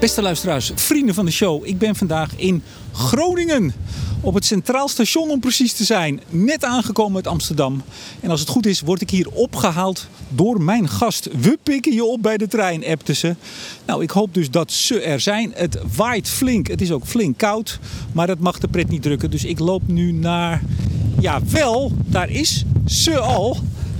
Beste luisteraars, vrienden van de show. Ik ben vandaag in Groningen. Op het Centraal Station om precies te zijn. Net aangekomen uit Amsterdam. En als het goed is, word ik hier opgehaald door mijn gast. We pikken je op bij de trein, appten ze. Nou, ik hoop dus dat ze er zijn. Het waait flink. Het is ook flink koud. Maar dat mag de pret niet drukken. Dus ik loop nu naar... Ja, wel, daar is ze al.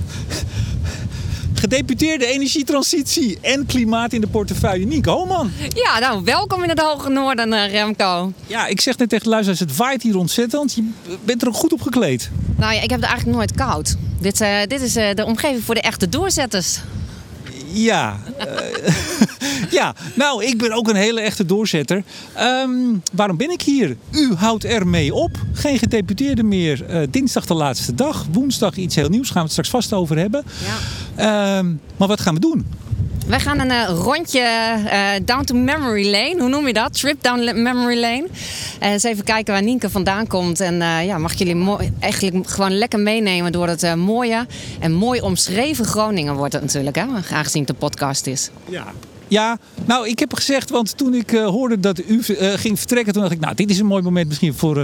Gedeputeerde energietransitie en klimaat in de portefeuille, Nienke Hooman. Ja, nou, welkom in het Hoge Noorden, Remco. Ja, ik zeg net tegen de luisteraars, het waait hier ontzettend. Je bent er ook goed op gekleed. Nou ja, ik heb het eigenlijk nooit koud. Dit is de omgeving voor de echte doorzetters. Ja, ja, nou, ik ben ook een hele echte doorzetter. Waarom ben ik hier? U houdt ermee op. Geen gedeputeerde meer. Dinsdag de laatste dag. Woensdag iets heel nieuws. Gaan we het straks vast over hebben. Ja. Maar wat gaan we doen? Wij gaan een rondje down to memory lane. Hoe noem je dat? Trip down memory lane. Eens even kijken waar Nienke vandaan komt. En mag ik jullie eigenlijk gewoon lekker meenemen door het mooie en mooi omschreven Groningen wordt het natuurlijk. Hè? Aangezien het een podcast is. Ja, nou, ik heb gezegd, want toen ik hoorde dat u ging vertrekken, toen dacht ik, nou, dit is een mooi moment misschien voor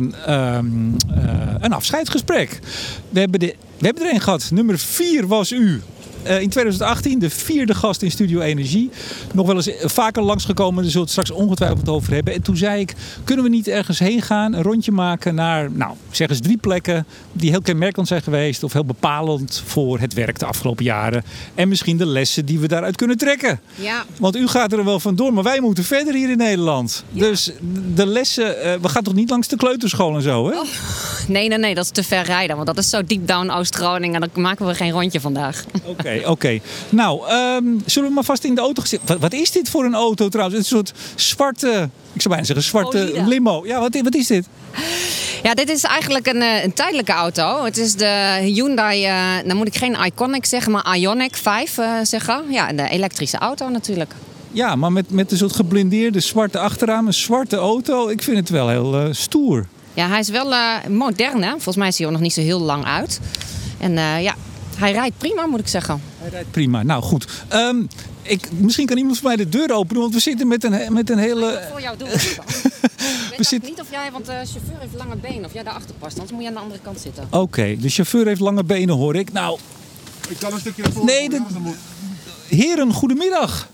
een afscheidsgesprek. We hebben er een gehad. Nummer 4 was u. In 2018 de 4e gast in Studio Energie. Nog wel eens vaker langsgekomen. Daar zullen we het straks ongetwijfeld over hebben. En toen zei ik, kunnen we niet ergens heen gaan? Een rondje maken naar, nou, zeg eens 3 plekken die heel kenmerkend zijn geweest. Of heel bepalend voor het werk de afgelopen jaren. En misschien de lessen die we daaruit kunnen trekken. Ja. Want u gaat er wel vandoor, maar wij moeten verder hier in Nederland. Ja. Dus de lessen, we gaan toch niet langs de kleuterschool en zo, hè? Oh. Nee, dat is te ver rijden. Want dat is zo diep down Oost-Groningen. Dan maken we geen rondje vandaag. Oké. Nou, zullen we maar vast in de auto gaan zitten? Wat is dit voor een auto trouwens? Een soort zwarte, ik zou bijna zeggen, zwarte limo. Ja, wat is dit? Ja, dit is eigenlijk een tijdelijke auto. Het is de Hyundai, dan moet ik geen Iconic zeggen, maar Ioniq 5 zeggen. Ja, de elektrische auto natuurlijk. Ja, maar met een soort geblindeerde zwarte achterraam, een zwarte auto. Ik vind het wel heel stoer. Ja, hij is wel modern, hè? Volgens mij is hij ook nog niet zo heel lang uit. En hij rijdt prima, moet ik zeggen. Hij rijdt prima. Nou, goed. Misschien kan iemand voor mij de deur openen, want we zitten met een hele... Ik voor jou doen. Ik weet niet of jij, want de chauffeur heeft lange benen, of jij daarachter past. Anders moet je aan de andere kant zitten. Oké, de chauffeur heeft lange benen, hoor ik. Nou... Ik kan een stukje ervoor. Nee, heren, goedemiddag.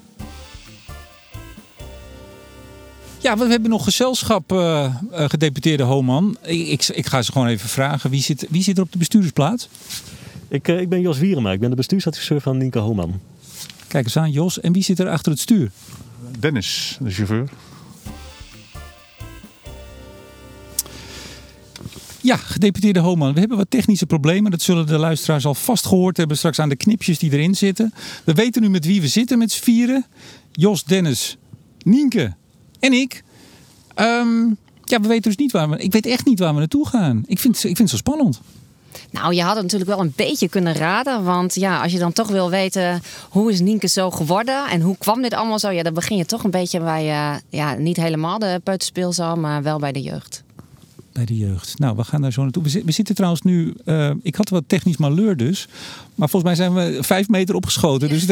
Ja, we hebben nog gezelschap, gedeputeerde Hooman. Ik ga ze gewoon even vragen. Wie zit er op de bestuurdersplaats? Ik ben Jos Wierema. Ik ben de bestuursadviseur van Nienke Hooman. Kijk eens aan, Jos. En wie zit er achter het stuur? Dennis, de chauffeur. Ja, gedeputeerde Hooman. We hebben wat technische problemen. Dat zullen de luisteraars al vast gehoord hebben straks aan de knipjes die erin zitten. We weten nu met wie we zitten met z'n vieren. Jos, Dennis, Nienke en ik. Ja, we weten dus niet ik weet echt niet waar we naartoe gaan. Ik vind het zo spannend. Nou, je had het natuurlijk wel een beetje kunnen raden. Want ja, als je dan toch wil weten hoe is Nienke zo geworden en hoe kwam dit allemaal zo. Ja, dan begin je toch een beetje bij, niet helemaal de peuterspeelzaal, maar wel bij de jeugd. Bij de jeugd. Nou, we gaan daar zo naartoe. We zitten trouwens nu... ik had wat technisch malheur dus. Maar volgens mij zijn we 5 meter opgeschoten. Dus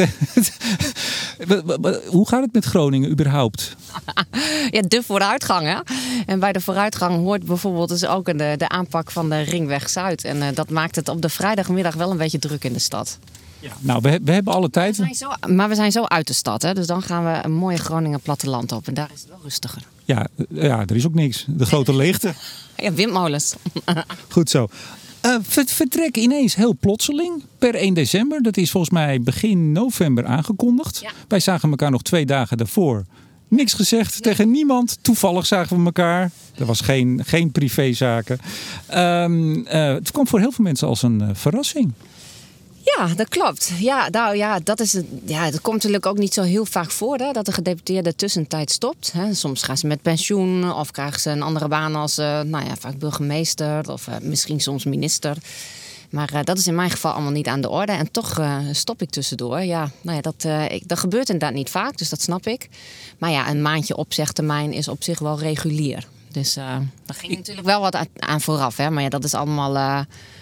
hoe gaat het met Groningen überhaupt? Ja, de vooruitgang, hè? En bij de vooruitgang hoort bijvoorbeeld dus ook de aanpak van de Ringweg Zuid. En dat maakt het op de vrijdagmiddag wel een beetje druk in de stad. Ja. Nou, we hebben alle tijd. Maar we zijn zo uit de stad, hè? Dus dan gaan we een mooie Groningen platteland op. En daar is het wel rustiger. Ja, er is ook niks. De grote leegte. Ja, windmolens. Goed zo. Vertrek ineens heel plotseling per 1 december. Dat is volgens mij begin november aangekondigd. Ja. Wij zagen elkaar nog 2 dagen daarvoor. Niks gezegd tegen niemand. Toevallig zagen we elkaar. Er was geen privézaken. Het kwam voor heel veel mensen als een verrassing. Ja, dat klopt. Ja, nou ja, dat komt natuurlijk ook niet zo heel vaak voor, hè, dat de gedeputeerde tussentijd stopt. Hè. Soms gaan ze met pensioen of krijgen ze een andere baan als vaak burgemeester of misschien soms minister. Maar dat is in mijn geval allemaal niet aan de orde. En toch stop ik tussendoor. Ja, dat gebeurt inderdaad niet vaak, dus dat snap ik. Maar ja, een maandje opzegtermijn is op zich wel regulier. Dus daar ging natuurlijk wel wat aan vooraf. Hè. Maar ja, dat is allemaal...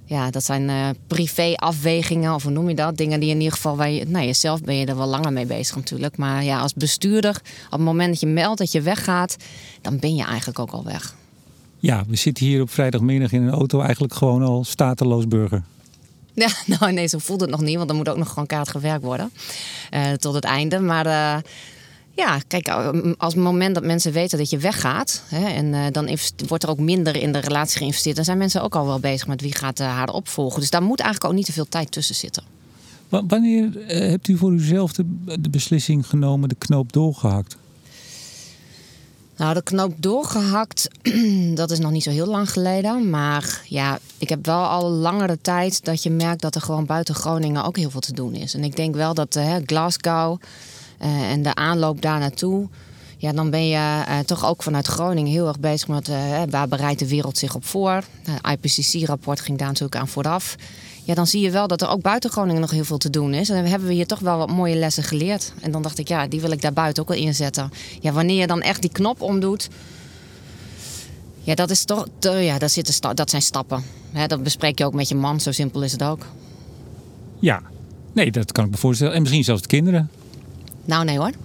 Ja, dat zijn privé-afwegingen, of hoe noem je dat? Dingen die in ieder geval, jezelf ben je er wel langer mee bezig natuurlijk. Maar ja, als bestuurder, op het moment dat je meldt dat je weggaat, dan ben je eigenlijk ook al weg. Ja, we zitten hier op vrijdagmiddag in een auto, eigenlijk gewoon al stateloos burger. Ja, nou nee, zo voelt het nog niet, want er moet ook nog gewoon kaart gewerkt worden tot het einde. Maar ja, kijk, als het moment dat mensen weten dat je weggaat, en dan wordt er ook minder in de relatie geïnvesteerd, dan zijn mensen ook al wel bezig met wie gaat haar opvolgen. Dus daar moet eigenlijk ook niet te veel tijd tussen zitten. Wanneer hebt u voor uzelf de beslissing genomen, de knoop doorgehakt? Nou, de knoop doorgehakt, dat is nog niet zo heel lang geleden. Maar ja, ik heb wel al langere tijd dat je merkt dat er gewoon buiten Groningen ook heel veel te doen is. En ik denk wel dat Glasgow en de aanloop daar naartoe, ja, dan ben je toch ook vanuit Groningen heel erg bezig met waar bereidt de wereld zich op voor. Het IPCC-rapport ging daar natuurlijk aan vooraf. Ja, dan zie je wel dat er ook buiten Groningen nog heel veel te doen is. En dan hebben we hier toch wel wat mooie lessen geleerd. En dan dacht ik, ja, die wil ik daar buiten ook wel inzetten. Ja, wanneer je dan echt die knop omdoet, ja, dat is toch, dat zijn stappen. Dat bespreek je ook met je man, zo simpel is het ook. Ja, nee, dat kan ik me voorstellen. En misschien zelfs de kinderen. Nou, nee hoor.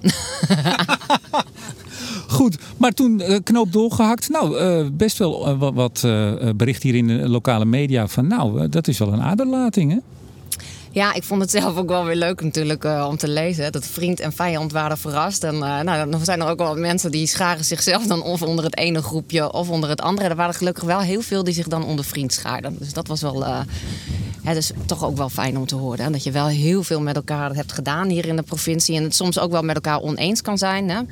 Goed, maar toen knoop doorgehakt. Nou, best wel wat bericht hier in de lokale media van, dat is wel een aderlating, hè? Ja, ik vond het zelf ook wel weer leuk natuurlijk om te lezen. Dat vriend en vijand waren verrast. En dan zijn er ook wel mensen die scharen zichzelf dan of onder het ene groepje of onder het andere. Er waren gelukkig wel heel veel die zich dan onder vriend schaarden. Dus dat was wel dus toch ook wel fijn om te horen. Hè? Dat je wel heel veel met elkaar hebt gedaan hier in de provincie. En het soms ook wel met elkaar oneens kan zijn. Hè?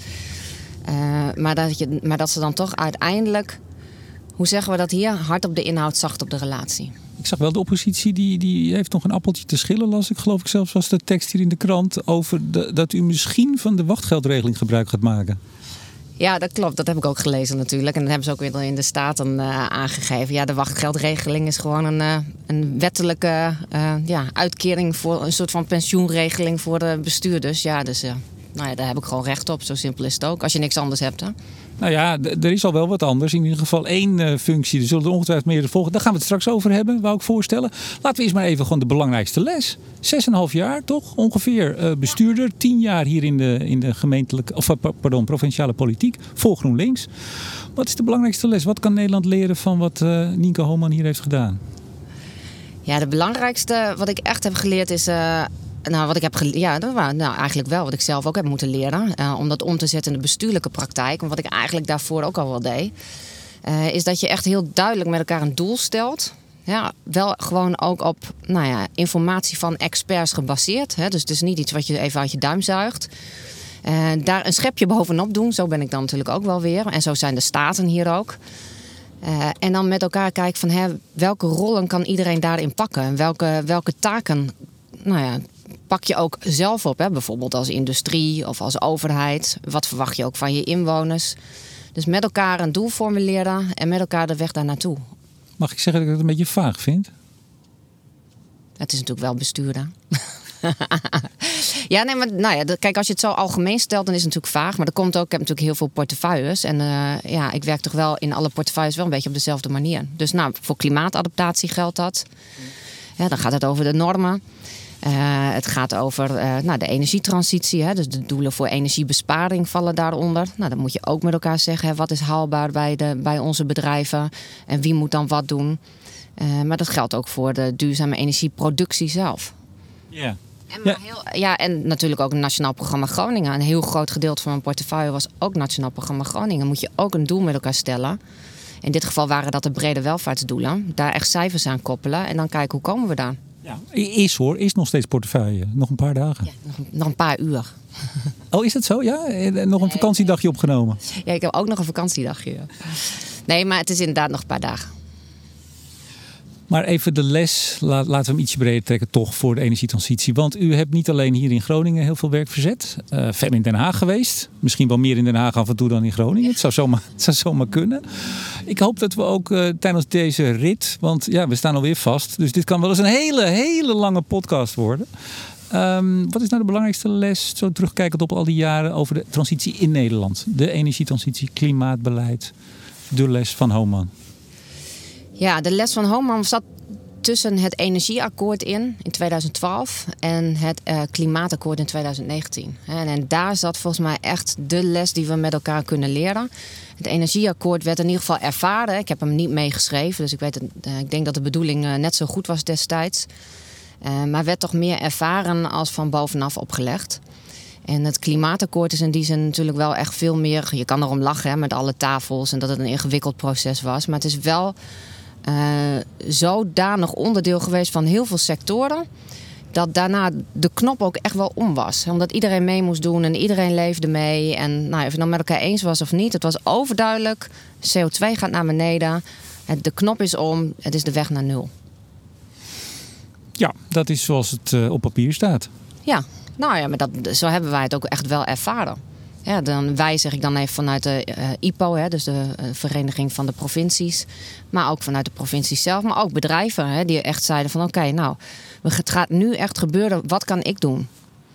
Maar dat ze dan toch uiteindelijk, hoe zeggen we dat hier, hard op de inhoud, zacht op de relatie. Ik zag wel de oppositie, die heeft nog een appeltje te schillen, las ik. Geloof ik zelfs was de tekst hier in de krant over dat u misschien van de wachtgeldregeling gebruik gaat maken. Ja, dat klopt. Dat heb ik ook gelezen natuurlijk. En dat hebben ze ook weer in de Staten aangegeven. Ja, de wachtgeldregeling is gewoon een wettelijke uitkering voor een soort van pensioenregeling voor de bestuurders. Ja, dus daar heb ik gewoon recht op. Zo simpel is het ook. Als je niks anders hebt, hè. Nou ja, er is al wel wat anders. In ieder geval 1 functie. Er zullen er ongetwijfeld meer volgen. Daar gaan we het straks over hebben, wou ik voorstellen. Laten we eerst maar even gewoon de belangrijkste les. 6,5 jaar toch? Ongeveer bestuurder. 10 jaar hier in de gemeentelijke, provinciale politiek. Voor GroenLinks. Wat is de belangrijkste les? Wat kan Nederland leren van wat Nienke Hooman hier heeft gedaan? Ja, de belangrijkste wat ik echt heb geleerd is, wat ik heb geleerd, eigenlijk wel wat ik zelf ook heb moeten leren. Om dat om te zetten in de bestuurlijke praktijk. En wat ik eigenlijk daarvoor ook al wel deed. Is dat je echt heel duidelijk met elkaar een doel stelt. Ja, wel gewoon ook op informatie van experts gebaseerd. Hè? Dus het is niet iets wat je even uit je duim zuigt. Daar een schepje bovenop doen. Zo ben ik dan natuurlijk ook wel weer. En zo zijn de staten hier ook. En dan met elkaar kijken van welke rollen kan iedereen daarin pakken. En welke taken pak je ook zelf op. Hè? Bijvoorbeeld als industrie of als overheid. Wat verwacht je ook van je inwoners. Dus met elkaar een doel formuleren en met elkaar de weg daar naartoe. Mag ik zeggen dat ik het een beetje vaag vind? Het is natuurlijk wel bestuurder. Ja, nee, maar kijk, als je het zo algemeen stelt, dan is het natuurlijk vaag. Maar er komt ook, ik heb natuurlijk heel veel portefeuilles. En ik werk toch wel in alle portefeuilles wel een beetje op dezelfde manier. Dus voor klimaatadaptatie geldt dat. Ja, dan gaat het over de normen. Het gaat over de energietransitie. Hè, dus de doelen voor energiebesparing vallen daaronder. Dan moet je ook met elkaar zeggen, wat is haalbaar bij onze bedrijven. En wie moet dan wat doen. Maar dat geldt ook voor de duurzame energieproductie zelf. Ja. En natuurlijk ook een Nationaal Programma Groningen. Een heel groot gedeelte van mijn portefeuille was ook Nationaal Programma Groningen. Moet je ook een doel met elkaar stellen. In dit geval waren dat de brede welvaartsdoelen. Daar echt cijfers aan koppelen en dan kijken hoe komen we daar. Ja, is nog steeds portefeuille. Nog een paar dagen. Ja, nog een paar uur. Oh, is dat zo? Ja? Nog een vakantiedagje opgenomen? Ja, ik heb ook nog een vakantiedagje. Nee, maar het is inderdaad nog een paar dagen. Maar even de les, laten we hem ietsje breder trekken toch voor de energietransitie. Want u hebt niet alleen hier in Groningen heel veel werk verzet. Ver in Den Haag geweest. Misschien wel meer in Den Haag af en toe dan in Groningen. Het zou zomaar kunnen. Ik hoop dat we ook tijdens deze rit, want ja, we staan alweer vast. Dus dit kan wel eens een hele, hele lange podcast worden. Wat is nou de belangrijkste les, zo terugkijkend op al die jaren over de transitie in Nederland? De energietransitie, klimaatbeleid, de les van Hooman. Ja, de les van Hooman zat tussen het energieakkoord in 2012 en het klimaatakkoord in 2019. En daar zat volgens mij echt de les die we met elkaar kunnen leren. Het energieakkoord werd in ieder geval ervaren. Ik heb hem niet meegeschreven, dus ik denk dat de bedoeling net zo goed was destijds. Maar werd toch meer ervaren als van bovenaf opgelegd. En het klimaatakkoord is in die zin natuurlijk wel echt veel meer... Je kan erom lachen met alle tafels en dat het een ingewikkeld proces was. Maar het is wel zodanig onderdeel geweest van heel veel sectoren... dat daarna de knop ook echt wel om was. Omdat iedereen mee moest doen en iedereen leefde mee. En of je het nou met elkaar eens was of niet, het was overduidelijk. CO2 gaat naar beneden, de knop is om, het is de weg naar nul. Ja, dat is zoals het op papier staat. Ja, maar zo hebben wij het ook echt wel ervaren. Ja, wij zeg ik dan even vanuit de IPO, dus de Vereniging van de Provincies. Maar ook vanuit de provincies zelf, maar ook bedrijven die echt zeiden van oké, het gaat nu echt gebeuren, wat kan ik doen?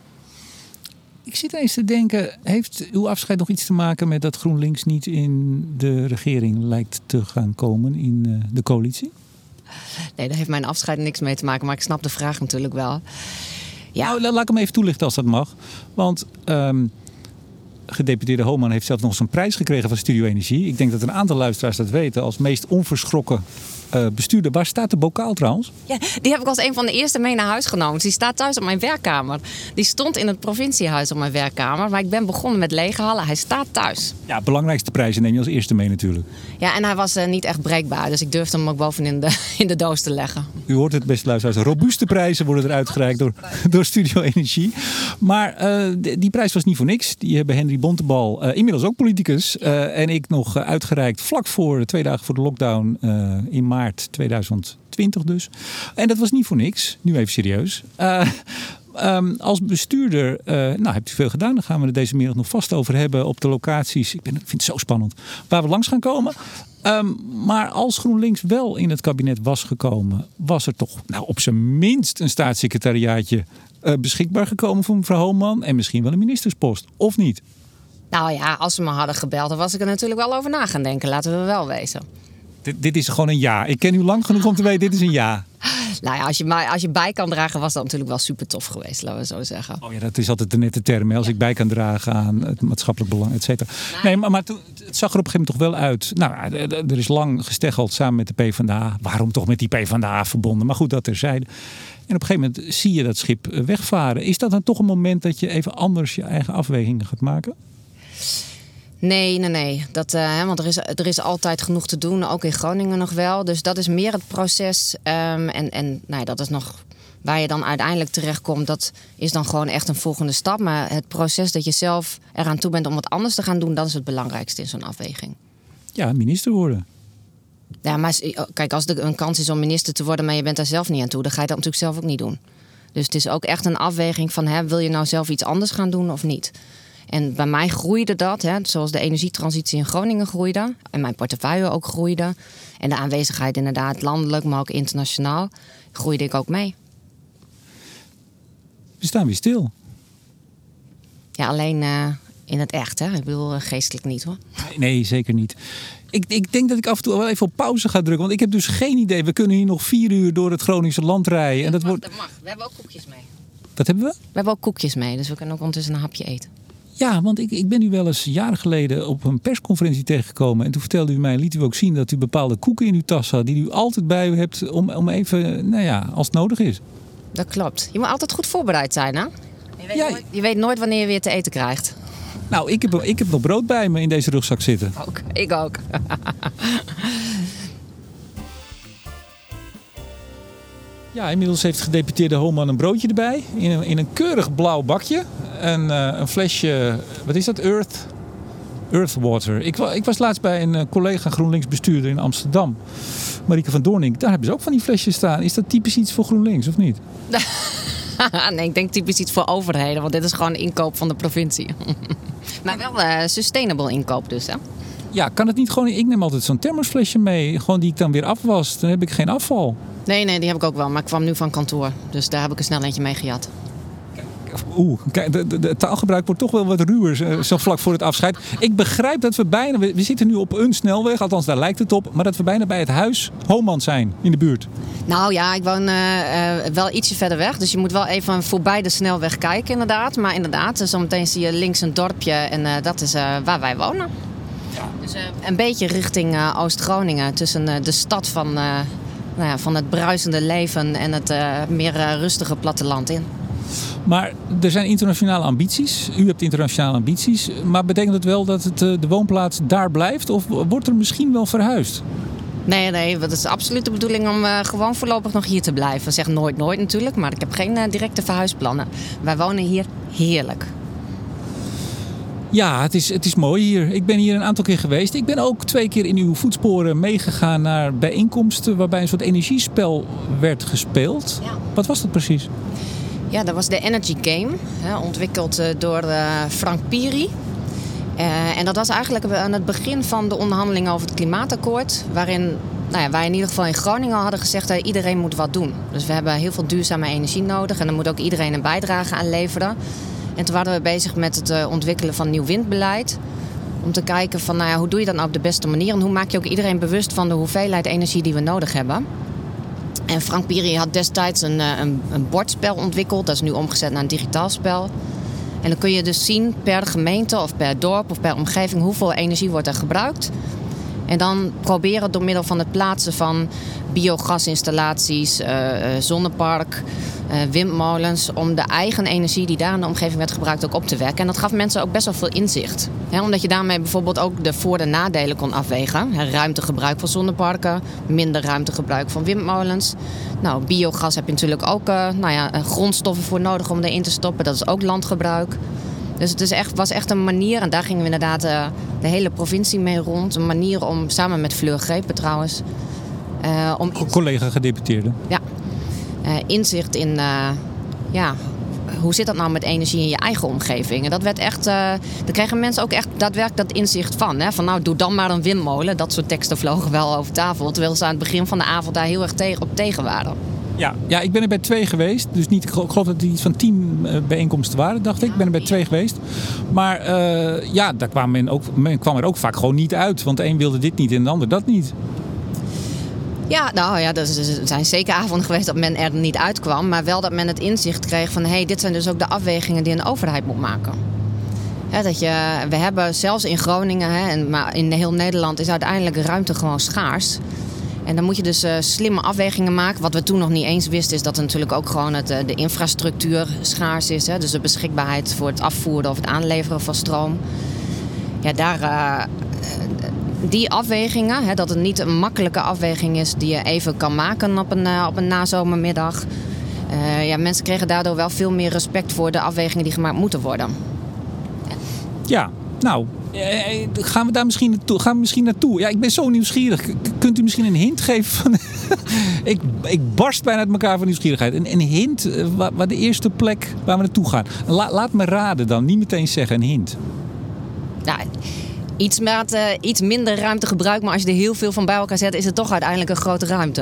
Ik zit eens te denken, heeft uw afscheid nog iets te maken met dat GroenLinks niet in de regering lijkt te gaan komen in de coalitie? Nee, daar heeft mijn afscheid niks mee te maken, maar ik snap de vraag natuurlijk wel. Ja. Nou, laat ik hem even toelichten als dat mag. Want gedeputeerde Homan heeft zelf nog eens een prijs gekregen van Studio Energie. Ik denk dat een aantal luisteraars dat weten als meest onverschrokken bestuurder. Waar staat de bokaal trouwens? Ja, die heb ik als een van de eerste mee naar huis genomen. Die staat thuis op mijn werkkamer. Die stond in het provinciehuis op mijn werkkamer. Maar ik ben begonnen met leeghalen. Hij staat thuis. Ja, belangrijkste prijzen neem je als eerste mee natuurlijk. Ja, en hij was niet echt breekbaar. Dus ik durfde hem ook bovenin in de doos te leggen. U hoort het, beste luisteraars. Robuuste prijzen worden eruit gereikt door Studio Energie. Maar die prijs was niet voor niks. Die hebben Henry Bontebal, inmiddels ook politicus, en ik nog uitgereikt vlak voor 2 dagen voor de lockdown in maart 2020 dus. En dat was niet voor niks. Nu even serieus. Als bestuurder, hebt u veel gedaan. Daar gaan we het deze middag nog vast over hebben op de locaties. Ik vind het zo spannend. Waar we langs gaan komen. Maar als GroenLinks wel in het kabinet was gekomen, was er toch op zijn minst een staatssecretariaatje beschikbaar gekomen voor mevrouw Homan. En misschien wel een ministerspost. Of niet? Nou ja, als ze me hadden gebeld, dan was ik er natuurlijk wel over na gaan denken. Laten we wel wezen. Dit is gewoon een ja. Ik ken u lang genoeg om te weten, dit is een ja. Nou ja, als je bij kan dragen, was dat natuurlijk wel super tof geweest, laten we zo zeggen. Oh ja, dat is altijd de nette term. Als ik bij kan dragen aan het maatschappelijk belang, et cetera. Nee, maar toen, het zag er op een gegeven moment toch wel uit. Nou, er is lang gesteggeld samen met de PvdA. Waarom toch met die PvdA verbonden? Maar goed, dat terzijde. En op een gegeven moment zie je dat schip wegvaren. Is dat dan toch een moment dat je even anders je eigen afwegingen gaat maken? Nee. Want er is altijd genoeg te doen, ook in Groningen nog wel. Dus dat is meer het proces. Dat is nog waar je dan uiteindelijk terechtkomt. Dat is dan gewoon echt een volgende stap. Maar het proces dat je zelf eraan toe bent om wat anders te gaan doen, dat is het belangrijkste in zo'n afweging. Ja, minister worden. Ja, maar kijk, als er een kans is om minister te worden, maar je bent daar zelf niet aan toe, dan ga je dat natuurlijk zelf ook niet doen. Dus het is ook echt een afweging van, wil je nou zelf iets anders gaan doen of niet? En bij mij groeide dat, zoals de energietransitie in Groningen groeide. En mijn portefeuille ook groeide. En de aanwezigheid inderdaad landelijk, maar ook internationaal, groeide ik ook mee. We staan weer stil. Ja, alleen in het echt. Ik bedoel, geestelijk niet hoor. Nee, zeker niet. Ik denk dat ik af en toe wel even op pauze ga drukken. Want ik heb dus geen idee. We kunnen hier nog 4 uur door het Groningse land rijden. En dat mag. We hebben ook koekjes mee. Dat hebben we? We hebben ook koekjes mee. Dus we kunnen ook ondertussen een hapje eten. Ja, want ik ben u wel eens jaren geleden op een persconferentie tegengekomen. En toen vertelde u mij, liet u ook zien dat u bepaalde koeken in uw tas had. Die u altijd bij u hebt om even, als het nodig is. Dat klopt. Je moet altijd goed voorbereid zijn, hè? Je weet nooit wanneer je weer te eten krijgt. Nou, ik heb nog brood bij me in deze rugzak zitten. Ik ook. Ja, inmiddels heeft gedeputeerde Homan een broodje erbij. In een keurig blauw bakje. En een flesje, wat is dat? Earthwater. Ik was laatst bij een collega GroenLinks bestuurder in Amsterdam. Marieke van Doornink. Daar hebben ze ook van die flesjes staan. Is dat typisch iets voor GroenLinks of niet? Nee, ik denk typisch iets voor overheden. Want dit is gewoon inkoop van de provincie. Maar wel sustainable inkoop dus, hè? Ja, kan het niet gewoon... Ik neem altijd zo'n thermosflesje mee. Gewoon die ik dan weer afwas. Dan heb ik geen afval. Nee, die heb ik ook wel. Maar ik kwam nu van kantoor. Dus daar heb ik er snel eentje mee gejat. de taalgebruik wordt toch wel wat ruwer zo vlak voor het afscheid. Ik begrijp dat we zitten nu op een snelweg, althans daar lijkt het op, maar dat we bijna bij het huis Homan zijn in de buurt. Nou ja, ik woon wel ietsje verder weg. Dus je moet wel even voorbij de snelweg kijken inderdaad. Maar inderdaad, zometeen zie je links een dorpje en dat is waar wij wonen. Ja. Dus een beetje richting Oost-Groningen. Tussen de stad van het bruisende leven en het meer rustige platteland in. Maar er zijn internationale ambities. U hebt internationale ambities. Maar betekent het wel dat de woonplaats daar blijft? Of wordt er misschien wel verhuisd? Nee, dat is absoluut de bedoeling om gewoon voorlopig nog hier te blijven. Zeg nooit natuurlijk, maar ik heb geen directe verhuisplannen. Wij wonen hier heerlijk. Ja, het is mooi hier. Ik ben hier een aantal keer geweest. Ik ben ook 2 keer in uw voetsporen meegegaan naar bijeenkomsten waarbij een soort energiespel werd gespeeld. Ja. Wat was dat precies? Ja, dat was de Energy Game, ontwikkeld door Frank Piri. En dat was eigenlijk aan het begin van de onderhandelingen over het klimaatakkoord. Waarin wij in ieder geval in Groningen hadden gezegd dat iedereen moet wat doen. Dus we hebben heel veel duurzame energie nodig en daar moet ook iedereen een bijdrage aan leveren. En toen waren we bezig met het ontwikkelen van nieuw windbeleid. Om te kijken van hoe doe je dat nou op de beste manier en hoe maak je ook iedereen bewust van de hoeveelheid energie die we nodig hebben. En Frank Piri had destijds een bordspel ontwikkeld. Dat is nu omgezet naar een digitaal spel. En dan kun je dus zien per gemeente of per dorp of per omgeving hoeveel energie wordt er gebruikt. En dan proberen door middel van het plaatsen van biogasinstallaties, zonnepark, windmolens, om de eigen energie die daar in de omgeving werd gebruikt ook op te wekken. En dat gaf mensen ook best wel veel inzicht. Omdat je daarmee bijvoorbeeld ook de voor- en nadelen kon afwegen. Ruimtegebruik van zonneparken, minder ruimtegebruik van windmolens. Nou, biogas heb je natuurlijk ook grondstoffen voor nodig om erin te stoppen. Dat is ook landgebruik. Dus het was echt een manier, en daar gingen we inderdaad de hele provincie mee rond. Een manier om, samen met Fleur Grepen trouwens... Collega-gedeputeerde. Ja. Inzicht in, hoe zit dat nou met energie in je eigen omgeving? En dat werd echt, daar kregen mensen ook echt daadwerkelijk dat inzicht van. Hè? Van doe dan maar een windmolen. Dat soort teksten vlogen wel over tafel. Terwijl ze aan het begin van de avond daar heel erg tegen waren. Ja, ik ben er bij 2 geweest. Dus niet, ik geloof dat het iets van 10 bijeenkomsten waren, dacht ik. Ik ben er bij 2 geweest. Maar daar men kwam er ook vaak gewoon niet uit. Want de een wilde dit niet en de ander dat niet. Ja, er zijn zeker avonden geweest dat men er niet uitkwam. Maar wel dat men het inzicht kreeg van... dit zijn dus ook de afwegingen die een overheid moet maken. We hebben zelfs in Groningen... maar in heel Nederland is uiteindelijk ruimte gewoon schaars. En dan moet je dus slimme afwegingen maken. Wat we toen nog niet eens wisten is dat er natuurlijk ook gewoon de infrastructuur schaars is. Dus de beschikbaarheid voor het afvoeren of het aanleveren van stroom. Ja, die afwegingen, dat het niet een makkelijke afweging is die je even kan maken op een nazomermiddag. Mensen kregen daardoor wel veel meer respect voor de afwegingen die gemaakt moeten worden. Ja, nou, gaan we daar misschien naartoe? Ja, ik ben zo nieuwsgierig. Kunt u misschien een hint geven van... ik barst bijna uit elkaar van nieuwsgierigheid. Een hint waar de eerste plek waar we naartoe gaan. Laat me raden dan, niet meteen zeggen, een hint. Nou, iets minder ruimtegebruik, maar als je er heel veel van bij elkaar zet, is het toch uiteindelijk een grote ruimte.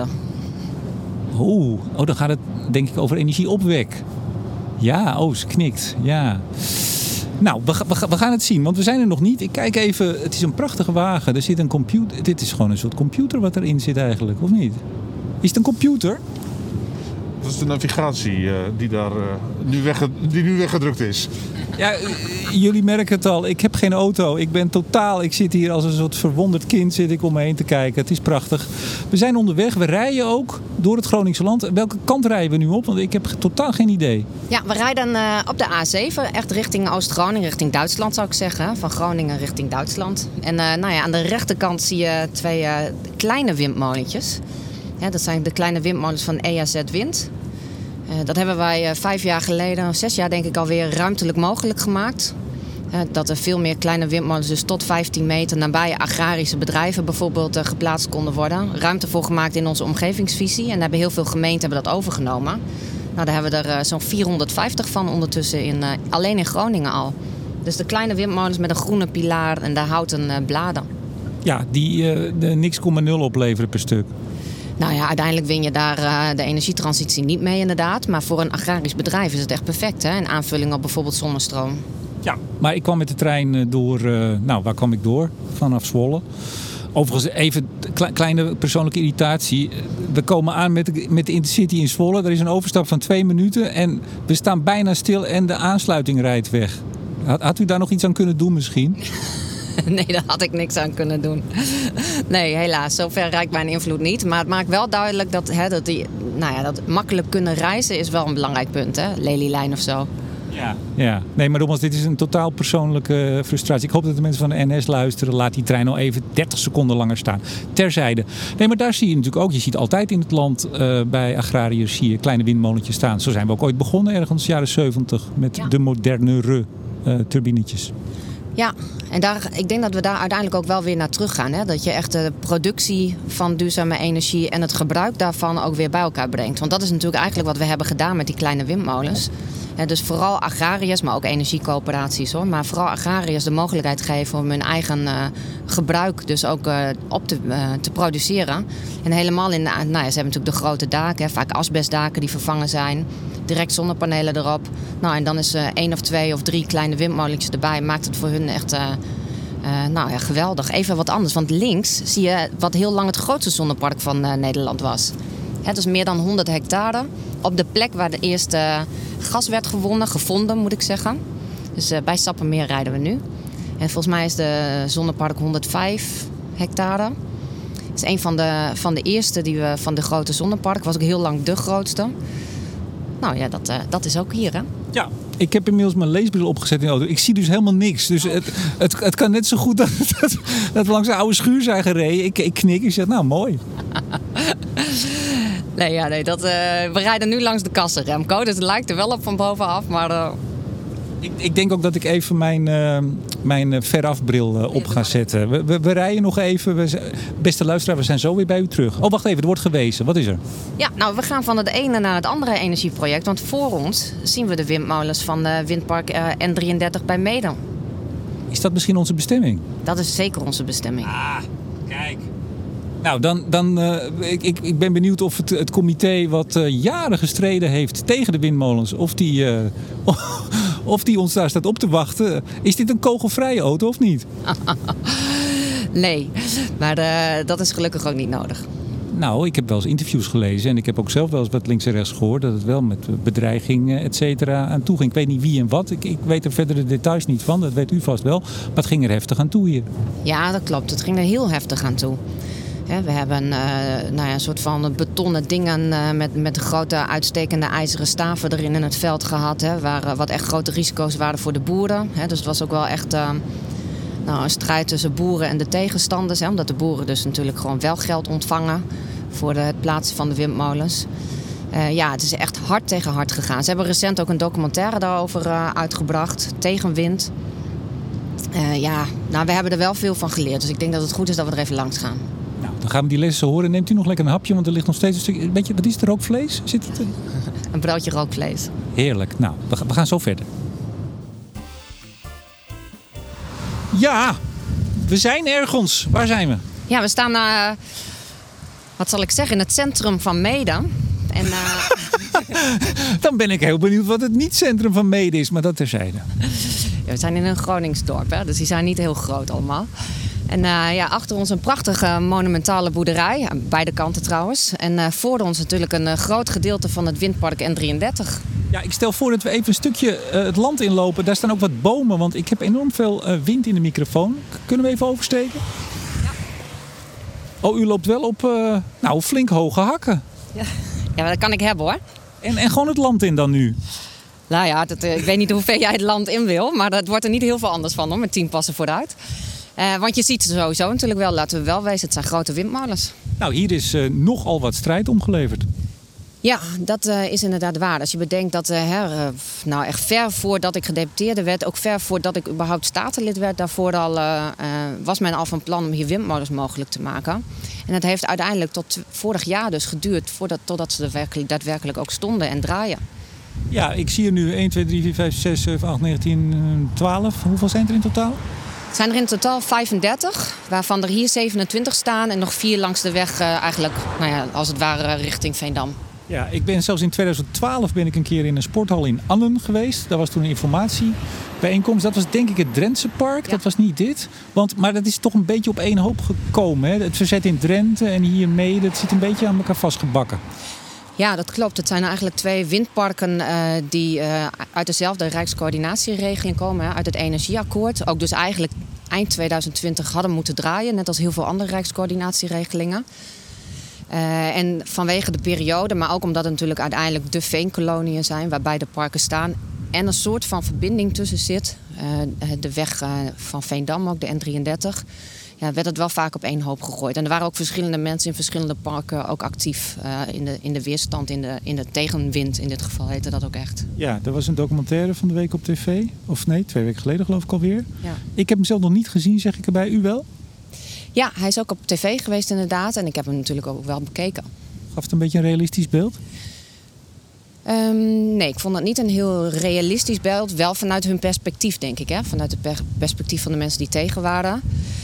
Dan gaat het denk ik over energieopwek. Ja, ze knikt. Ja. Nou, we gaan het zien, want we zijn er nog niet. Ik kijk even, het is een prachtige wagen. Er zit een computer. Dit is gewoon een soort computer wat erin zit eigenlijk, of niet? Is het een computer? Dat is de navigatie die nu weggedrukt is. Ja, jullie merken het al. Ik heb geen auto. Ik zit hier als een soort verwonderd kind om me heen te kijken. Het is prachtig. We zijn onderweg. We rijden ook door het Groningse land. Welke kant rijden we nu op? Want ik heb totaal geen idee. Ja, we rijden op de A7. Echt richting Oost-Groningen, richting Duitsland zou ik zeggen. Van Groningen richting Duitsland. En aan de rechterkant zie je 2 kleine windmolentjes. Ja, dat zijn de kleine windmolens van EAZ Wind. Dat hebben wij 5 jaar geleden, 6 jaar denk ik alweer, ruimtelijk mogelijk gemaakt. Dat er veel meer kleine windmolens, dus tot 15 meter, nabij agrarische bedrijven bijvoorbeeld geplaatst konden worden. Ruimte voor gemaakt in onze omgevingsvisie. En daar hebben heel veel gemeenten dat overgenomen. Nou, daar hebben we er zo'n 450 van ondertussen, alleen in Groningen al. Dus de kleine windmolens met een groene pilaar en daar houten bladen. Ja, die niks 0,0 opleveren per stuk. Nou ja, uiteindelijk win je daar de energietransitie niet mee inderdaad. Maar voor een agrarisch bedrijf is het echt perfect, hè? In aanvulling op bijvoorbeeld zonnestroom. Ja, maar ik kwam met de trein door... waar kwam ik door? Vanaf Zwolle. Overigens even kleine persoonlijke irritatie. We komen aan met de Intercity in Zwolle. Er is een overstap van 2 minuten en we staan bijna stil en de aansluiting rijdt weg. Had u daar nog iets aan kunnen doen misschien? Nee, daar had ik niks aan kunnen doen. Nee, helaas. Zover reikt mijn invloed niet. Maar het maakt wel duidelijk dat dat makkelijk kunnen reizen is wel een belangrijk punt. Hè? Lelylijn of zo. Ja. Nee, maar nogmaals, dit is een totaal persoonlijke frustratie. Ik hoop dat de mensen van de NS luisteren. Laat die trein al even 30 seconden langer staan. Terzijde. Nee, maar daar zie je natuurlijk ook. Je ziet altijd in het land bij agrariërs zie je kleine windmolentjes staan. Zo zijn we ook ooit begonnen ergens jaren 70 met de modernere turbinetjes. Ja, en ik denk dat we daar uiteindelijk ook wel weer naar terug gaan. Hè? Dat je echt de productie van duurzame energie en het gebruik daarvan ook weer bij elkaar brengt. Want dat is natuurlijk eigenlijk wat we hebben gedaan met die kleine windmolens. Dus vooral agrariërs, maar ook energiecoöperaties hoor. Maar vooral agrariërs de mogelijkheid geven om hun eigen gebruik dus ook te produceren. En helemaal ze hebben natuurlijk de grote daken, vaak asbestdaken die vervangen zijn. Direct zonnepanelen erop. Nou, en dan is 1 of 2 of 3 kleine windmolentjes erbij. Maakt het voor hun echt geweldig. Even wat anders, want links zie je wat heel lang het grootste zonnepark van Nederland was. Het is meer dan 100 hectare. Op de plek waar de eerste gas werd gevonden moet ik zeggen. Dus bij Sappemeer rijden we nu. En volgens mij is de zonnepark 105 hectare. Het is een van de eerste van de grote zonneparken. Was ook heel lang de grootste. Nou ja, dat is ook hier hè. Ja, ik heb inmiddels mijn leesbril opgezet in de auto. Ik zie dus helemaal niks. Dus het kan net zo goed dat we langs een oude schuur zijn gereden. Ik knik, ik zeg nou mooi. Nee, we rijden nu langs de kassen, Remco. Dus het lijkt er wel op van bovenaf, maar... Ik denk ook dat ik even mijn verafbril op ga zetten. We rijden nog even. Beste luisteraar, we zijn zo weer bij u terug. Oh, wacht even, er wordt gewezen. Wat is er? Ja, nou, we gaan van het ene naar het andere energieproject. Want voor ons zien we de windmolens van de windpark N33 bij Meeden. Is dat misschien onze bestemming? Dat is zeker onze bestemming. Ah, kijk. Nou, ik ben benieuwd of het comité wat jaren gestreden heeft tegen de windmolens, of die ons daar staat op te wachten. Is dit een kogelvrije auto of niet? Nee, maar dat is gelukkig ook niet nodig. Nou, ik heb wel eens interviews gelezen en ik heb ook zelf wel eens wat links en rechts gehoord dat het wel met bedreigingen et cetera aan toe ging. Ik weet niet wie en wat, ik weet er verder de details niet van, dat weet u vast wel. Maar het ging er heftig aan toe hier. Ja, dat klopt. Het ging er heel heftig aan toe. We hebben een soort van betonnen dingen met grote uitstekende ijzeren staven erin in het veld gehad. Wat echt grote risico's waren voor de boeren. Dus het was ook wel echt een strijd tussen boeren en de tegenstanders. Omdat de boeren dus natuurlijk gewoon wel geld ontvangen voor het plaatsen van de windmolens. Het is echt hard tegen hard gegaan. Ze hebben recent ook een documentaire daarover uitgebracht, tegen wind. We hebben er wel veel van geleerd. Dus ik denk dat het goed is dat we er even langs gaan. Nou, dan gaan we die lessen horen. Neemt u nog lekker een hapje, want er ligt nog steeds een stukje... Weet je, wat is het, rookvlees? Zit het? Een broodje rookvlees. Heerlijk. Nou, we gaan zo verder. Ja, we zijn ergens. Waar zijn we? Ja, we staan, wat zal ik zeggen, in het centrum van Meeden. En, Dan ben ik heel benieuwd wat het niet-centrum van Meeden is, maar dat terzijde. Ja, we zijn in een Groningsdorp, hè, dus die zijn niet heel groot allemaal. En achter ons een prachtige monumentale boerderij, aan beide kanten trouwens. En voor ons natuurlijk een groot gedeelte van het windpark N33. Ja, ik stel voor dat we even een stukje het land inlopen. Daar staan ook wat bomen, want ik heb enorm veel wind in de microfoon. Kunnen we even oversteken? Ja. Oh, u loopt wel op flink hoge hakken. Ja, maar dat kan ik hebben hoor. En gewoon het land in dan nu? Nou ja, ik weet niet hoe ver jij het land in wil, maar dat wordt er niet heel veel anders van hoor, met 10 passen vooruit. Want je ziet ze sowieso natuurlijk wel, laten we wel wezen, het zijn grote windmolens. Nou, hier is nogal wat strijd omgeleverd. Ja, dat is inderdaad waar. Als je bedenkt dat echt ver voordat ik gedeputeerde werd, ook ver voordat ik überhaupt statenlid werd, daarvoor al was men al van plan om hier windmolens mogelijk te maken. En dat heeft uiteindelijk tot vorig jaar dus geduurd, totdat ze daadwerkelijk ook stonden en draaien. Ja, ik zie er nu 1, 2, 3, 4, 5, 6, 7, 8, 9, 10, 12. Hoeveel zijn er in totaal? Het zijn er in totaal 35, waarvan er hier 27 staan en nog 4 langs de weg eigenlijk, als het ware richting Veendam. Ja, ik ben zelfs in 2012 ben ik een keer in een sporthal in Annen geweest. Daar was toen een informatiebijeenkomst. Dat was denk ik het Drentse Park. Ja. Dat was niet dit. Maar dat is toch een beetje op één hoop gekomen. Hè? Het verzet in Drenthe en hier mede. Het zit een beetje aan elkaar vastgebakken. Ja, dat klopt. Het zijn eigenlijk 2 windparken die uit dezelfde Rijkscoördinatieregeling komen. Hè, uit het Energieakkoord. Ook dus eigenlijk eind 2020 hadden moeten draaien. Net als heel veel andere Rijkscoördinatieregelingen. En vanwege de periode, maar ook omdat het natuurlijk uiteindelijk de veenkoloniën zijn waarbij de parken staan. En een soort van verbinding tussen zit. De weg van Veendam, ook de N33. Ja, werd het wel vaak op één hoop gegooid. En er waren ook verschillende mensen in verschillende parken ook actief in de weerstand, in de tegenwind. In dit geval heette dat ook echt. Ja, er was een documentaire van de week op tv. Of nee, 2 weken geleden geloof ik alweer. Ja. Ik heb hem zelf nog niet gezien, zeg ik erbij. U wel? Ja, hij is ook op tv geweest inderdaad. En ik heb hem natuurlijk ook wel bekeken. Gaf het een beetje een realistisch beeld? Nee, ik vond het niet een heel realistisch beeld. Wel vanuit hun perspectief, denk ik. Hè? Vanuit het perspectief van de mensen die tegen waren.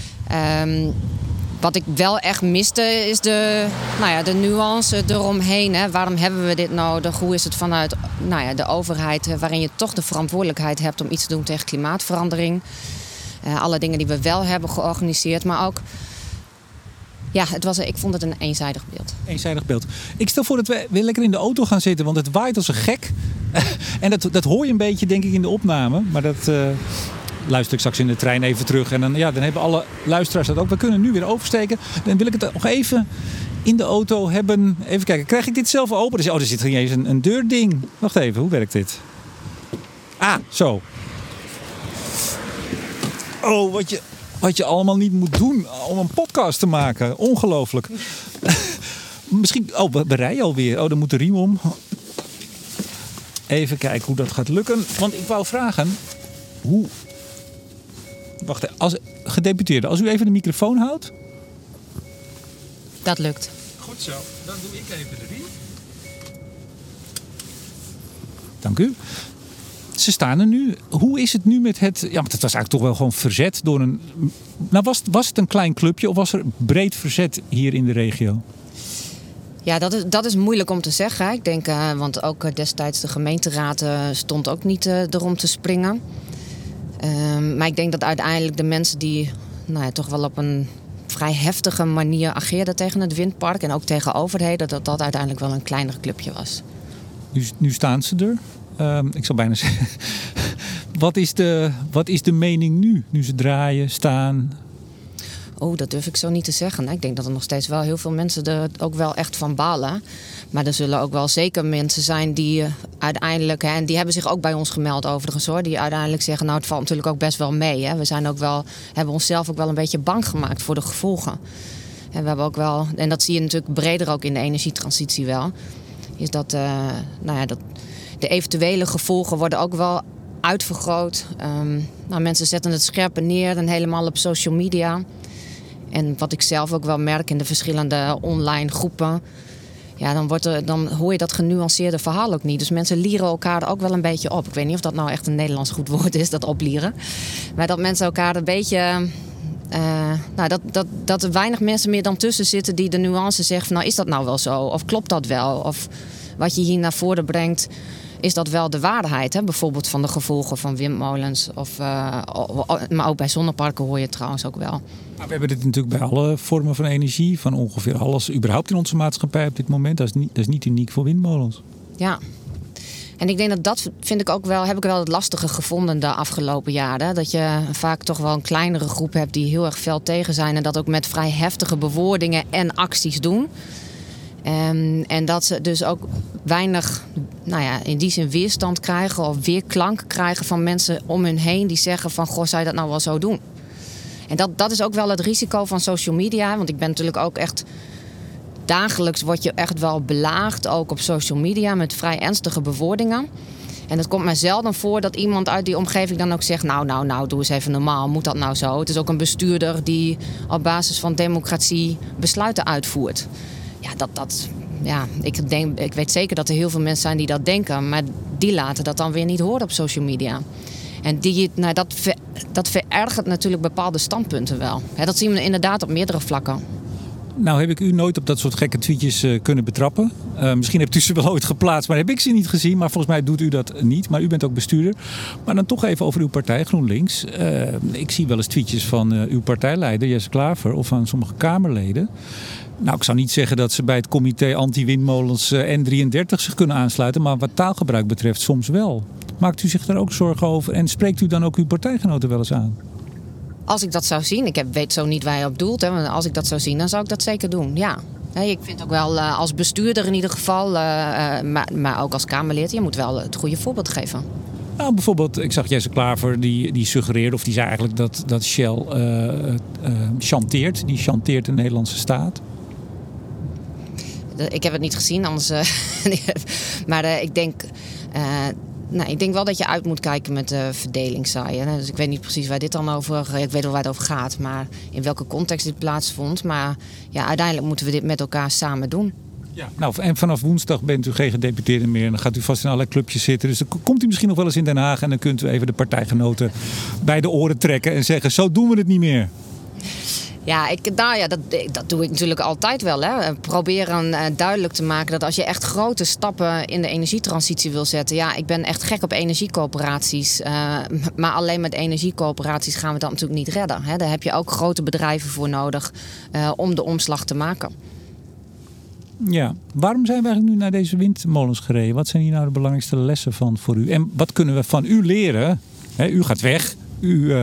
Wat ik wel echt miste is de nuance eromheen. Hè? Waarom hebben we dit nodig? Hoe is het vanuit de overheid, waarin je toch de verantwoordelijkheid hebt om iets te doen tegen klimaatverandering. Alle dingen die we wel hebben georganiseerd, maar ook... Ja, ik vond het een eenzijdig beeld. Eenzijdig beeld. Ik stel voor dat we weer lekker in de auto gaan zitten, want het waait als een gek. En dat hoor je een beetje, denk ik, in de opname. Maar dat luister ik straks in de trein even terug. En dan hebben alle luisteraars dat ook. We kunnen nu weer oversteken. Dan wil ik het nog even in de auto hebben. Even kijken, krijg ik dit zelf open? Er zit geen eens een deurding. Wacht even, hoe werkt dit? Ah, zo. Oh, wat je allemaal niet moet doen om een podcast te maken. Ongelooflijk. Misschien... Oh, we rijden alweer. Oh, dan moet de riem om. Even kijken hoe dat gaat lukken. Want ik wou vragen... Hoe... Wacht even. Als gedeputeerde, als u even de microfoon houdt... Dat lukt. Goed zo. Dan doe ik even de riem. Dank u. Ze staan er nu. Hoe is het nu met het... Ja, want het was eigenlijk toch wel gewoon verzet door een... Nou, was het een klein clubje of was er breed verzet hier in de regio? Ja, dat is moeilijk om te zeggen. Ik denk, want ook destijds de gemeenteraad stond ook niet erom te springen. Maar ik denk dat uiteindelijk de mensen die toch wel op een vrij heftige manier ageerden tegen het windpark en ook tegen overheden, dat uiteindelijk wel een kleiner clubje was. Nu staan ze er. Ik zal bijna zeggen, wat is de mening nu ze draaien, staan? Oh, dat durf ik zo niet te zeggen. Ik denk dat er nog steeds wel heel veel mensen er ook wel echt van balen. Maar er zullen ook wel zeker mensen zijn die uiteindelijk... en die hebben zich ook bij ons gemeld overigens hoor. Die uiteindelijk zeggen, het valt natuurlijk ook best wel mee. Hè. We zijn ook wel, hebben onszelf ook wel een beetje bang gemaakt voor de gevolgen. En we hebben ook wel, en dat zie je natuurlijk breder ook in de energietransitie wel. Is dat, dat de eventuele gevolgen worden ook wel uitvergroot. Mensen zetten het scherper neer en helemaal op social media. En wat ik zelf ook wel merk in de verschillende online groepen... Ja, dan hoor je dat genuanceerde verhaal ook niet. Dus mensen lieren elkaar er ook wel een beetje op. Ik weet niet of dat nou echt een Nederlands goed woord is, dat oplieren. Maar dat mensen elkaar een beetje... dat er weinig mensen meer dan tussen zitten die de nuance zeggen van... is dat nou wel zo? Of klopt dat wel? Of wat je hier naar voren brengt... Is dat wel de waarheid? Hè? Bijvoorbeeld van de gevolgen van windmolens. Maar ook bij zonneparken hoor je het trouwens ook wel. We hebben dit natuurlijk bij alle vormen van energie. Van ongeveer alles überhaupt in onze maatschappij op dit moment. Dat is niet uniek voor windmolens. Ja. En ik denk dat vind ik ook wel, heb ik wel het lastige gevonden de afgelopen jaren. Dat je vaak toch wel een kleinere groep hebt die heel erg fel tegen zijn. En dat ook met vrij heftige bewoordingen en acties doen. En dat ze dus ook weinig, in die zin weerstand krijgen of weerklank krijgen van mensen om hun heen die zeggen van, goh, zou je dat nou wel zo doen? En dat is ook wel het risico van social media, want ik ben natuurlijk ook echt, dagelijks word je echt wel belaagd, ook op social media, met vrij ernstige bewoordingen. En het komt mij zelden voor dat iemand uit die omgeving dan ook zegt, nou, doe eens even normaal, moet dat nou zo? Het is ook een bestuurder die op basis van democratie besluiten uitvoert. Ja, ik weet zeker dat er heel veel mensen zijn die dat denken. Maar die laten dat dan weer niet horen op social media. En dat verergert natuurlijk bepaalde standpunten wel. Dat zien we inderdaad op meerdere vlakken. Nou heb ik u nooit op dat soort gekke tweetjes kunnen betrappen. Misschien hebt u ze wel ooit geplaatst, maar heb ik ze niet gezien. Maar volgens mij doet u dat niet. Maar u bent ook bestuurder. Maar dan toch even over uw partij, GroenLinks. Ik zie wel eens tweetjes van uw partijleider, Jesse Klaver, of van sommige Kamerleden. Nou, ik zou niet zeggen dat ze bij het comité anti-windmolens N33 zich kunnen aansluiten. Maar wat taalgebruik betreft soms wel. Maakt u zich daar ook zorgen over? En spreekt u dan ook uw partijgenoten wel eens aan? Als ik dat zou zien, weet zo niet waar je op doelt. Maar als ik dat zou zien, dan zou ik dat zeker doen, ja. Ik vind ook wel als bestuurder in ieder geval, maar ook als Kamerlid, je moet wel het goede voorbeeld geven. Nou, bijvoorbeeld, ik zag Jesse Klaver, die suggereerde, of die zei eigenlijk dat Shell chanteert. Die chanteert de Nederlandse staat. Ik heb het niet gezien, anders. Maar ik denk. Ik denk wel dat je uit moet kijken met de verdelingszaaien. Dus ik weet niet precies waar dit dan over... Ik weet wel waar het over gaat, maar in welke context dit plaatsvond. Maar ja, uiteindelijk moeten we dit met elkaar samen doen. Ja. Nou, en vanaf woensdag bent u geen gedeputeerde meer. En dan gaat u vast in allerlei clubjes zitten. Dus dan komt u misschien nog wel eens in Den Haag. En dan kunt u even de partijgenoten bij de oren trekken. En zeggen, zo doen we het niet meer. Ja, dat doe ik natuurlijk altijd wel. Hè. Proberen duidelijk te maken dat als je echt grote stappen in de energietransitie wil zetten... Ja, ik ben echt gek op energiecoöperaties. Maar alleen met energiecoöperaties gaan we dat natuurlijk niet redden. Hè. Daar heb je ook grote bedrijven voor nodig om de omslag te maken. Ja, waarom zijn we eigenlijk nu naar deze windmolens gereden? Wat zijn hier nou de belangrijkste lessen van voor u? En wat kunnen we van u leren? Hè, u gaat weg. U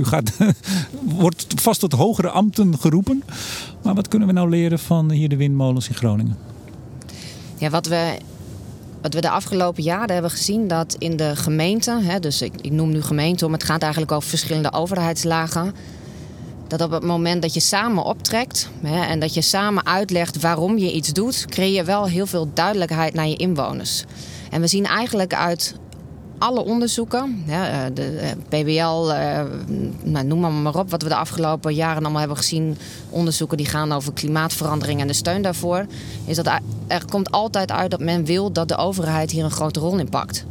wordt vast tot hogere ambten geroepen. Maar wat kunnen we nou leren van hier de windmolens in Groningen? Ja, wat we de afgelopen jaren hebben gezien, dat in de gemeente, dus ik noem nu gemeente, maar het gaat eigenlijk over verschillende overheidslagen, dat op het moment dat je samen optrekt en dat je samen uitlegt waarom je iets doet, creëer je wel heel veel duidelijkheid naar je inwoners. En we zien eigenlijk uit alle onderzoeken, de PBL, noem maar op, wat we de afgelopen jaren allemaal hebben gezien, onderzoeken die gaan over klimaatverandering en de steun daarvoor, is dat er komt altijd uit dat men wil dat de overheid hier een grote rol in pakt.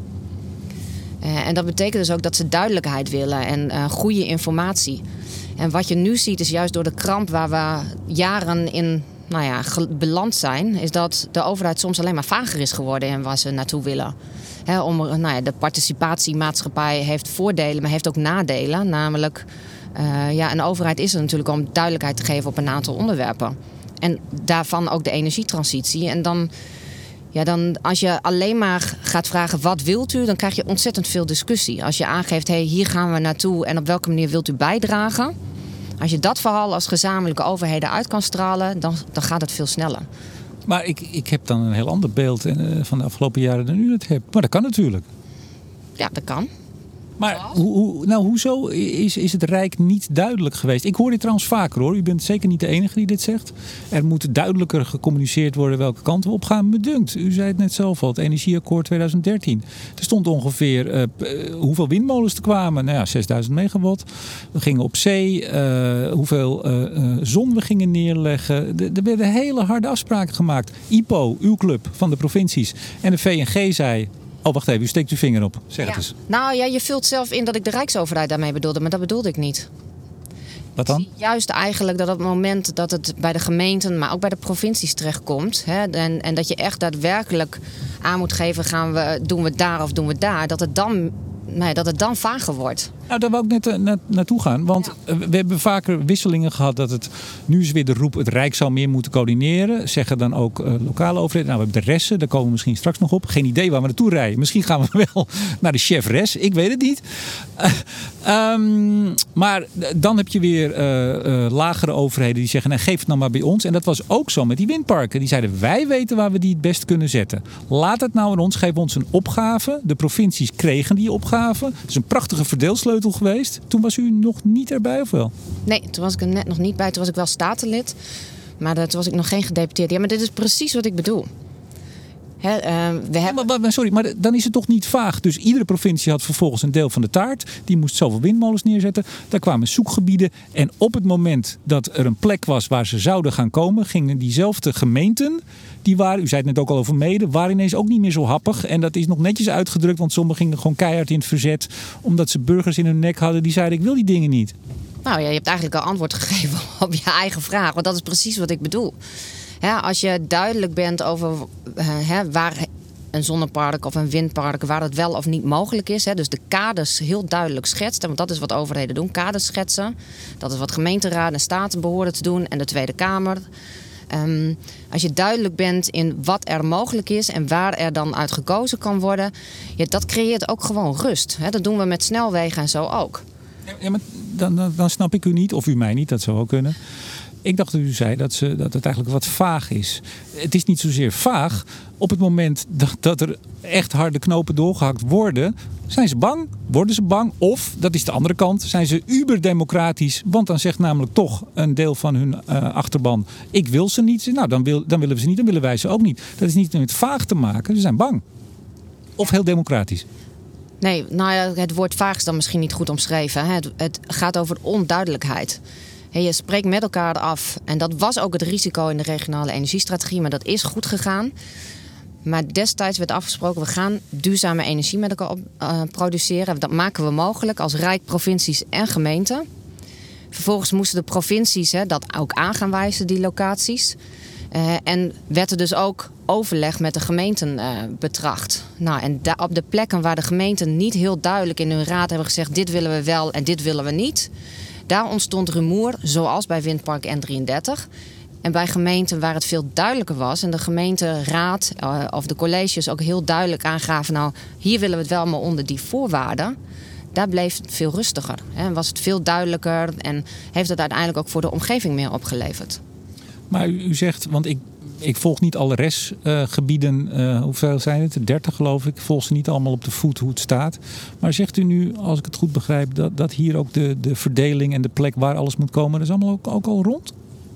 En dat betekent dus ook dat ze duidelijkheid willen en goede informatie. En wat je nu ziet is juist door de kramp waar we jaren in beland zijn, is dat de overheid soms alleen maar vager is geworden in waar ze naartoe willen. De participatiemaatschappij heeft voordelen, maar heeft ook nadelen. Namelijk, een overheid is er natuurlijk om duidelijkheid te geven op een aantal onderwerpen. En daarvan ook de energietransitie. En dan als je alleen maar gaat vragen wat wilt u, dan krijg je ontzettend veel discussie. Als je aangeeft, hier gaan we naartoe en op welke manier wilt u bijdragen. Als je dat verhaal als gezamenlijke overheden uit kan stralen, dan gaat het veel sneller. Maar ik heb dan een heel ander beeld van de afgelopen jaren dan u het hebt. Maar dat kan natuurlijk. Ja, dat kan. Maar hoezo is het Rijk niet duidelijk geweest? Ik hoor dit trouwens vaker hoor. U bent zeker niet de enige die dit zegt. Er moet duidelijker gecommuniceerd worden welke kant we op gaan. Me dunkt, u zei het net zelf al, het Energieakkoord 2013. Er stond ongeveer hoeveel windmolens er kwamen. Nou ja, 6000 megawatt. We gingen op zee. Hoeveel zon we gingen neerleggen. Er werden hele harde afspraken gemaakt. IPO, uw club van de provincies. En de VNG zei... Oh, wacht even, u steekt uw vinger op. Zeg het eens. Nou ja, je vult zelf in dat ik de Rijksoverheid daarmee bedoelde, maar dat bedoelde ik niet. Wat dan? Juist eigenlijk dat op het moment dat het bij de gemeenten, maar ook bij de provincies terechtkomt, en dat je echt daadwerkelijk aan moet geven, doen we daar of doen we daar, dat het dan vager wordt. Nou, daar wou ik net naartoe gaan. Want we hebben vaker wisselingen gehad dat nu is weer de roep, het Rijk zou meer moeten coördineren. Zeggen dan ook lokale overheden. Nou, we hebben de ressen, daar komen we misschien straks nog op. Geen idee waar we naartoe rijden. Misschien gaan we wel naar de chef res. Ik weet het niet. Maar dan heb je weer lagere overheden die zeggen, geef het nou maar bij ons. En dat was ook zo met die windparken. Die zeiden, wij weten waar we die het best kunnen zetten. Laat het nou aan ons, geef ons een opgave. De provincies kregen die opgave. Het is een prachtige verdeelsleutel geweest. Toen was u nog niet erbij, of wel? Nee, toen was ik er net nog niet bij. Toen was ik wel statenlid. Maar toen was ik nog geen gedeputeerde. Ja, maar dit is precies wat ik bedoel. We hebben... Maar dan is het toch niet vaag. Dus iedere provincie had vervolgens een deel van de taart. Die moest zoveel windmolens neerzetten. Daar kwamen zoekgebieden. En op het moment dat er een plek was waar ze zouden gaan komen, gingen diezelfde gemeenten, die waren, u zei het net ook al over Meeden, waren ineens ook niet meer zo happig. En dat is nog netjes uitgedrukt, want sommigen gingen gewoon keihard in het verzet. Omdat ze burgers in hun nek hadden die zeiden, ik wil die dingen niet. Nou ja, je hebt eigenlijk al antwoord gegeven op je eigen vraag. Want dat is precies wat ik bedoel. Als je duidelijk bent over waar een zonnepark of een windpark, waar het wel of niet mogelijk is. Dus de kaders heel duidelijk schetst. Want dat is wat overheden doen, kaders schetsen. Dat is wat gemeenteraden en staten behoren te doen en de Tweede Kamer. Als je duidelijk bent in wat er mogelijk is en waar er dan uit gekozen kan worden, dat creëert ook gewoon rust. Dat doen we met snelwegen en zo ook. Ja, maar dan snap ik u niet, of u mij niet, dat zou ook kunnen. Ik dacht dat u zei dat het eigenlijk wat vaag is. Het is niet zozeer vaag. Op het moment dat er echt harde knopen doorgehakt worden, zijn ze bang. Worden ze bang? Of, dat is de andere kant, zijn ze uberdemocratisch. Want dan zegt namelijk toch een deel van hun achterban, ik wil ze niet. Nou, dan willen we ze niet, dan willen wij ze ook niet. Dat is niet met vaag te maken. Ze zijn bang. Of heel democratisch. Nee, nou ja, het woord vaag is dan misschien niet goed omschreven. Het gaat over onduidelijkheid. Je spreekt met elkaar af. En dat was ook het risico in de regionale energiestrategie. Maar dat is goed gegaan. Maar destijds werd afgesproken, we gaan duurzame energie met elkaar produceren. Dat maken we mogelijk als Rijk, provincies en gemeenten. Vervolgens moesten de provincies dat ook aan gaan wijzen, die locaties. En werd er dus ook overleg met de gemeenten betracht. Nou, en op de plekken waar de gemeenten niet heel duidelijk in hun raad hebben gezegd, dit willen we wel en dit willen we niet, daar ontstond rumoer, zoals bij Windpark N33. En bij gemeenten waar het veel duidelijker was en de gemeenteraad of de colleges ook heel duidelijk aangaven, nou, hier willen we het wel, maar onder die voorwaarden, daar bleef het veel rustiger. Was het veel duidelijker en heeft het uiteindelijk ook voor de omgeving meer opgeleverd. Maar u zegt, want ik volg niet alle restgebieden, hoeveel zijn het? 30 geloof ik. Ik volg ze niet allemaal op de voet hoe het staat. Maar zegt u nu, als ik het goed begrijp, dat hier ook de verdeling en de plek waar alles moet komen, dat is allemaal ook al rond?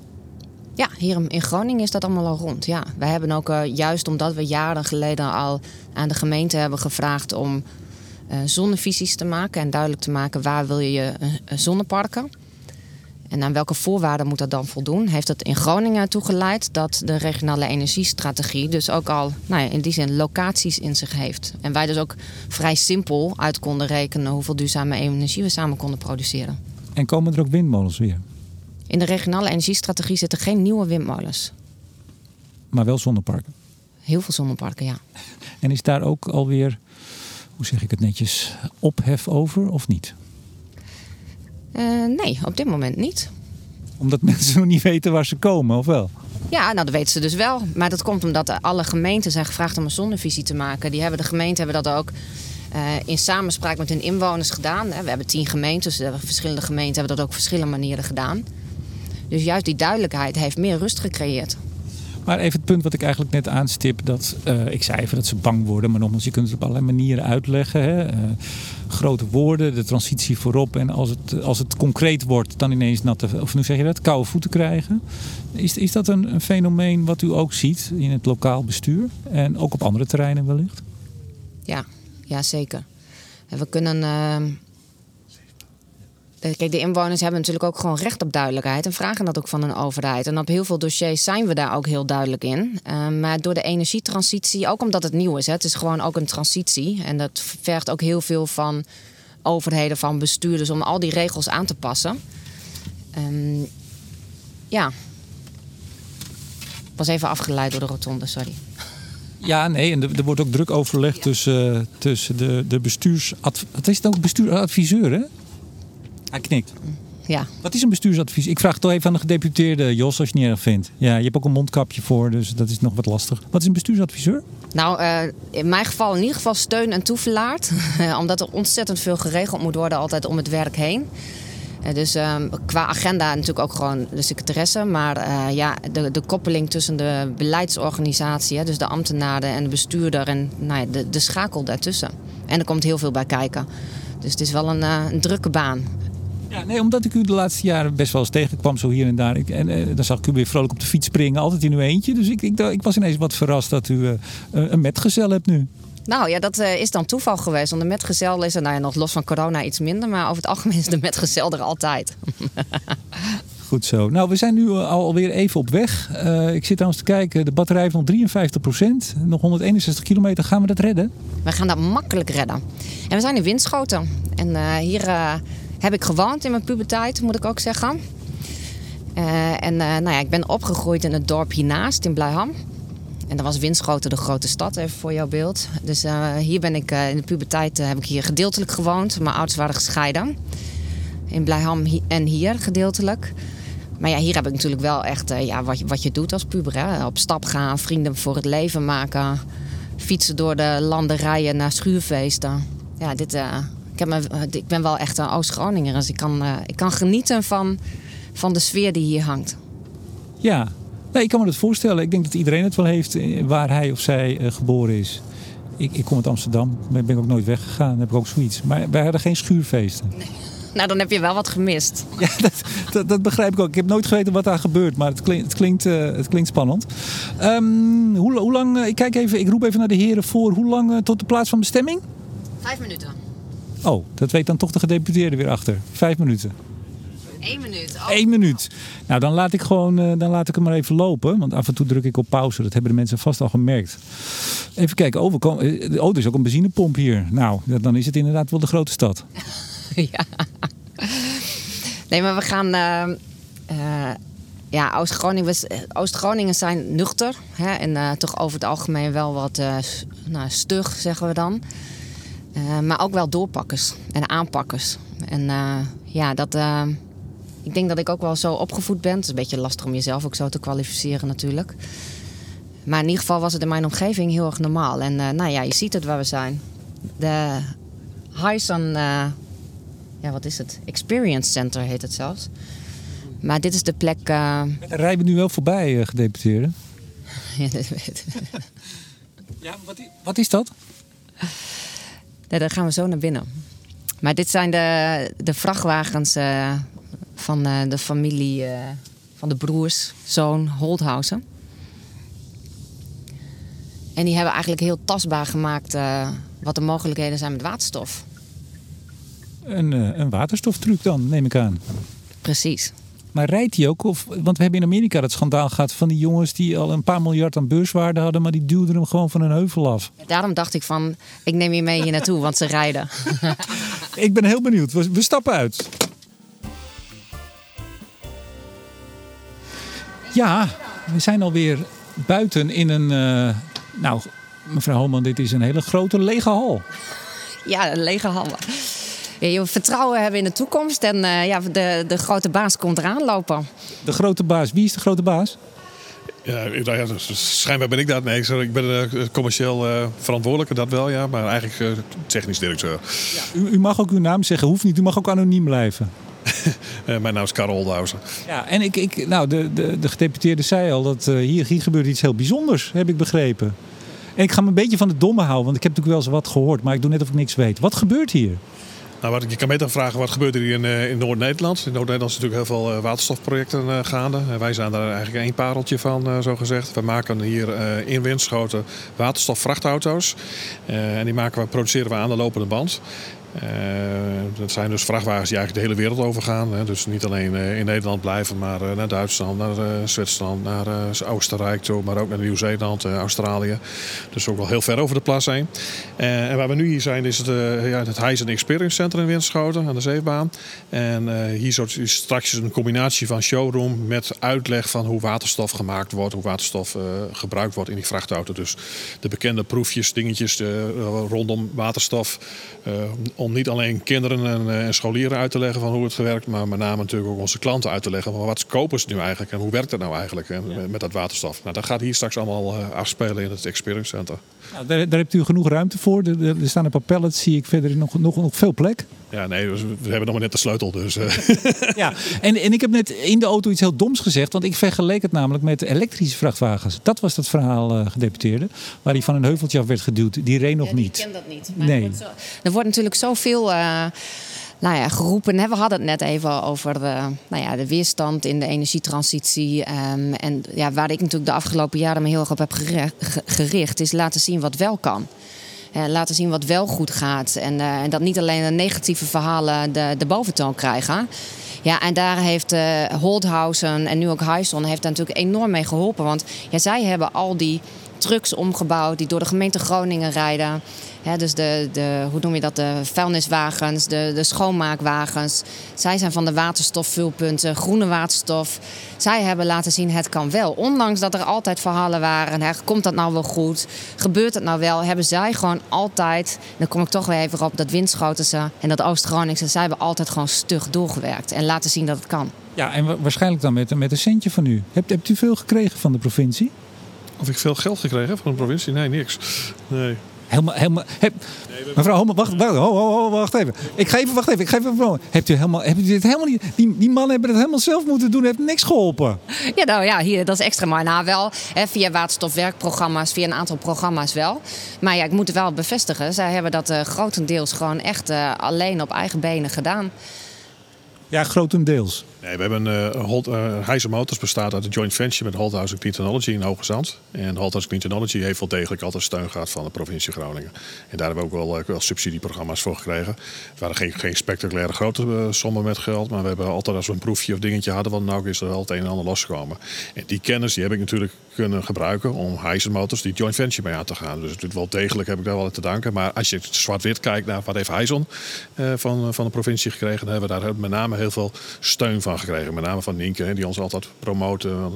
Ja, hier in Groningen is dat allemaal al rond. Ja. Wij hebben ook, juist omdat we jaren geleden al aan de gemeente hebben gevraagd om zonnevisies te maken en duidelijk te maken waar wil je zonneparken. En aan welke voorwaarden moet dat dan voldoen? Heeft het in Groningen toegeleid dat de regionale energiestrategie dus ook al in die zin locaties in zich heeft. En wij dus ook vrij simpel uit konden rekenen hoeveel duurzame energie we samen konden produceren. En komen er ook windmolens weer? In de regionale energiestrategie zitten geen nieuwe windmolens. Maar wel zonneparken? Heel veel zonneparken, ja. En is daar ook alweer, hoe zeg ik het netjes, ophef over of niet? Nee, op dit moment niet. Omdat mensen nog niet weten waar ze komen, of wel? Ja, dat weten ze dus wel. Maar dat komt omdat alle gemeenten zijn gevraagd om een zonnevisie te maken. De gemeenten hebben dat ook in samenspraak met hun inwoners gedaan. We hebben 10 gemeentes, dus verschillende gemeenten hebben dat ook op verschillende manieren gedaan. Dus juist die duidelijkheid heeft meer rust gecreëerd. Maar even het punt wat ik eigenlijk net aanstip, dat ik zei even dat ze bang worden, maar nogmaals, je kunt het op allerlei manieren uitleggen. Hè? Grote woorden, de transitie voorop en als het concreet wordt, dan ineens koude voeten krijgen. Is dat een fenomeen wat u ook ziet in het lokaal bestuur en ook op andere terreinen wellicht? Ja, zeker. En we kunnen. Kijk, de inwoners hebben natuurlijk ook gewoon recht op duidelijkheid en vragen dat ook van een overheid. En op heel veel dossiers zijn we daar ook heel duidelijk in. Maar door de energietransitie, ook omdat het nieuw is, het is gewoon ook een transitie. En dat vergt ook heel veel van overheden, van bestuurders om al die regels aan te passen. Ja. Ik was even afgeleid door de rotonde, sorry. Ja, nee, en er wordt ook druk overlegd tussen de bestuursadviseur. Wat is het ook, bestuursadviseur, hè? Hij knikt. Ja. Wat is een bestuursadvies? Ik vraag het toch even aan de gedeputeerde, Jos, als je het niet erg vindt. Ja, je hebt ook een mondkapje voor, dus dat is nog wat lastig. Wat is een bestuursadviseur? Nou, in mijn geval in ieder geval steun en toeverlaat. Omdat er ontzettend veel geregeld moet worden altijd om het werk heen. Dus qua agenda natuurlijk ook gewoon de secretaresse. Maar de koppeling tussen de beleidsorganisatie, dus de ambtenaren en de bestuurder en de schakel daartussen. En er komt heel veel bij kijken. Dus het is wel een drukke baan. Ja, nee, omdat ik u de laatste jaren best wel eens tegenkwam, zo hier en daar. Dan zag ik u weer vrolijk op de fiets springen, altijd in uw eentje. Dus ik was ineens wat verrast dat u een metgezel hebt nu. Nou ja, dat is dan toeval geweest. Want de metgezel is er nog los van corona iets minder. Maar over het algemeen is de metgezel er altijd. Goed zo. Nou, we zijn nu alweer even op weg. Ik zit trouwens te kijken. De batterij heeft nog 53%. Nog 161 kilometer. Gaan we dat redden? We gaan dat makkelijk redden. En we zijn in Winschoten. En hier heb ik gewoond in mijn puberteit, moet ik ook zeggen. Ik ben opgegroeid in het dorp hiernaast, in Blijham. En dan was Winschoten de grote stad, even voor jouw beeld. Dus hier ben ik in de puberteit heb ik hier gedeeltelijk gewoond. Mijn ouders waren gescheiden. In Blijham en hier gedeeltelijk. Maar ja, hier heb ik natuurlijk wel echt wat je doet als puber. Hè? Op stap gaan, vrienden voor het leven maken. Fietsen door de landerijen naar schuurfeesten. Ja, ik ben wel echt een Oost-Groninger. Dus ik kan genieten van de sfeer die hier hangt. Ja, nee, ik kan me dat voorstellen. Ik denk dat iedereen het wel heeft waar hij of zij geboren is. Ik kom uit Amsterdam. Ben ik ook nooit weggegaan. Dan heb ik ook zoiets. Maar wij hadden geen schuurfeesten. Nee. Nou, dan heb je wel wat gemist. Ja, dat begrijp ik ook. Ik heb nooit geweten wat daar gebeurt, maar het klinkt spannend. Hoe lang, ik roep even naar de heren voor. Hoe lang tot de plaats van bestemming? 5 minuten. Oh, dat weet dan toch de gedeputeerde weer achter. 5 minuten. 1 minuut. Oh. 1 minuut. Nou, dan laat ik hem maar even lopen. Want af en toe druk ik op pauze. Dat hebben de mensen vast al gemerkt. Even kijken. Er is ook een benzinepomp hier. Nou, dan is het inderdaad wel de grote stad. Ja. Nee, maar we gaan... Oost-Groningen zijn nuchter. Hè, en toch over het algemeen wel wat stug, zeggen we dan. Maar ook wel doorpakkers en aanpakkers. En ik denk dat ik ook wel zo opgevoed ben. Het is een beetje lastig om jezelf ook zo te kwalificeren natuurlijk. Maar in ieder geval was het in mijn omgeving heel erg normaal. En je ziet het waar we zijn. De Hyson... wat is het? Experience Center heet het zelfs. Maar dit is de plek... Rijden we nu wel voorbij, gedeputeerde? Ja, wat is dat? Nee, daar gaan we zo naar binnen. Maar dit zijn de vrachtwagens van de familie van de broers, zoon Holthausen. En die hebben eigenlijk heel tastbaar gemaakt wat de mogelijkheden zijn met waterstof. Een waterstoftruc dan, neem ik aan. Precies. Maar rijdt hij ook? Want we hebben in Amerika dat schandaal gehad van die jongens die al een paar miljard aan beurswaarde hadden, maar die duwden hem gewoon van een heuvel af. Daarom dacht ik van, ik neem je mee hier naartoe, want ze rijden. Ik ben heel benieuwd. We stappen uit. Ja, we zijn alweer buiten in een... mevrouw Holman, dit is een hele grote lege hal. Ja, een lege hal. Je vertrouwen hebben in de toekomst en de grote baas komt eraan lopen. De grote baas, wie is de grote baas? Ja, schijnbaar ben ik dat. Nee, ik ben commercieel verantwoordelijke, dat wel, ja. Maar eigenlijk technisch directeur. Ja, u mag ook uw naam zeggen, hoeft niet. U mag ook anoniem blijven. Mijn naam is Karel Holthausen. Ja, en de gedeputeerde zei al dat hier gebeurt iets heel bijzonders, heb ik begrepen. En ik ga me een beetje van het domme houden, want ik heb natuurlijk wel eens wat gehoord, maar ik doe net of ik niks weet. Wat gebeurt hier? Nou, je kan beter vragen, wat gebeurt er hier in Noord-Nederland? In Noord-Nederland is natuurlijk heel veel waterstofprojecten gaande. Wij zijn daar eigenlijk één pareltje van, zo gezegd. We maken hier in Winschoten waterstofvrachtauto's. En die produceren we aan de lopende band. Dat zijn dus vrachtwagens die eigenlijk de hele wereld overgaan. Hè. Dus niet alleen in Nederland blijven, maar naar Duitsland, naar Zwitserland, naar Oostenrijk toe, maar ook naar Nieuw-Zeeland, Australië. Dus ook wel heel ver over de plas heen. En waar we nu hier zijn is het Hyson Experience Center in Winschoten aan de Zeebaan. En hier is straks een combinatie van showroom met uitleg van hoe waterstof gemaakt wordt, hoe waterstof gebruikt wordt in die vrachtauto. Dus de bekende proefjes, dingetjes rondom waterstof. Om niet alleen kinderen en scholieren uit te leggen van hoe het werkt, maar met name natuurlijk ook onze klanten uit te leggen van wat kopen ze nu eigenlijk en hoe werkt dat nou eigenlijk met dat waterstof. Nou, dat gaat hier straks allemaal afspelen in het Experience Center. Nou, daar hebt u genoeg ruimte voor. Er staan een paar pallets, zie ik verder nog veel plek. Ja, nee, we hebben nog maar net de sleutel. Dus. Ja, en ik heb net in de auto iets heel doms gezegd, want ik vergeleek het namelijk met elektrische vrachtwagens. Dat was dat verhaal, gedeputeerde, waar hij van een heuveltje af werd geduwd. Die reed nog niet. Ik ken dat niet. Maar nee. er wordt natuurlijk zoveel geroepen. Hè? We hadden het net even over de weerstand in de energietransitie. En waar ik natuurlijk de afgelopen jaren me heel erg op heb gericht, is laten zien wat wel kan. Laten zien wat wel goed gaat. En dat niet alleen de negatieve verhalen de boventoon krijgen. Ja, en daar heeft Holthausen en nu ook Hyson heeft daar natuurlijk enorm mee geholpen. Want zij hebben al die trucks omgebouwd die door de gemeente Groningen rijden. Dus hoe noem je dat? De vuilniswagens, de schoonmaakwagens. Zij zijn van de waterstofvulpunten, groene waterstof. Zij hebben laten zien het kan wel. Ondanks dat er altijd verhalen waren. Komt dat nou wel goed? Gebeurt het nou wel? Hebben zij gewoon altijd, dan kom ik toch weer even op dat Winschotense en dat Oost-Groningse. Zij hebben altijd gewoon stug doorgewerkt en laten zien dat het kan. Ja, en waarschijnlijk dan met een centje van u. Hebt u veel gekregen van de provincie? Of ik veel geld gekregen heb van de provincie? Nee, niks. Nee. Helemaal. Mevrouw, wacht even. Ik ga even. Hebt u dit helemaal niet? Die mannen hebben het helemaal zelf moeten doen. Heeft niks geholpen. Ja, hier, dat is extra maar. Nou, wel via waterstofwerkprogramma's, via een aantal programma's wel. Maar ik moet het wel bevestigen. Zij hebben dat grotendeels gewoon echt alleen op eigen benen gedaan. Ja, grotendeels. Nee, we hebben Hyson Motors bestaat uit een joint venture met Holthausen Clean Technology in Hoge Zand. En Holthausen Clean Technology heeft wel degelijk altijd steun gehad van de provincie Groningen. En daar hebben we ook wel subsidieprogramma's voor gekregen. Het waren geen spectaculaire grote sommen met geld, maar we hebben altijd als we een proefje of dingetje hadden, want nou is er wel het een en ander losgekomen. En die kennis die heb ik natuurlijk kunnen gebruiken om Hyson Motors die joint venture mee aan te gaan. Dus het wel degelijk heb ik daar wel aan te danken. Maar als je zwart-wit kijkt naar wat heeft Hyson van de provincie gekregen, dan hebben we daar met name heel veel steun van gekregen. Met name van Nienke, die ons altijd promoten.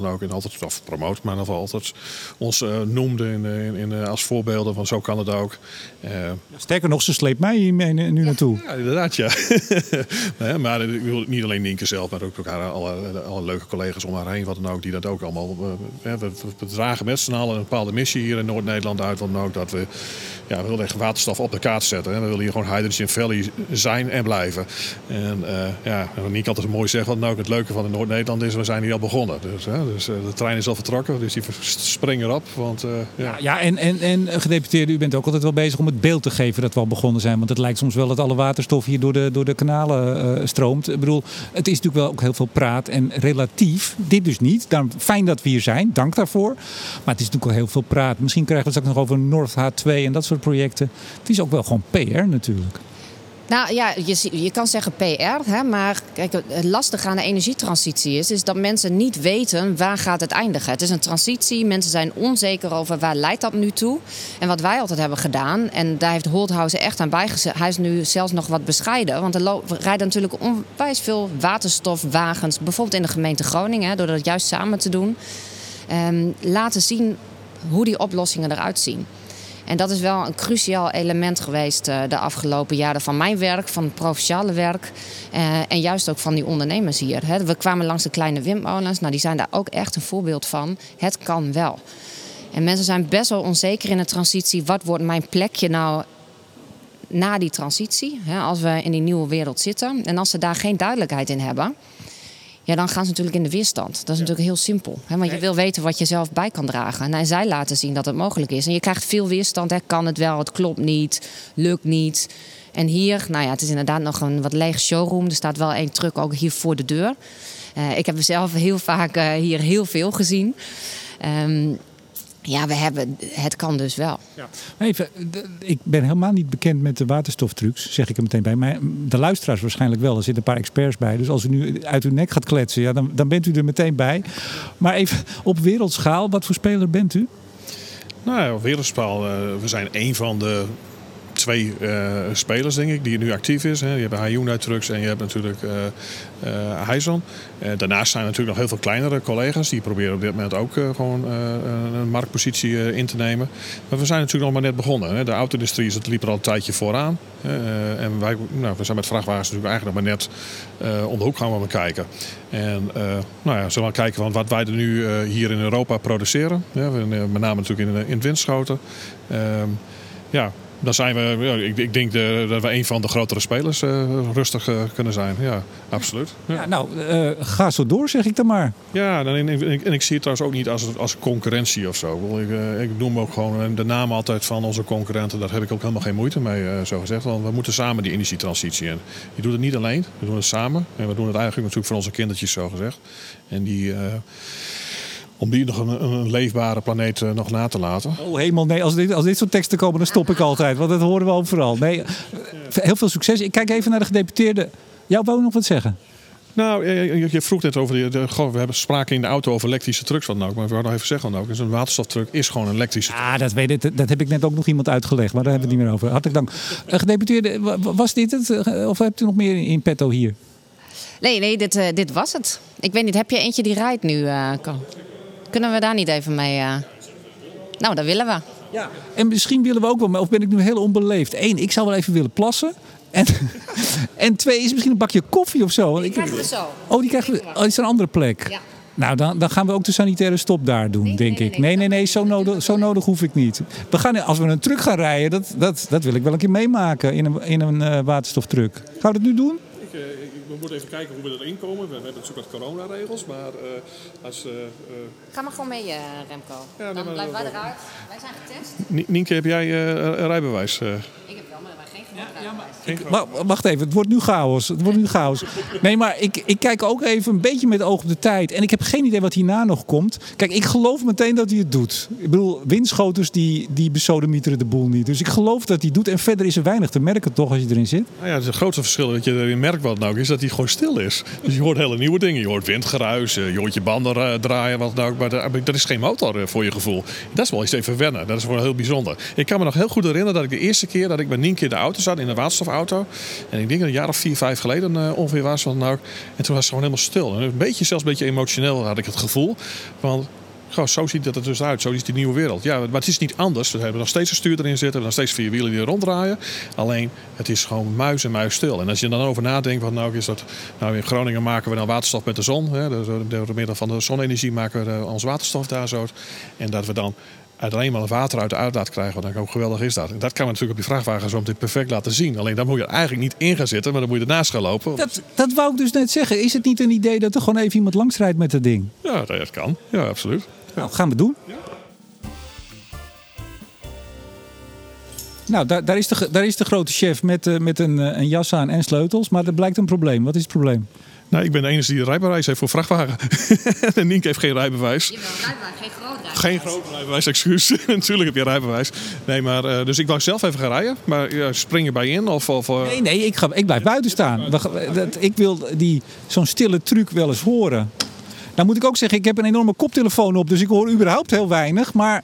Maar nog altijd ons noemde als voorbeelden van zo kan het ook. Sterker nog, ze sleept mij hiermee nu naartoe. Ja, inderdaad, ja. Nee, maar niet alleen Nienke zelf, maar ook alle leuke collega's om haar heen, wat dan ook, die dat ook allemaal. We dragen met z'n allen een bepaalde missie hier in Noord-Nederland uit, want ook dat we willen echt waterstof op de kaart zetten. We willen hier gewoon Hydrogen Valley zijn en blijven. En Nienke altijd mooi zegt, wat nou ook het leuke van Noord-Nederland is, we zijn hier al begonnen. Dus de trein is al vertrokken, dus die springen erop. Want, en gedeputeerde, u bent ook altijd wel bezig om het beeld te geven dat we al begonnen zijn. Want het lijkt soms wel dat alle waterstof hier door de kanalen stroomt. Ik bedoel, het is natuurlijk wel ook heel veel praat en relatief. Dit dus niet. Daarom fijn dat we hier zijn, dank daarvoor. Maar het is natuurlijk wel heel veel praat. Misschien krijgen we het straks nog over North H2 en dat soort projecten. Het is ook wel gewoon PR natuurlijk. Nou ja, je kan zeggen PR, maar kijk, het lastige aan de energietransitie is dat mensen niet weten waar gaat het eindigen. Het is een transitie, mensen zijn onzeker over waar leidt dat nu toe. En wat wij altijd hebben gedaan, en daar heeft Holthausen echt aan bijgezet, hij is nu zelfs nog wat bescheiden, want er rijden natuurlijk onwijs veel waterstofwagens, bijvoorbeeld in de gemeente Groningen, door dat juist samen te doen. Laten zien hoe die oplossingen eruit zien. En dat is wel een cruciaal element geweest de afgelopen jaren van mijn werk, van het provinciale werk. En juist ook van die ondernemers hier. We kwamen langs de kleine windmolens. Nou, die zijn daar ook echt een voorbeeld van. Het kan wel. En mensen zijn best wel onzeker in de transitie. Wat wordt mijn plekje nou na die transitie? Als we in die nieuwe wereld zitten. En als ze daar geen duidelijkheid in hebben, ja, dan gaan ze natuurlijk in de weerstand. Dat is natuurlijk heel simpel. Want je wil weten wat je zelf bij kan dragen. En zij laten zien dat het mogelijk is. En je krijgt veel weerstand. Kan het wel, het klopt niet, lukt niet. En hier, het is inderdaad nog een wat leeg showroom. Er staat wel één truck ook hier voor de deur. Ik heb zelf heel vaak hier heel veel gezien. Het kan dus wel. Ja. Even, ik ben helemaal niet bekend met de waterstoftrucs, zeg ik er meteen bij. Maar de luisteraars waarschijnlijk wel. Er zitten een paar experts bij. Dus als u nu uit uw nek gaat kletsen, dan bent u er meteen bij. Maar even op wereldschaal, wat voor speler bent u? Nou, op wereldschaal, we zijn één van de 2 spelers, denk ik, die nu actief is. Je hebt Hyundai Trucks en je hebt natuurlijk Hyson. Daarnaast zijn er natuurlijk nog heel veel kleinere collega's. Die proberen op dit moment ook gewoon een marktpositie in te nemen. Maar we zijn natuurlijk nog maar net begonnen. De auto-industrie liep er al een tijdje vooraan. En we zijn met vrachtwagens natuurlijk eigenlijk nog maar net om de hoek gaan we kijken. En zullen we kijken van wat wij er nu hier in Europa produceren. Met name natuurlijk in het Winschoten. Dan zijn we, ik denk dat we een van de grotere spelers rustig kunnen zijn. Ja, absoluut. Ja, nou, ga zo door, zeg ik dan maar. Ja, en ik zie het trouwens ook niet als concurrentie of zo. Ik noem ook gewoon de naam altijd van onze concurrenten. Daar heb ik ook helemaal geen moeite mee, zo gezegd. Want we moeten samen die energietransitie in. Je doet het niet alleen, we doen het samen. En we doen het eigenlijk natuurlijk voor onze kindertjes, zo gezegd. En om die nog een leefbare planeet nog na te laten. Oh hemel, nee, als dit soort teksten komen, dan stop ik altijd. Want dat horen we overal. Nee, heel veel succes. Ik kijk even naar de gedeputeerde. Jou wou nog wat zeggen? Nou, je vroeg net over we hebben sprake in de auto over elektrische trucks. Maar ik wou nog even zeggen, een waterstoftruck is gewoon een elektrische truck. Dat heb ik net ook nog iemand uitgelegd. Maar daar hebben we het niet meer over. Hartelijk dank. Gedeputeerde, was dit het? Of hebt u nog meer in petto hier? Nee, dit was het. Ik weet niet, heb je eentje die rijdt nu? Kunnen we daar niet even mee? Nou, dat willen we. Ja. En misschien willen we ook wel, of ben ik nu heel onbeleefd? 1, ik zou wel even willen plassen. En 2 is misschien een bakje koffie of zo. Die krijgen we zo. Oh, die krijgen we. Oh, die is een andere plek. Ja. Nou, dan gaan we ook de sanitaire stop daar doen, denk ik. Nee, zo nodig hoef ik niet. Als we een truck gaan rijden, dat wil ik wel een keer meemaken in een waterstoftruck. Gaan we dat nu doen? We moeten even kijken hoe we erin komen. We hebben natuurlijk wat coronaregels, maar Ga maar gewoon mee, Remco. Ja, dan blijven wij eruit. Wij zijn getest. Nienke, heb jij een rijbewijs? Ik heb wel, maar geen rijbewijs. Maar wacht even, het wordt nu chaos. Nee, maar ik kijk ook even een beetje met het oog op de tijd. En ik heb geen idee wat hierna nog komt. Kijk, ik geloof meteen dat hij het doet. Ik bedoel, windschoters die besodemieteren de boel niet. Dus ik geloof dat hij het doet. En verder is er weinig te merken toch als je erin zit. Nou ja, het grootste verschil dat je erin merkt wat nou is dat hij gewoon stil is. Dus je hoort hele nieuwe dingen. Je hoort windgeruis, je hoort je banden draaien. Wat nou, maar dat is geen motor voor je gevoel. Dat is wel eens even wennen. Dat is wel heel bijzonder. Ik kan me nog heel goed herinneren dat ik de eerste keer dat ik met Nienke in de auto zat, in een waterstofauto. En ik denk dat een jaar of 4, 5 geleden ongeveer was. En toen was het gewoon helemaal stil. En zelfs een beetje emotioneel had ik het gevoel. Want zo ziet het er dus uit. Zo is die nieuwe wereld. Ja, maar het is niet anders. We hebben nog steeds een stuur erin zitten. We hebben nog steeds 4 wielen die ronddraaien. Alleen, het is gewoon muis stil. En als je dan over nadenkt, in Groningen maken we dan waterstof met de zon. Hè, door middel van de zonne-energie maken we ons waterstof daar zo. En dat we dan alleen maar water uit de uitlaat krijgen. Want dan hoe geweldig is dat. En dat kan we natuurlijk op die vrachtwagen zo meteen perfect laten zien. Alleen dan moet je er eigenlijk niet in gaan zitten, maar dan moet je ernaast gaan lopen. Dat wou ik dus net zeggen. Is het niet een idee dat er gewoon even iemand langs rijdt met dat ding? Ja, dat kan. Ja, absoluut. Ja. Nou, gaan we doen. Ja. Nou, daar is de grote chef met een jas aan en sleutels. Maar er blijkt een probleem. Wat is het probleem? Nou, ik ben de enige die een rijbewijs heeft voor vrachtwagen. En Nienke heeft geen rijbewijs. Je hebt wel een rijbewijs, geen groot rijbewijs. Geen groot rijbewijs, excuus. Natuurlijk heb je een rijbewijs. Nee, maar dus ik wou zelf even gaan rijden. Maar spring je bij in? Nee, ik blijf buiten staan. Ik wil zo'n stille truc wel eens horen. Nou moet ik ook zeggen, ik heb een enorme koptelefoon op. Dus ik hoor überhaupt heel weinig. Maar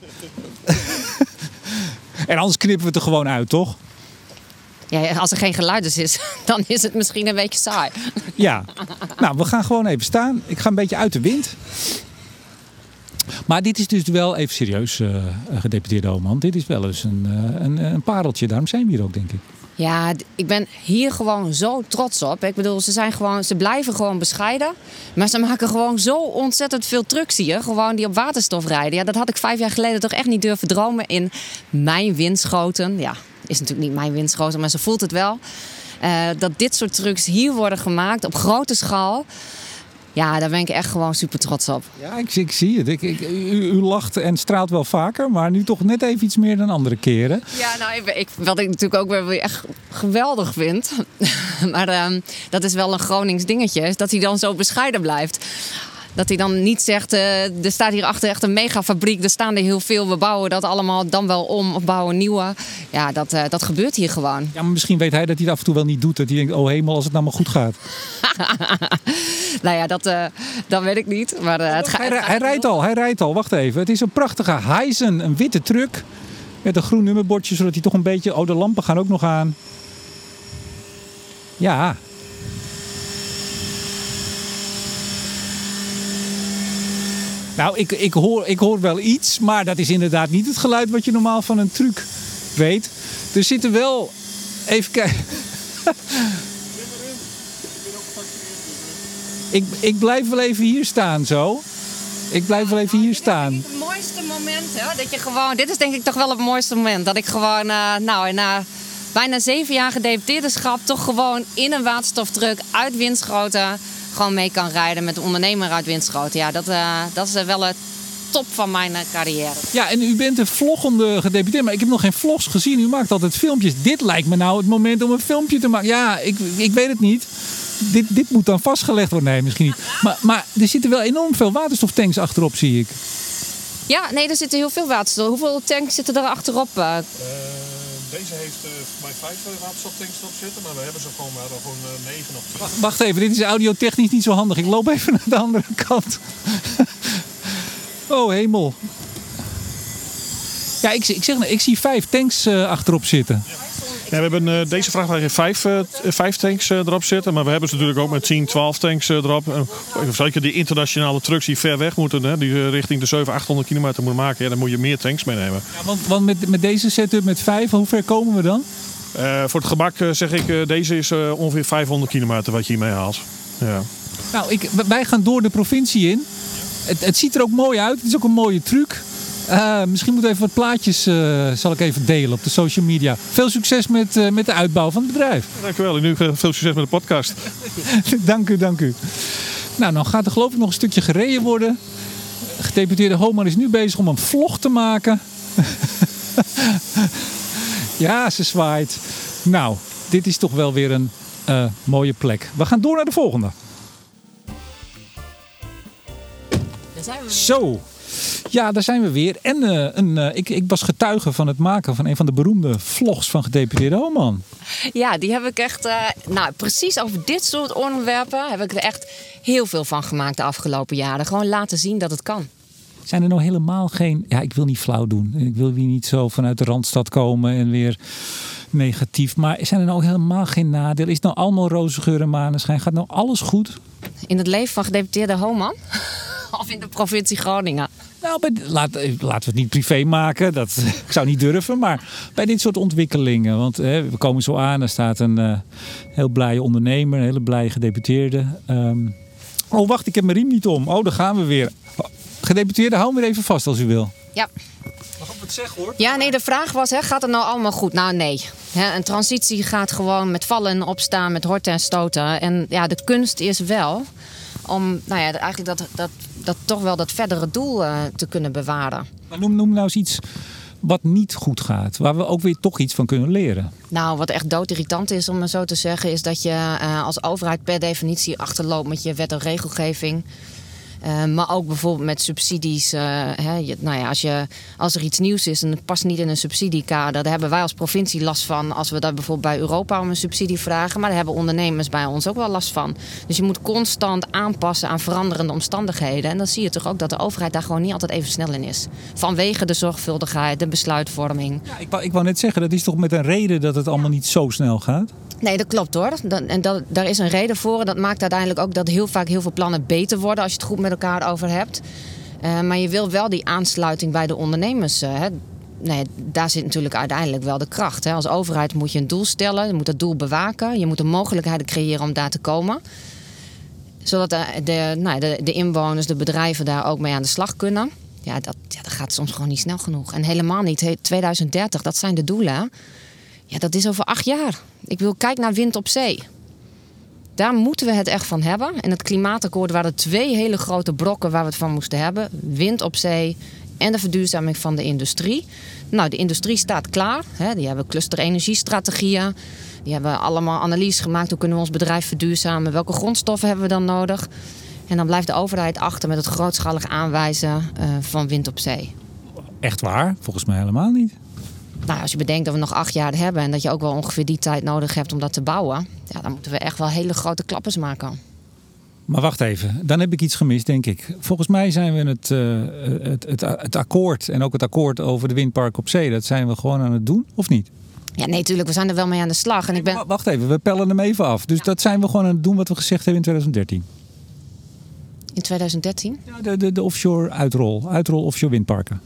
en anders knippen we het er gewoon uit, toch? Ja, als er geen geluid is, dan is het misschien een beetje saai. Ja, nou, we gaan gewoon even staan. Ik ga een beetje uit de wind. Maar dit is dus wel, even serieus, gedeputeerde Homan. Dit is wel eens een pareltje. Daarom zijn we hier ook, denk ik. Ja, ik ben hier gewoon zo trots op. Ik bedoel, ze blijven gewoon bescheiden. Maar ze maken gewoon zo ontzettend veel trucks hier. Gewoon die op waterstof rijden. Ja, dat had ik 5 jaar geleden toch echt niet durven dromen in mijn Winschoten. Ja, is natuurlijk niet mijn Winschoten, maar ze voelt het wel. Dat dit soort trucks hier worden gemaakt op grote schaal. Ja, daar ben ik echt gewoon super trots op. Ja, ik zie het. U lacht en straalt wel vaker, maar nu toch net even iets meer dan andere keren. Ja, nou, wat ik natuurlijk ook wel echt geweldig vind. Maar dat is wel een Gronings dingetje, is dat hij dan zo bescheiden blijft. Dat hij dan niet zegt, er staat hier achter echt een megafabriek, er staan er heel veel, we bouwen dat allemaal dan wel om of bouwen nieuwe. Ja, dat gebeurt hier gewoon. Ja, maar misschien weet hij dat hij het af en toe wel niet doet. Dat hij denkt, oh hemel, als het nou maar goed gaat. Nou ja, dat weet ik niet. Maar, hij rijdt al, wacht even. Het is een prachtige Hiace, een witte truck. Met een groen nummerbordje, zodat hij toch een beetje... Oh, de lampen gaan ook nog aan. Ja. Nou, ik hoor wel iets, maar dat is inderdaad niet het geluid wat je normaal van een truck weet. Er zitten wel... Even kijken. Ik blijf wel even hier staan, zo. Ik blijf wel even hier staan. Mooi mooiste moment, hè? Dat je gewoon, dit is denk ik toch wel het mooiste moment. Dat ik gewoon, na bijna 7 jaar gedeputeerderschap, toch gewoon in een waterstoftruck uit Winschoten gewoon mee kan rijden met de ondernemer uit Winschoten. Ja, dat is wel het top van mijn carrière. Ja, en u bent een vloggende gedeputeerde, maar ik heb nog geen vlogs gezien. U maakt altijd filmpjes. Dit lijkt me nou het moment om een filmpje te maken. Ja, ik weet het niet. Dit moet dan vastgelegd worden. Nee, misschien niet. Maar er zitten wel enorm veel waterstoftanks achterop, zie ik. Ja, nee, er zitten heel veel waterstof. Hoeveel tanks zitten er achterop? Deze heeft voor mij 5 waterstoftanks erop zitten, maar we hebben ze gewoon 9 of 10. Wacht even, dit is audiotechnisch niet zo handig. Ik loop even naar de andere kant. Oh, hemel. Ja, ik zie 5 tanks achterop zitten. Ja, we hebben deze vrachtwagen heeft 5 tanks erop zitten, maar we hebben ze natuurlijk ook met 10, 12 tanks erop. Zeker die internationale trucks die ver weg moeten, hè, die richting de 700, 800 kilometer moeten maken, ja, dan moet je meer tanks meenemen. Ja, want met deze setup met 5, hoe ver komen we dan? Voor het gemak zeg ik, deze is ongeveer 500 kilometer wat je hiermee haalt. Ja. Nou, wij gaan door de provincie in. Het ziet er ook mooi uit. Het is ook een mooie truc. Misschien moet even wat plaatjes zal ik even delen op de social media. Veel succes met de uitbouw van het bedrijf. Dank u wel. En nu veel succes met de podcast. Dank u. Nou, dan gaat er geloof ik nog een stukje gereden worden. Gedeputeerde Homan is nu bezig om een vlog te maken. Ja, ze zwaait. Nou, dit is toch wel weer een mooie plek. We gaan door naar de volgende. Daar zijn we. Zo. Ja, daar zijn we weer. En ik was getuige van het maken van een van de beroemde vlogs van gedeputeerde Homan. Ja, die heb ik echt... precies over dit soort onderwerpen heb ik er echt heel veel van gemaakt de afgelopen jaren. Gewoon laten zien dat het kan. Zijn er nou helemaal geen... Ja, ik wil niet flauw doen. Ik wil weer niet zo vanuit de Randstad komen en weer negatief. Maar zijn er nou helemaal geen nadelen? Is het nou allemaal roze geur en maneschijn? Gaat nou alles goed? In het leven van gedeputeerde Homan? Of in de provincie Groningen? Nou, laten we het niet privé maken. Ik zou niet durven. Maar bij dit soort ontwikkelingen. Want we komen zo aan. Er staat een heel blije ondernemer. Een hele blije gedeputeerde. Oh, wacht. Ik heb mijn riem niet om. Oh, daar gaan we weer. Gedeputeerde, hou me even vast als u wil. Ja. Mag ik het zeggen, hoor? Ja, nee, de vraag was, gaat het nou allemaal goed? Nou, nee. Een transitie gaat gewoon met vallen en opstaan, met horten en stoten. En ja, de kunst is wel om eigenlijk dat toch wel dat verdere doel te kunnen bewaren. Maar noem nou eens iets wat niet goed gaat. Waar we ook weer toch iets van kunnen leren. Nou, wat echt doodirritant is, om het zo te zeggen, is dat je als overheid per definitie achterloopt met je wet en regelgeving. Maar ook bijvoorbeeld met subsidies. Als er iets nieuws is en het past niet in een subsidiekader, daar hebben wij als provincie last van als we daar bijvoorbeeld bij Europa om een subsidie vragen. Maar daar hebben ondernemers bij ons ook wel last van. Dus je moet constant aanpassen aan veranderende omstandigheden. En dan zie je toch ook dat de overheid daar gewoon niet altijd even snel in is. Vanwege de zorgvuldigheid, de besluitvorming. Ja, ik wou net zeggen, dat is toch met een reden dat het allemaal niet zo snel gaat? Nee, dat klopt hoor. Daar is een reden voor. En dat maakt uiteindelijk ook dat heel vaak heel veel plannen beter worden als je het goed met elkaar over hebt. Maar je wil wel die aansluiting bij de ondernemers. Daar zit natuurlijk uiteindelijk wel de kracht. Hè. Als overheid moet je een doel stellen. Je moet dat doel bewaken. Je moet de mogelijkheden creëren om daar te komen. Zodat de inwoners, de bedrijven daar ook mee aan de slag kunnen. Ja, dat gaat soms gewoon niet snel genoeg. En helemaal niet. 2030, dat zijn de doelen. Hè. Ja, dat is over 8 jaar. Kijk naar wind op zee. Daar moeten we het echt van hebben. En het klimaatakkoord waren 2 hele grote brokken waar we het van moesten hebben. Wind op zee en de verduurzaming van de industrie. Nou, de industrie staat klaar. Die hebben cluster-energiestrategieën. Die hebben allemaal analyses gemaakt. Hoe kunnen we ons bedrijf verduurzamen? Welke grondstoffen hebben we dan nodig? En dan blijft de overheid achter met het grootschalig aanwijzen van wind op zee. Echt waar? Volgens mij helemaal niet. Nou, als je bedenkt dat we nog 8 jaar hebben en dat je ook wel ongeveer die tijd nodig hebt om dat te bouwen, ja, dan moeten we echt wel hele grote klappers maken. Maar wacht even, dan heb ik iets gemist, denk ik. Volgens mij zijn we het akkoord en ook het akkoord over de windpark op zee, dat zijn we gewoon aan het doen, of niet? Ja, nee, tuurlijk, we zijn er wel mee aan de slag. En Wacht even, we pellen hem even af. Dus dat zijn we gewoon aan het doen wat we gezegd hebben in 2013. In 2013? Ja, de offshore uitrol offshore windparken.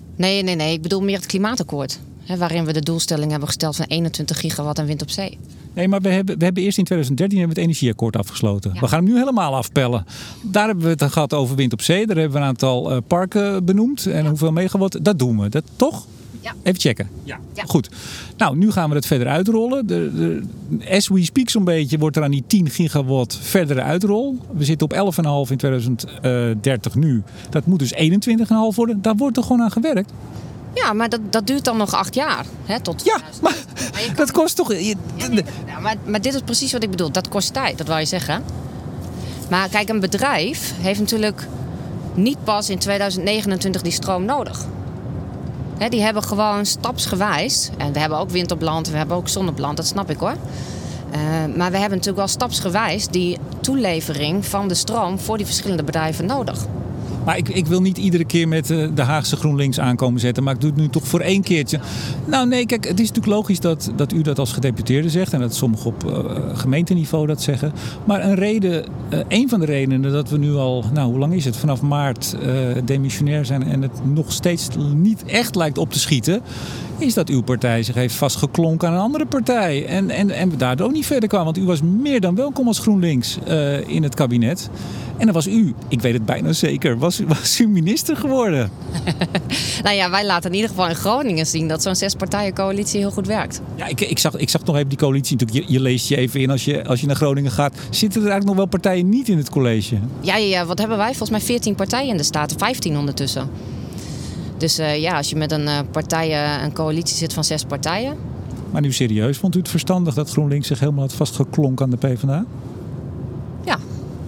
Nee. Ik bedoel meer het klimaatakkoord. Waarin we de doelstelling hebben gesteld van 21 gigawatt aan wind op zee. Nee, maar we hebben eerst in 2013 het energieakkoord afgesloten. Ja. We gaan hem nu helemaal afpellen. Daar hebben we het gehad over wind op zee. Daar hebben we een aantal parken benoemd. En hoeveel megawatt, dat doen we. Dat toch? Ja. Even checken. Ja. Goed. Nou, nu gaan we het verder uitrollen. As we speak zo'n beetje wordt er aan die 10 gigawatt verdere uitrol. We zitten op 11,5 in 2030 nu. Dat moet dus 21,5 worden. Daar wordt er gewoon aan gewerkt. Ja, maar dat duurt dan nog 8 jaar. Hè, tot Ja, 2000. maar je kan- dat kost toch... Ja, maar dit is precies wat ik bedoel. Dat kost tijd, dat wou je zeggen. Maar kijk, een bedrijf heeft natuurlijk niet pas in 2029 die stroom nodig. Hè, die hebben gewoon stapsgewijs. En we hebben ook wind op land, we hebben ook zon op land, dat snap ik hoor. Maar we hebben natuurlijk wel stapsgewijs die toelevering van de stroom voor die verschillende bedrijven nodig. Maar ik wil niet iedere keer met de Haagse GroenLinks aankomen zetten. Maar ik doe het nu toch voor 1 keertje. Nou nee, kijk, het is natuurlijk logisch dat u dat als gedeputeerde zegt. En dat sommigen op gemeenteniveau dat zeggen. Maar een van de redenen dat we nu al, nou hoe lang is het? Vanaf maart demissionair zijn en het nog steeds niet echt lijkt op te schieten. Is dat uw partij zich heeft vastgeklonken aan een andere partij. En we daardoor ook niet verder kwamen. Want u was meer dan welkom als GroenLinks in het kabinet. En dan was u, ik weet het bijna zeker, was u minister geworden. Nou ja, wij laten in ieder geval in Groningen zien dat zo'n 6-partijen-coalitie heel goed werkt. Ja, ik zag nog even die coalitie. Natuurlijk, je leest je even in als je naar Groningen gaat. Zitten er eigenlijk nog wel partijen niet in het college? Ja, wat hebben wij? Volgens mij 14 partijen in de Staten, 15 ondertussen. Dus als je met een coalitie zit van 6 partijen. Maar nu serieus, vond u het verstandig dat GroenLinks zich helemaal had vastgeklonken aan de PvdA? Ja.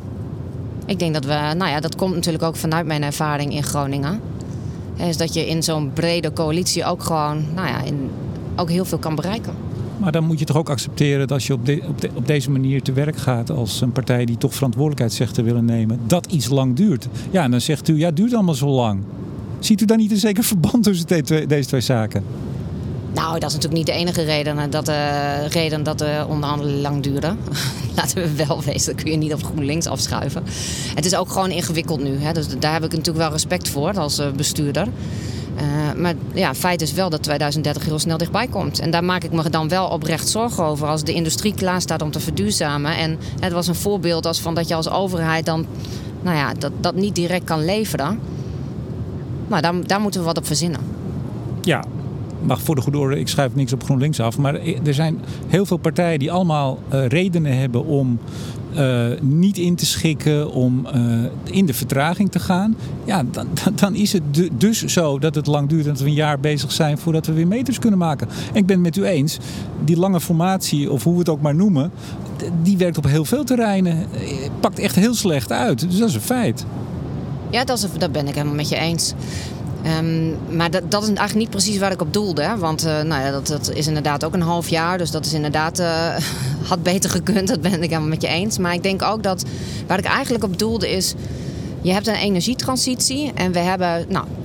Ik denk dat dat komt natuurlijk ook vanuit mijn ervaring in Groningen. Is dat je in zo'n brede coalitie ook gewoon, ook heel veel kan bereiken. Maar dan moet je toch ook accepteren dat als je op deze manier te werk gaat als een partij die toch verantwoordelijkheid zegt te willen nemen, dat iets lang duurt. Ja, en dan zegt u, ja, het duurt allemaal zo lang. Ziet u dan niet een zeker verband tussen deze 2 zaken? Nou, dat is natuurlijk niet de enige reden dat de onderhandelingen lang duren. Laten we wel wezen, dat kun je niet op GroenLinks afschuiven. Het is ook gewoon ingewikkeld nu. Hè? Dus daar heb ik natuurlijk wel respect voor als bestuurder. Maar ja, feit is wel dat 2030 heel snel dichtbij komt. En daar maak ik me dan wel oprecht zorgen over. Als de industrie klaar staat om te verduurzamen. En het was een voorbeeld als van dat je als overheid dan dat niet direct kan leveren. Nou, daar moeten we wat op verzinnen. Ja, maar voor de goede orde, ik schuif niks op GroenLinks af. Maar er zijn heel veel partijen die allemaal redenen hebben om niet in te schikken, om in de vertraging te gaan. Ja, dan is het dus zo dat het lang duurt en dat we een jaar bezig zijn voordat we weer meters kunnen maken. En ik ben het met u eens, die lange formatie, of hoe we het ook maar noemen, die werkt op heel veel terreinen. Pakt echt heel slecht uit. Dus dat is een feit. Ja, dat ben ik helemaal met je eens. Maar dat is eigenlijk niet precies waar ik op doelde. Hè? Want dat is inderdaad ook een half jaar. Dus dat is inderdaad had beter gekund. Dat ben ik helemaal met je eens. Maar ik denk ook dat waar ik eigenlijk op doelde is, je hebt een energietransitie. En we hebben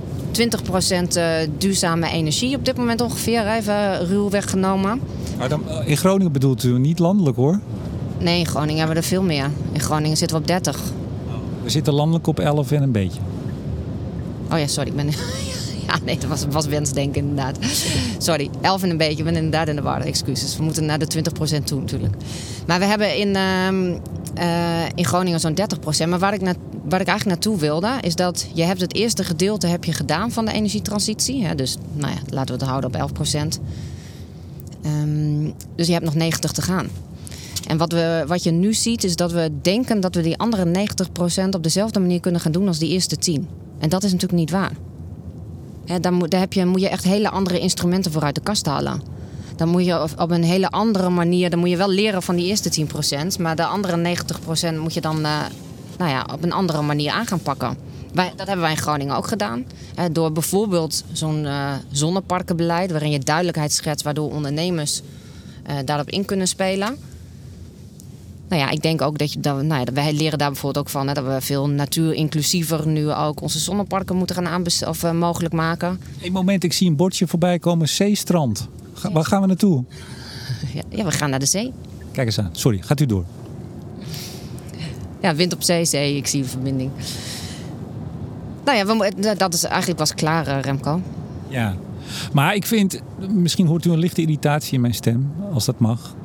20% duurzame energie op dit moment ongeveer. Even ruwweg genomen. Maar dan, in Groningen bedoelt u niet landelijk hoor? Nee, in Groningen hebben we er veel meer. In Groningen zitten we op 30. We zitten landelijk op 11 en een beetje. Oh ja, sorry. Ja, nee, dat was wensdenken inderdaad. Sorry, 11 en een beetje. Ik ben inderdaad in de war. Excuses. We moeten naar de 20% toe natuurlijk. Maar we hebben in Groningen zo'n 30%. Maar waar ik eigenlijk naartoe wilde, is dat je hebt het eerste gedeelte heb je gedaan van de energietransitie. Hè? Dus laten we het houden op 11%. Dus je hebt nog 90 te gaan. En wat je nu ziet is dat we denken dat we die andere 90% op dezelfde manier kunnen gaan doen als die eerste 10. En dat is natuurlijk niet waar. Daar moet je echt hele andere instrumenten voor uit de kast halen. Dan moet je op een hele andere manier, dan moet je wel leren van die eerste 10%. Maar de andere 90% moet je dan op een andere manier aan gaan pakken. Dat hebben wij in Groningen ook gedaan. Door bijvoorbeeld zo'n zonneparkenbeleid, waarin je duidelijkheid schetst, waardoor ondernemers daarop in kunnen spelen. Ik denk ook wij leren daar bijvoorbeeld ook van dat we veel natuurinclusiever nu ook onze zonneparken moeten gaan mogelijk maken. Eén moment, ik zie een bordje voorbij komen, zeestrand. Waar gaan we naartoe? Ja, we gaan naar de zee. Kijk eens aan, sorry, gaat u door. Ja, wind op zee, ik zie een verbinding. Dat is eigenlijk was klaar, Remco. Ja, maar ik vind, misschien hoort u een lichte irritatie in mijn stem, als dat mag.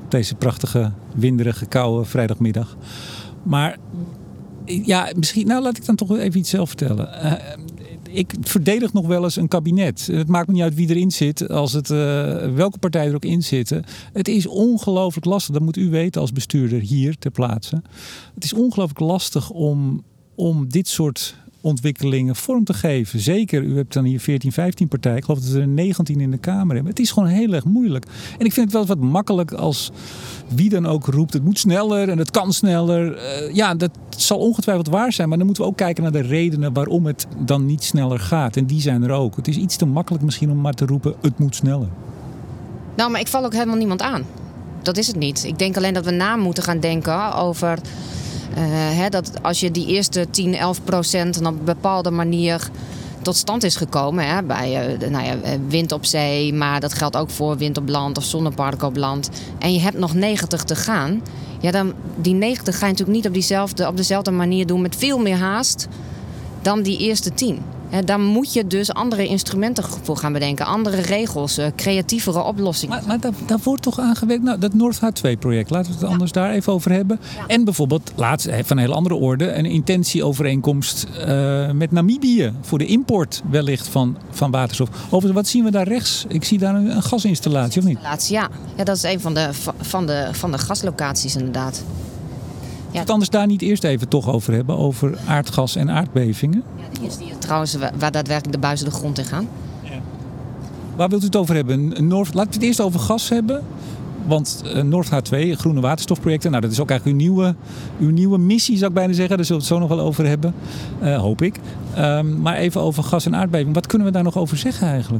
Deze prachtige, winderige, koude vrijdagmiddag. Maar ja, misschien... Nou, laat ik dan toch even iets zelf vertellen. Ik verdedig nog wel eens een kabinet. Het maakt me niet uit wie erin zit. Als het, welke partij er ook in zitten. Het is ongelooflijk lastig. Dat moet u weten als bestuurder hier ter plaatse. Het is ongelooflijk lastig om dit soort ontwikkelingen vorm te geven. Zeker, u hebt dan hier 14, 15 partijen. Ik geloof dat er 19 in de Kamer hebben. Het is gewoon heel erg moeilijk. En ik vind het wel wat makkelijk als wie dan ook roept. Het moet sneller en het kan sneller. Ja, dat zal ongetwijfeld waar zijn. Maar dan moeten we ook kijken naar de redenen waarom het dan niet sneller gaat. En die zijn er ook. Het is iets te makkelijk misschien om maar te roepen, het moet sneller. Nou, maar ik val ook helemaal niemand aan. Dat is het niet. Ik denk alleen dat we na moeten gaan denken over... dat als je die eerste 10-11% op een bepaalde manier tot stand is gekomen. Bij wind op zee, maar dat geldt ook voor wind op land of zonneparken op land. En je hebt nog 90 te gaan. Ja, dan die 90 ga je natuurlijk niet op dezelfde manier doen met veel meer haast dan die eerste 10. Daar moet je dus andere instrumenten voor gaan bedenken. Andere regels, creatievere oplossingen. Maar daar wordt toch aan gewerkt? Nou, dat North H2-project, laten we het anders daar even over hebben. Ja. En bijvoorbeeld, laatst van een hele andere orde... een intentieovereenkomst met Namibië... voor de import wellicht van waterstof. Overigens, wat zien we daar rechts? Ik zie daar een gasinstallatie, of niet? Ja, dat is een van de gaslocaties inderdaad. Ja. Het anders daar niet eerst even toch over hebben, over aardgas en aardbevingen? Ja, die is die trouwens waar daadwerkelijk de buizen de grond in gaan. Ja. Waar wilt u het over hebben? Laten we het eerst over gas hebben. Want North H2, groene waterstofprojecten, nou dat is ook eigenlijk uw nieuwe missie, zou ik bijna zeggen. Daar zullen we het zo nog wel over hebben, hoop ik. Maar even over gas en aardbeving. Wat kunnen we daar nog over zeggen eigenlijk?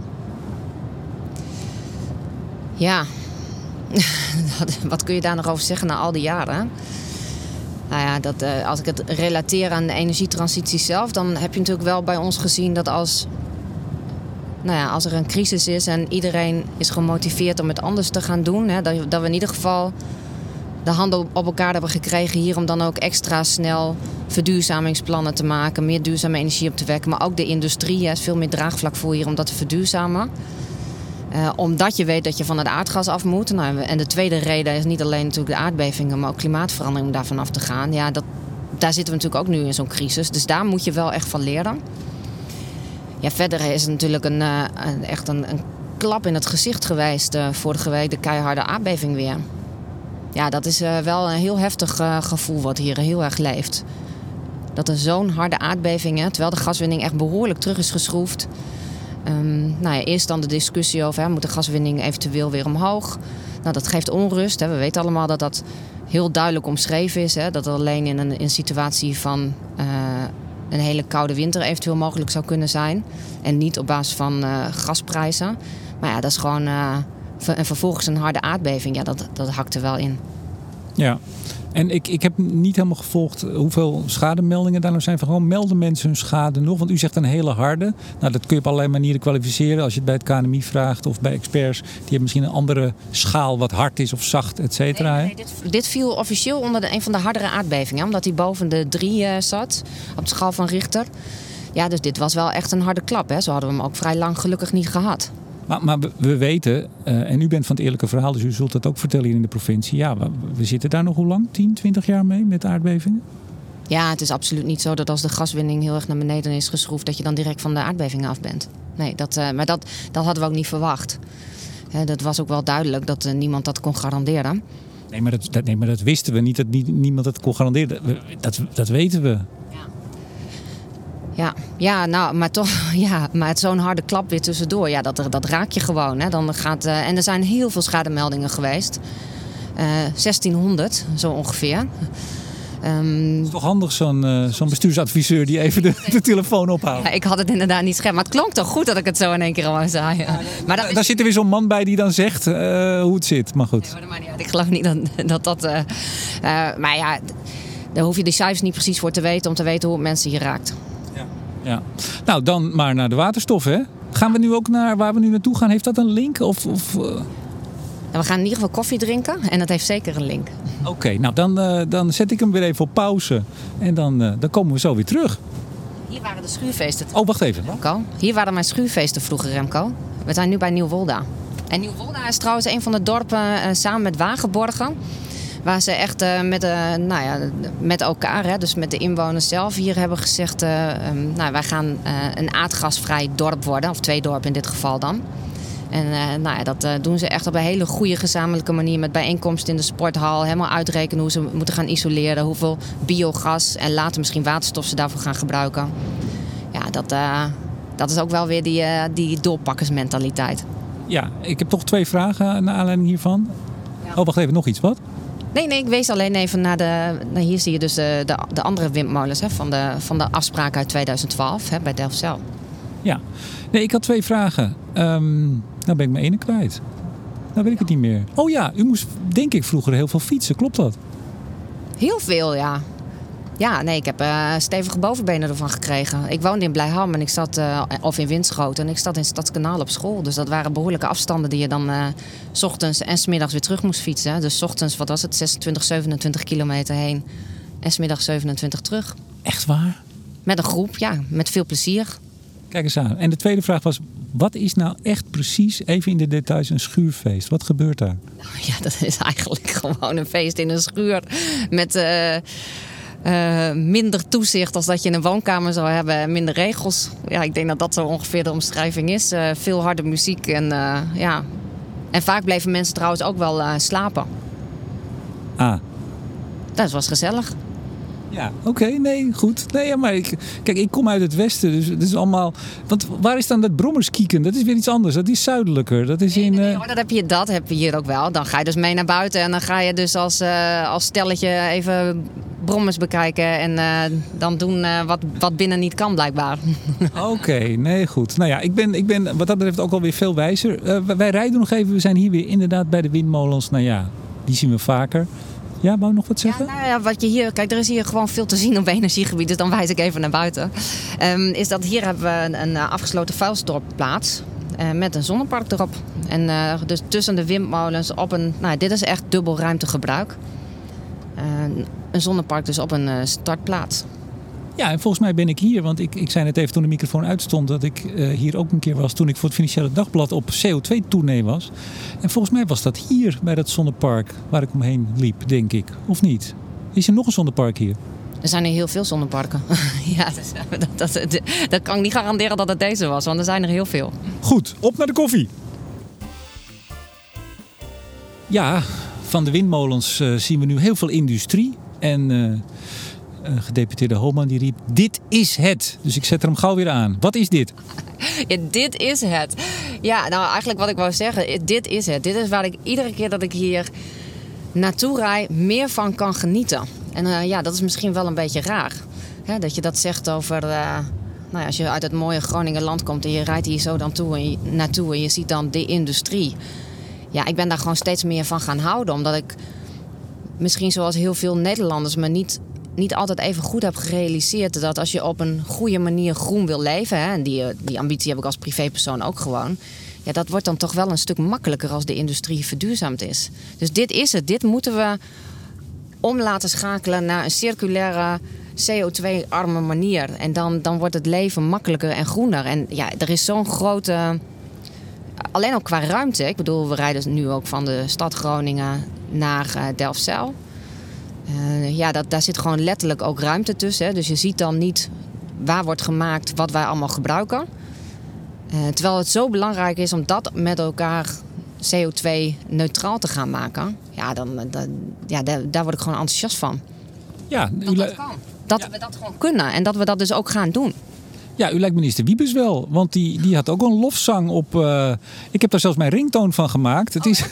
Ja, wat kun je daar nog over zeggen na al die jaren? Nou ja, als ik het relateer aan de energietransitie zelf... dan heb je natuurlijk wel bij ons gezien dat als er een crisis is... en iedereen is gemotiveerd om het anders te gaan doen... dat we in ieder geval de handen op elkaar hebben gekregen hier... om dan ook extra snel verduurzamingsplannen te maken... meer duurzame energie op te wekken. Maar ook de industrie is veel meer draagvlak voor hier om dat te verduurzamen... omdat je weet dat je van het aardgas af moet. Nou, en de tweede reden is niet alleen natuurlijk de aardbevingen... maar ook klimaatverandering om daarvan af te gaan. Ja, daar zitten we natuurlijk ook nu in zo'n crisis. Dus daar moet je wel echt van leren. Ja, verder is het natuurlijk echt een klap in het gezicht geweest... vorige week de keiharde aardbeving weer. Ja, dat is wel een heel heftig gevoel wat hier heel erg leeft. Dat er zo'n harde aardbeving... terwijl de gaswinning echt behoorlijk terug is geschroefd... eerst dan de discussie over... moet de gaswinning eventueel weer omhoog? Nou, dat geeft onrust. We weten allemaal dat dat heel duidelijk omschreven is. Dat het alleen in een situatie van een hele koude winter... eventueel mogelijk zou kunnen zijn. En niet op basis van gasprijzen. Maar ja, dat is gewoon... en vervolgens een harde aardbeving. Ja, dat hakt er wel in. Ja. En ik heb niet helemaal gevolgd hoeveel schademeldingen daar nou zijn. Van gewoon melden mensen hun schade nog? Want u zegt een hele harde. Nou, dat kun je op allerlei manieren kwalificeren. Als je het bij het KNMI vraagt of bij experts. Die hebben misschien een andere schaal wat hard is of zacht, et cetera. Nee, dit viel officieel onder een van de hardere aardbevingen. Omdat hij boven de 3 zat op de schaal van Richter. Ja, dus dit was wel echt een harde klap. Zo hadden we hem ook vrij lang gelukkig niet gehad. Maar we weten, en u bent van het eerlijke verhaal, dus u zult dat ook vertellen hier in de provincie. Ja, we zitten daar nog hoe lang? 10, 20 jaar mee met aardbevingen? Ja, het is absoluut niet zo dat als de gaswinning heel erg naar beneden is geschroefd... dat je dan direct van de aardbevingen af bent. Nee, maar dat hadden we ook niet verwacht. Dat was ook wel duidelijk dat niemand dat kon garanderen. Nee, maar dat wisten we niet, dat niemand dat kon garanderen. Dat weten we. Ja, nou, maar toch, ja, maar zo'n harde klap weer tussendoor, ja, dat raak je gewoon. Dan en er zijn heel veel schademeldingen geweest. 1600, zo ongeveer. Het is toch handig, zo'n bestuursadviseur die even de telefoon ophoudt. Ja, ik had het inderdaad niet scherp, maar het klonk toch goed dat ik het zo in één keer al zei. Ja. Maar daar zit er weer zo'n man bij die dan zegt hoe het zit, maar goed. Nee, maar dat maakt niet uit. Ik geloof niet dat maar ja, daar hoef je de cijfers niet precies voor te weten... om te weten hoe het mensen hier raakt. Ja. Nou, dan maar naar de waterstof, hè? Gaan we nu ook naar waar we nu naartoe gaan? Heeft dat een link? We gaan in ieder geval koffie drinken en dat heeft zeker een link. Oké, nou dan zet ik hem weer even op pauze. En dan komen we zo weer terug. Hier waren de schuurfeesten. Oh, wacht even. Remco. Hier waren mijn schuurfeesten vroeger, Remco. We zijn nu bij Nieuw-Wolda. En Nieuwolda is trouwens een van de dorpen samen met Wagenborgen. Waar ze echt met elkaar, hè, dus met de inwoners zelf hier hebben gezegd... wij gaan een aardgasvrij dorp worden. Of 2 dorpen in dit geval dan. En dat doen ze echt op een hele goede gezamenlijke manier. Met bijeenkomsten in de sporthal. Helemaal uitrekenen hoe ze moeten gaan isoleren. Hoeveel biogas en later misschien waterstof ze daarvoor gaan gebruiken. Ja, dat is ook wel weer die doorpakkersmentaliteit. Ja, ik heb toch 2 vragen naar aanleiding hiervan. Ja. Oh, wacht even, nog iets, wat? Nee, ik wees alleen even naar hier zie je dus de andere windmolens hè, van de afspraak uit 2012 hè, bij Delfzijl. Ja, nee, ik had 2 vragen. Nou ben ik mijn ene kwijt. Nou weet ik het niet meer. Oh ja, u moest denk ik vroeger heel veel fietsen, klopt dat? Heel veel, ja. Ja, nee, ik heb stevige bovenbenen ervan gekregen. Ik woonde in Blijham en ik zat, of in Winschoten, en ik zat in Stadskanaal op school. Dus dat waren behoorlijke afstanden die je dan 's ochtends en 's middags weer terug moest fietsen. Dus 's ochtends, 26, 27 kilometer heen en 's middags 27 terug. Echt waar? Met een groep, ja, met veel plezier. Kijk eens aan. En de tweede vraag was, wat is nou echt precies, even in de details, een schuurfeest? Wat gebeurt daar? Ja, dat is eigenlijk gewoon een feest in een schuur met... minder toezicht als dat je in een woonkamer zou hebben en minder regels. Ja, ik denk dat dat zo ongeveer de omschrijving is. Veel harde muziek en ja. En vaak bleven mensen trouwens ook wel slapen. Ah. Dat was gezellig. Ja, oké, nee, goed. Nee, ja, maar ik kom uit het westen, dus het is allemaal... Want waar is dan dat brommerskieken? Dat is weer iets anders, dat is zuidelijker. Dat is Nee, hoor, dat heb je hier ook wel. Dan ga je dus mee naar buiten en dan ga je dus als stelletje even brommers bekijken. En dan doen wat binnen niet kan, blijkbaar. Oké, nee, goed. Nou ja, ik ben wat dat betreft ook alweer veel wijzer. Wij rijden nog even, we zijn hier weer inderdaad bij de windmolens. Nou ja, die zien we vaker. Ja, wou je nog wat zeggen? Ja, nou ja, wat je hier... Kijk, er is hier gewoon veel te zien op energiegebied. Dus dan wijs ik even naar buiten. Is dat hier hebben we een afgesloten vuilstortplaats. Met een zonnepark erop. En dus tussen de windmolens op een... Nou, dit is echt dubbel ruimtegebruik. Een zonnepark dus op een startplaats. Ja, en volgens mij ben ik hier, want ik zei net even toen de microfoon uitstond dat ik hier ook een keer was toen ik voor het Financiële Dagblad op CO2-tournee was. En volgens mij was dat hier bij dat zonnepark waar ik omheen liep, denk ik. Of niet? Is er nog een zonnepark hier? Er zijn er heel veel zonneparken. Ja, dat kan ik niet garanderen dat het deze was, want er zijn er heel veel. Goed, op naar de koffie. Ja, van de windmolens zien we nu heel veel industrie. En gedeputeerde Homan die riep, dit is het. Dus ik zet er hem gauw weer aan. Wat is dit? Ja, dit is het. Ja, nou eigenlijk wat ik wou zeggen, dit is het. Dit is waar ik iedere keer dat ik hier naartoe rijd meer van kan genieten. En ja, dat is misschien wel een beetje raar. Hè, dat je dat zegt over... nou ja, als je uit het mooie Groningenland komt en je rijdt hier zo dan naartoe en je ziet dan de industrie. Ja, ik ben daar gewoon steeds meer van gaan houden. Omdat ik misschien zoals heel veel Nederlanders me niet altijd even goed heb gerealiseerd dat als je op een goede manier groen wil leven, hè, en die ambitie heb ik als privépersoon ook gewoon, ja, dat wordt dan toch wel een stuk makkelijker als de industrie verduurzaamd is. Dus dit is het. Dit moeten we om laten schakelen naar een circulaire, CO2-arme manier. En dan wordt het leven makkelijker en groener. En ja, er is zo'n grote... Alleen ook qua ruimte. Ik bedoel, we rijden nu ook van de stad Groningen naar Delfzijl. Ja, daar zit gewoon letterlijk ook ruimte tussen. Hè. Dus je ziet dan niet waar wordt gemaakt wat wij allemaal gebruiken. Terwijl het zo belangrijk is om dat met elkaar CO2-neutraal te gaan maken. Ja, daar word ik gewoon enthousiast van. Ja, dat kan. Dat we dat gewoon kunnen en dat we dat dus ook gaan doen. Ja, u lijkt minister Wiebes wel, want die had ook een lofzang op... ik heb daar zelfs mijn ringtoon van gemaakt. Het is,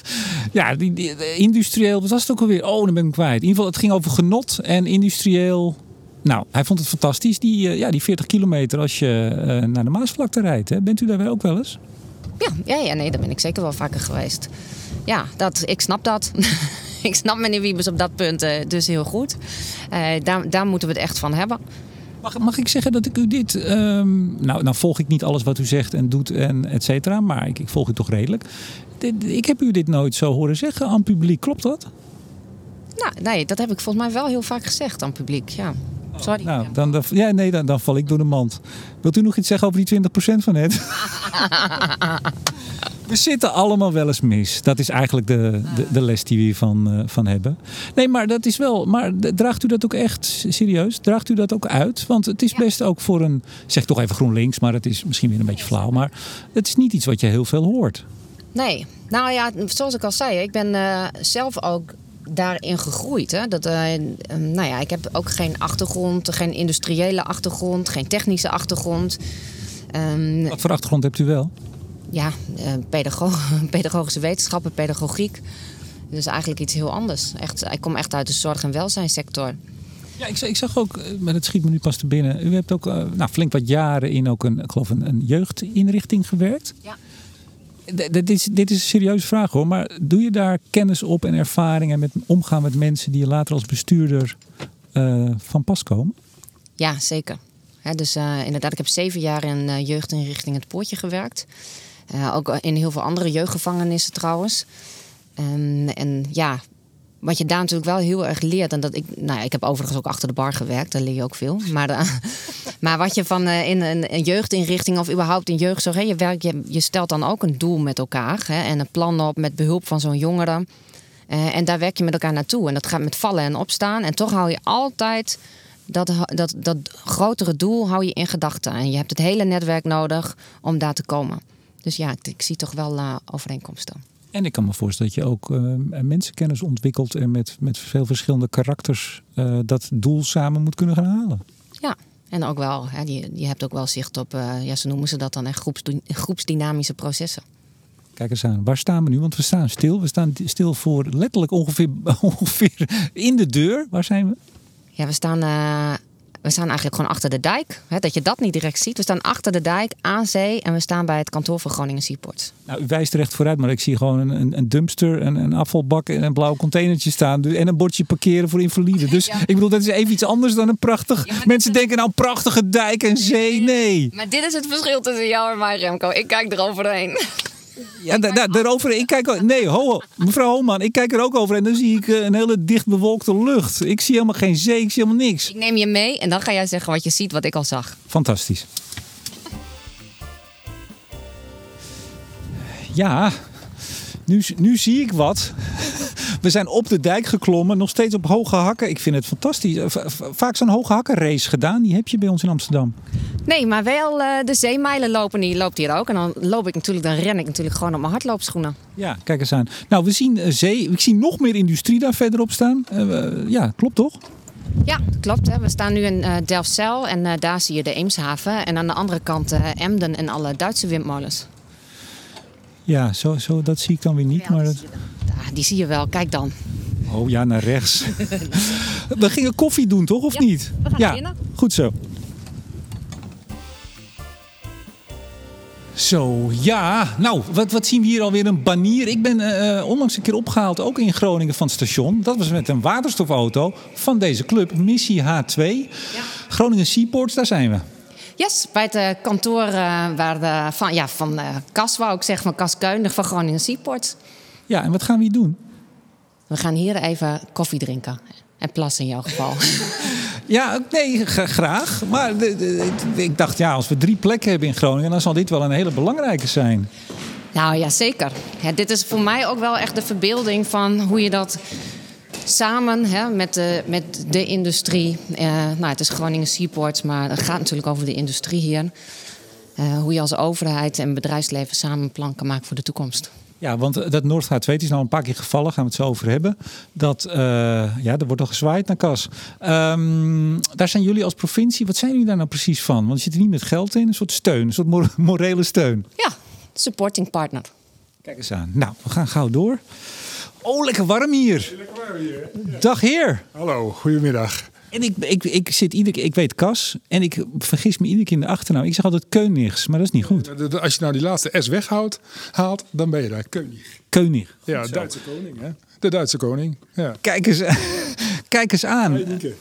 die industrieel, wat was het ook alweer? Oh, dan ben ik hem kwijt. In ieder geval, het ging over genot en industrieel... Nou, hij vond het fantastisch, die 40 kilometer als je naar de Maasvlakte rijdt. Hè? Bent u daar ook wel eens? Ja, nee, daar ben ik zeker wel vaker geweest. Ja, ik snap dat. Ik snap meneer Wiebes op dat punt dus heel goed. Daar moeten we het echt van hebben. Mag ik zeggen dat ik u dit... Nou volg ik niet alles wat u zegt en doet en et cetera. Maar ik volg u toch redelijk. Ik heb u dit nooit zo horen zeggen aan publiek. Klopt dat? Nou, nee, dat heb ik volgens mij wel heel vaak gezegd aan publiek. Ja. Sorry. Nou, dan val ik door de mand. Wilt u nog iets zeggen over die 20% van net? We zitten allemaal wel eens mis. Dat is eigenlijk de les die we hiervan van hebben. Nee, maar dat is wel. Maar draagt u dat ook echt serieus? Draagt u dat ook uit? Want het is best ook voor een. Zeg toch even GroenLinks, maar het is misschien weer een beetje flauw. Maar het is niet iets wat je heel veel hoort. Nee, nou ja, zoals ik al zei, ik ben zelf ook daarin gegroeid. Hè? Ik heb ook geen achtergrond, geen industriële achtergrond, geen technische achtergrond. Wat voor achtergrond hebt u wel? Ja, pedagogische wetenschappen, pedagogiek. Dus eigenlijk iets heel anders. Ik kom echt uit de zorg- en welzijnssector. Ja, ik zag ook, maar het schiet me nu pas te binnen. U hebt ook flink wat jaren in ook een jeugdinrichting gewerkt. Ja. Dit is een serieuze vraag hoor. Maar doe je daar kennis op en ervaringen met omgaan met mensen die je later als bestuurder van pas komen? Ja, zeker. Dus inderdaad, ik heb 7 jaar in jeugdinrichting Het Poortje gewerkt. Ook in heel veel andere jeugdgevangenissen trouwens. En ja, wat je daar natuurlijk wel heel erg leert. En ik heb overigens ook achter de bar gewerkt, daar leer je ook veel. Maar wat je in een jeugdinrichting of überhaupt in jeugdzorg, je stelt dan ook een doel met elkaar. En een plan op met behulp van zo'n jongere. En daar werk je met elkaar naartoe. En dat gaat met vallen en opstaan. En toch hou je altijd dat grotere doel hou je in gedachten. En je hebt het hele netwerk nodig om daar te komen. Dus ja, ik zie toch wel overeenkomsten. En ik kan me voorstellen dat je ook mensenkennis ontwikkelt en met veel verschillende karakters dat doel samen moet kunnen gaan halen. Ja, en ook wel, je hebt ook wel zicht op, zo noemen ze dat dan, groepsdynamische processen. Kijk eens aan, waar staan we nu? Want we staan stil. We staan stil voor letterlijk ongeveer in de deur. Waar zijn we? Ja, we staan eigenlijk gewoon achter de dijk. Dat je dat niet direct ziet. We staan achter de dijk aan zee en we staan bij het kantoor van Groningen Seaports. Nou, u wijst er echt vooruit, maar ik zie gewoon een dumpster, een afvalbak en een blauw containertje staan. En een bordje parkeren voor invaliden. Dus ik bedoel, dat is even iets anders dan een prachtig. Ja, mensen denken nou prachtige dijk en zee. Nee. Maar dit is het verschil tussen jou en mij, Remco. Ik kijk eroverheen. Ja, daarover. Ik kijk. Nee, mevrouw Homan, ik kijk er ook over en dan zie ik een hele dicht bewolkte lucht. Ik zie helemaal geen zee, ik zie helemaal niks. Ik neem je mee en dan ga jij zeggen wat je ziet, wat ik al zag. Fantastisch. Ja, nu zie ik wat. We zijn op de dijk geklommen, nog steeds op hoge hakken. Ik vind het fantastisch. Vaak zo'n hoge hakken race gedaan, die heb je bij ons in Amsterdam. Nee, maar wel de zeemijlen lopen, die loopt hier ook. En dan ren ik natuurlijk gewoon op mijn hardloopschoenen. Ja, kijk eens aan. Nou, we zien zee. Ik zie nog meer industrie daar verderop staan. Ja, klopt toch? Ja, klopt. Hè. We staan nu in Delfzijl en daar zie je de Eemshaven. En aan de andere kant Emden en alle Duitse windmolens. Ja, zo dat zie ik dan weer niet. Ja, maar die zie je wel. Kijk dan. Oh ja, naar rechts. We gingen koffie doen, toch? Of niet? We gaan beginnen. Goed zo. Zo, ja. Nou, wat zien we hier alweer? Een banier. Ik ben onlangs een keer opgehaald, ook in Groningen, van het station. Dat was met een waterstofauto van deze club, Missie H2. Ja. Groningen Seaports, daar zijn we. Yes, bij het kantoor van Cas, wou ik zeggen, van Cas Kuijnig van Groningen Seaports. Ja, en wat gaan we hier doen? We gaan hier even koffie drinken. En plassen in jouw geval. Ja, nee, graag. Maar ik dacht, ja, als we 3 plekken hebben in Groningen, dan zal dit wel een hele belangrijke zijn. Nou ja, zeker. Ja, dit is voor mij ook wel echt de verbeelding van hoe je dat samen met de industrie. Het is Groningen Seaports, maar het gaat natuurlijk over de industrie hier. Hoe je als overheid en bedrijfsleven samen een plan kan maken voor de toekomst. Ja, want dat Noordgaat 2 is nou een paar keer gevallen, gaan we het zo over hebben. Er wordt al gezwaaid naar Cas. Daar zijn jullie als provincie, wat zijn jullie daar nou precies van? Want je zit er niet met geld in, een soort steun, een soort morele steun. Ja, supporting partner. Kijk eens aan. Nou, we gaan gauw door. Oh, lekker warm hier. Lekker warm hier. Ja. Dag heer. Hallo, goedemiddag. En ik weet Cas en ik vergis me iedere keer in de achternaam. Ik zeg altijd Keunigs, maar dat is niet goed. Als je nou die laatste S weghaalt, dan ben je daar. Keunig. Ja, Duitse koning, hè? De Duitse koning. Ja. Kijk eens aan.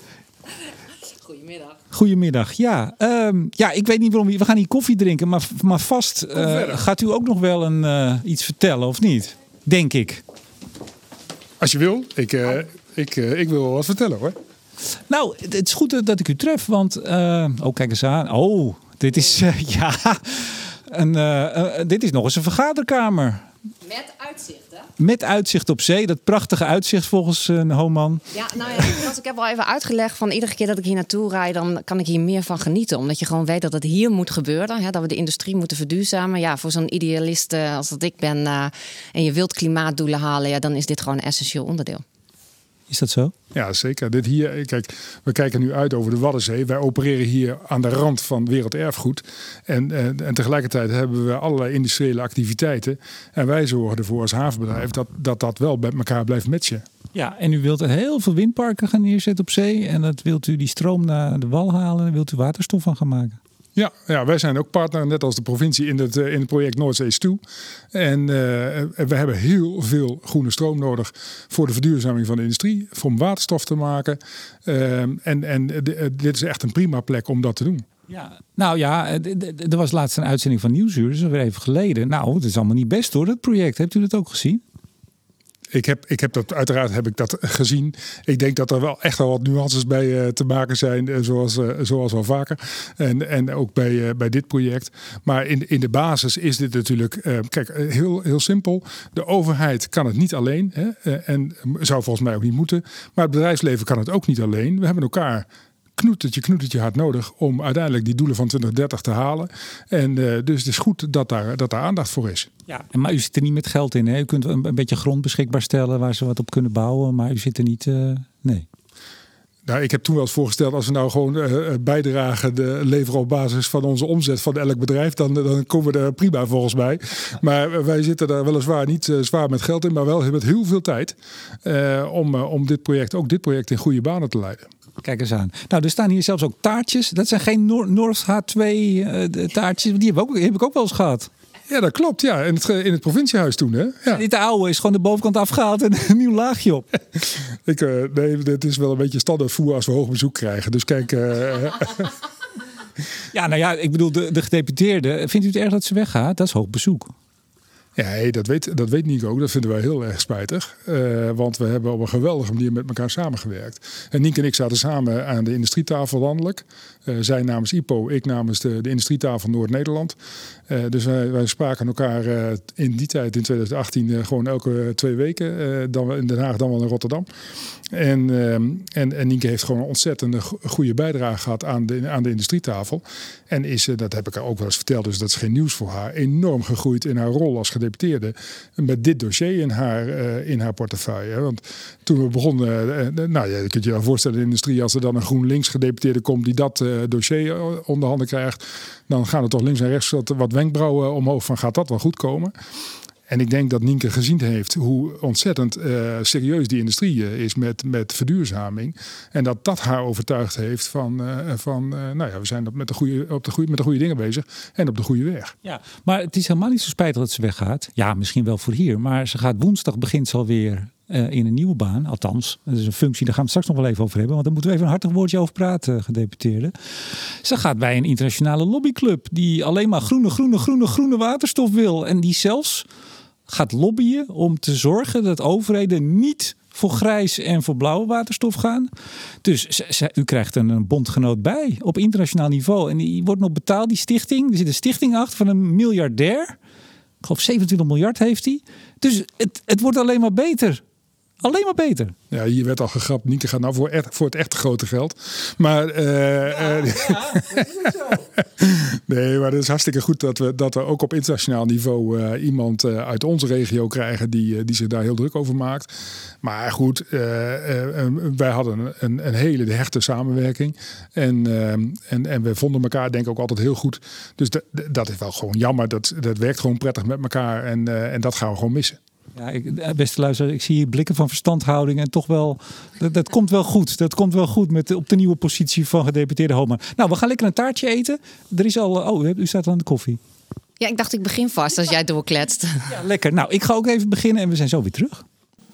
Goedemiddag. Ja, ik weet niet waarom. We gaan hier koffie drinken, maar vast gaat u ook nog wel iets vertellen, of niet? Denk ik. Als je wil. Ik wil wel wat vertellen, hoor. Nou, het is goed dat ik u tref, want... kijk eens aan. Oh, dit is... Dit is nog eens een vergaderkamer. Met uitzicht, hè? Met uitzicht op zee. Dat prachtige uitzicht volgens Homan. Ja, nou ja, ik heb al even uitgelegd van iedere keer dat ik hier naartoe rijd, dan kan ik hier meer van genieten. Omdat je gewoon weet dat het hier moet gebeuren. Hè, dat we de industrie moeten verduurzamen. Ja, voor zo'n idealist als dat ik ben en je wilt klimaatdoelen halen, ja, dan is dit gewoon een essentieel onderdeel. Is dat zo? Ja, zeker. Dit hier, kijk, we kijken nu uit over de Waddenzee. Wij opereren hier aan de rand van werelderfgoed. En tegelijkertijd hebben we allerlei industriële activiteiten. En wij zorgen ervoor als havenbedrijf dat wel bij elkaar blijft matchen. Ja, en u wilt heel veel windparken gaan neerzetten op zee. En dat wilt u die stroom naar de wal halen en wilt u waterstof van gaan maken. Ja, wij zijn ook partner, net als de provincie, in het project Noordzees toe. En we hebben heel veel groene stroom nodig voor de verduurzaming van de industrie. Om waterstof te maken. Dit is echt een prima plek om dat te doen. Ja, nou ja, er was laatst een uitzending van Nieuwsuur, dus weer even geleden. Nou, het is allemaal niet best hoor, dat project. Hebt u dat ook gezien? Ik heb dat, uiteraard heb ik dat gezien. Ik denk dat er wel echt wel wat nuances bij te maken zijn, zoals wel vaker. En ook bij dit project. Maar in de basis is dit natuurlijk, heel simpel. De overheid kan het niet alleen. Hè, en zou volgens mij ook niet moeten. Maar het bedrijfsleven kan het ook niet alleen. We hebben elkaar knoetertje hard nodig om uiteindelijk die doelen van 2030 te halen. En dus het is goed dat daar aandacht voor is. Ja, maar u zit er niet met geld in. Hè? U kunt een beetje grond beschikbaar stellen waar ze wat op kunnen bouwen. Maar u zit er niet... nee. Nou, ik heb toen wel eens voorgesteld, als we nou gewoon bijdragen leveren op basis van onze omzet van elk bedrijf, dan komen we er prima volgens mij. Maar wij zitten daar weliswaar niet zwaar met geld in, maar wel met heel veel tijd om dit project in goede banen te leiden. Kijk eens aan. Nou, er staan hier zelfs ook taartjes. Dat zijn geen North H2 taartjes. Die heb ik ook wel eens gehad. Ja, dat klopt. Ja, in het provinciehuis toen. Hè? Ja. Dit oude is gewoon de bovenkant afgehaald en een nieuw laagje op. Nee, dit is wel een beetje standaard voer als we hoog bezoek krijgen. Dus kijk... Ja, nou ja, ik bedoel, de gedeputeerde. Vindt u het erg dat ze weggaat? Dat is hoog bezoek. Ja, hey, dat weet Nico ook. Dat vinden wij heel erg spijtig. Want we hebben op een geweldige manier met elkaar samengewerkt. En Nienke en ik zaten samen aan de industrietafel landelijk. Zij namens IPO, ik namens de industrietafel Noord-Nederland. Dus wij spraken elkaar in die tijd, in 2018, gewoon elke 2 weken. Dan in Den Haag, dan wel in Rotterdam. En Nienke heeft gewoon een ontzettende goede bijdrage gehad aan de industrietafel. En is, dat heb ik haar ook wel eens verteld, dus dat is geen nieuws voor haar, enorm gegroeid in haar rol als gedeputeerde met dit dossier in haar portefeuille. Want toen we begonnen, je kunt je wel voorstellen, de industrie, als er dan een GroenLinks gedeputeerde komt die dat dossier onder handen krijgt, dan gaan er toch links en rechts wat wenkbrauwen omhoog van gaat dat wel goed komen. En ik denk dat Nienke gezien heeft hoe ontzettend serieus die industrie is met verduurzaming. En dat haar overtuigd heeft van we zijn met de goede dingen bezig en op de goede weg. Ja, maar het is helemaal niet zo spijtig dat ze weggaat. Ja, misschien wel voor hier. Maar ze gaat woensdag, begint ze alweer in een nieuwe baan. Althans, dat is een functie, daar gaan we het straks nog wel even over hebben. Want daar moeten we even een hartig woordje over praten, gedeputeerde. Ze gaat bij een internationale lobbyclub die alleen maar groene waterstof wil. En die zelfs gaat lobbyen om te zorgen dat overheden niet voor grijs en voor blauwe waterstof gaan. Dus u krijgt een bondgenoot bij op internationaal niveau. En die wordt nog betaald, die stichting. Er zit een stichting achter van een miljardair. Ik geloof 27 miljard heeft hij. Dus het wordt alleen maar beter. Alleen maar beter. Ja, hier werd al gegrapt. Nienke gaat nou voor het echte grote geld. Maar dat is zo. Nee, maar het is hartstikke goed dat we ook op internationaal niveau iemand uit onze regio krijgen die zich daar heel druk over maakt. Maar goed, wij hadden een hele hechte samenwerking. En we vonden elkaar denk ik ook altijd heel goed. Dus dat is wel gewoon jammer. Dat werkt gewoon prettig met elkaar. En dat gaan we gewoon missen. Ja, beste luisteraars, ik zie hier blikken van verstandhouding en toch wel, dat komt wel goed. Dat komt wel goed op de nieuwe positie van gedeputeerde Homan. Nou, we gaan lekker een taartje eten. Er is al, u staat al aan de koffie. Ja, ik dacht ik begin vast als jij doorkletst. Ja, lekker. Nou, ik ga ook even beginnen en we zijn zo weer terug.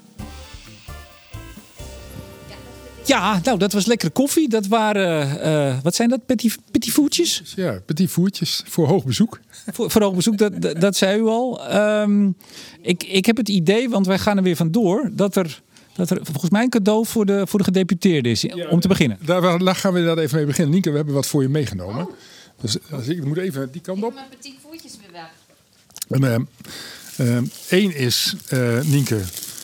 Ja, nou, dat was lekkere koffie. Dat waren, wat zijn dat? Petit voetjes? Ja, petit voetjes voor hoog bezoek. Voor hoog bezoek, dat zei u al. Ik heb het idee, want wij gaan er weer vandoor, dat er volgens mij een cadeau voor de gedeputeerde is, om te beginnen. Daar gaan we even mee beginnen. Nienke, we hebben wat voor je meegenomen. Dus ik moet even die kant op. Mijn petit voetjes weer weg. En 1 is, Nienke,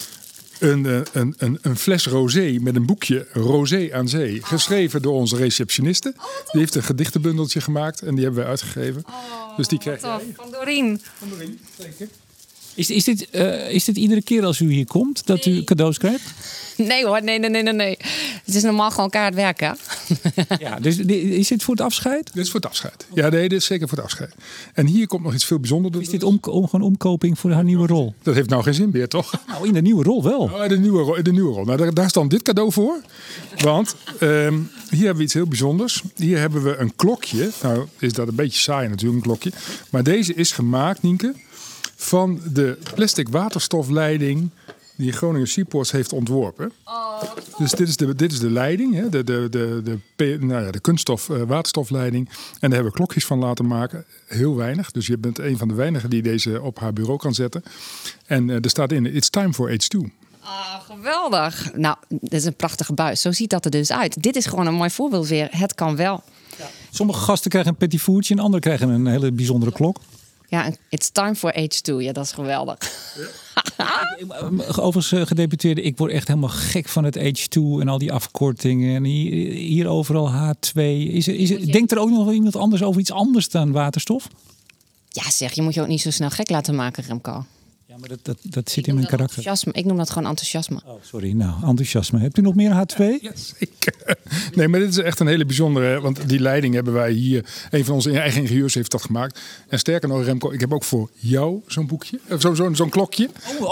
een fles rosé met een boekje Rosé aan Zee. Geschreven door onze receptioniste. Die heeft een gedichtenbundeltje gemaakt en die hebben wij uitgegeven. Dus die krijg je Van Doreen. van Doreen, zeker. Is dit iedere keer als u hier komt dat u cadeaus krijgt? Nee hoor, nee. Het is normaal gewoon kaart werken. Ja, dus is dit voor het afscheid? Dit is voor het afscheid. Ja, nee, dit is zeker voor het afscheid. En hier komt nog iets veel bijzonders. Is dit gewoon omkoping voor haar nieuwe rol? Dat heeft nou geen zin meer, toch? Nou, in de nieuwe rol wel. Oh, de nieuwe rol. Nou, daar is dan dit cadeau voor. Want hier hebben we iets heel bijzonders. Hier hebben we een klokje. Nou, is dat een beetje saai natuurlijk, een klokje. Maar deze is gemaakt, Nienke, van de plastic waterstofleiding die Groningen Seaports heeft ontworpen. Dus dit is de leiding, hè? De kunststof waterstofleiding. En daar hebben we klokjes van laten maken. Heel weinig. Dus je bent een van de weinigen die deze op haar bureau kan zetten. En er staat in, it's time for H2. Geweldig. Nou, dit is een prachtige buis. Zo ziet dat er dus uit. Dit is gewoon een mooi voorbeeld weer. Het kan wel. Sommige gasten krijgen een petit fourtje en anderen krijgen een hele bijzondere klok. Ja, it's time for H2. Ja, dat is geweldig. Overigens, gedeputeerde, ik word echt helemaal gek van het H2 en al die afkortingen. En hier overal H2. Denkt er ook nog wel iemand anders over iets anders dan waterstof? Ja zeg, je moet je ook niet zo snel gek laten maken, Remco. Ja, maar dat zit in mijn karakter. Enthousiasme. Ik noem dat gewoon enthousiasme. Oh, sorry. Nou, enthousiasme. Hebt u nog meer H2? Ja, zeker. Nee, maar dit is echt een hele bijzondere. Want die leiding hebben wij hier. Een van onze eigen ingenieurs heeft dat gemaakt. En sterker nog, Remco, ik heb ook voor jou zo'n boekje. Zo'n klokje.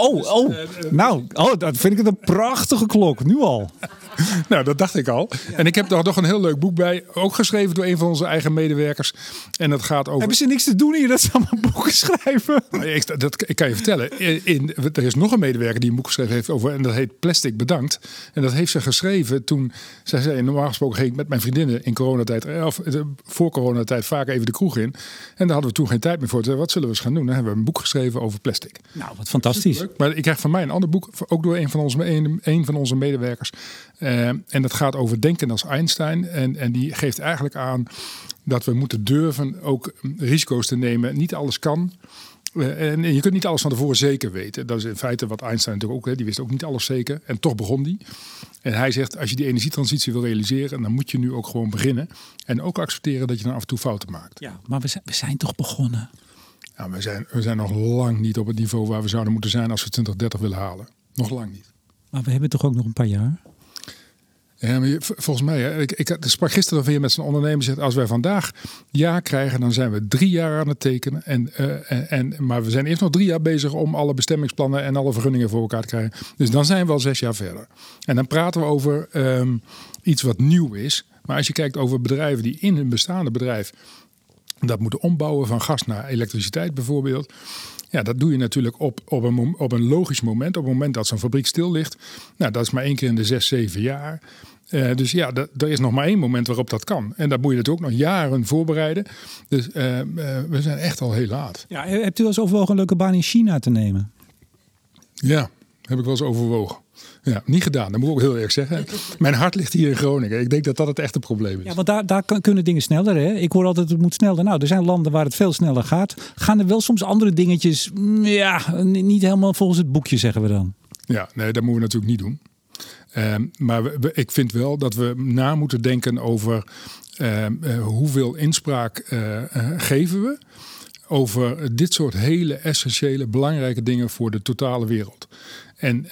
Dat vind ik een prachtige klok. Nu al. Nou, dat dacht ik al. En ik heb daar nog een heel leuk boek bij. Ook geschreven door een van onze eigen medewerkers. En dat gaat over... Hebben ze niks te doen hier dat ze allemaal boeken schrijven? Ik kan je vertellen. Er is nog een medewerker die een boek geschreven heeft over... en dat heet Plastic Bedankt. En dat heeft ze geschreven toen... Zij zei, normaal gesproken ging ik met mijn vriendinnen in coronatijd... of voor coronatijd vaak even de kroeg in. En daar hadden we toen geen tijd meer voor. Wat zullen we eens gaan doen? Dan hebben we een boek geschreven over plastic. Nou, wat fantastisch. Leuk. Maar ik krijg van mij een ander boek. Ook door een van onze medewerkers. En dat gaat over denken als Einstein. En die geeft eigenlijk aan dat we moeten durven ook risico's te nemen. Niet alles kan. En je kunt niet alles van tevoren zeker weten. Dat is in feite wat Einstein natuurlijk ook. Die wist ook niet alles zeker. En toch begon die. En hij zegt, als je die energietransitie wil realiseren... dan moet je nu ook gewoon beginnen. En ook accepteren dat je dan af en toe fouten maakt. Ja, maar we zijn toch begonnen? Ja, we zijn nog lang niet op het niveau waar we zouden moeten zijn... als we 2030 willen halen. Nog lang niet. Maar we hebben toch ook nog een paar jaar? Ja, maar volgens mij, ik sprak gisteren weer met zijn ondernemer. Zegt, als wij vandaag ja krijgen, dan zijn we 3 jaar aan het tekenen. Maar we zijn eerst nog 3 jaar bezig om alle bestemmingsplannen en alle vergunningen voor elkaar te krijgen. Dus dan zijn we al 6 jaar verder. En dan praten we over iets wat nieuw is. Maar als je kijkt over bedrijven die in hun bestaande bedrijf dat moeten ombouwen van gas naar elektriciteit bijvoorbeeld. Ja, dat doe je natuurlijk op een logisch moment. Op het moment dat zo'n fabriek stil ligt. Nou, dat is maar 1 keer in de 6, 7 jaar. Dus ja, er is nog maar 1 moment waarop dat kan. En daar moet je natuurlijk ook nog jaren voorbereiden. Dus we zijn echt al heel laat. Ja, hebt u wel eens overwogen een leuke baan in China te nemen? Ja, heb ik wel eens overwogen. Ja, niet gedaan, dat moet ik ook heel erg zeggen. Mijn hart ligt hier in Groningen. Ik denk dat dat het echte probleem is. Ja, want daar kunnen dingen sneller. Hè? Ik hoor altijd, het moet sneller. Nou, er zijn landen waar het veel sneller gaat. Gaan er wel soms andere dingetjes, niet helemaal volgens het boekje, zeggen we dan. Ja, nee, dat moeten we natuurlijk niet doen. Maar ik vind wel dat we na moeten denken over hoeveel inspraak geven we over dit soort hele essentiële, belangrijke dingen voor de totale wereld. En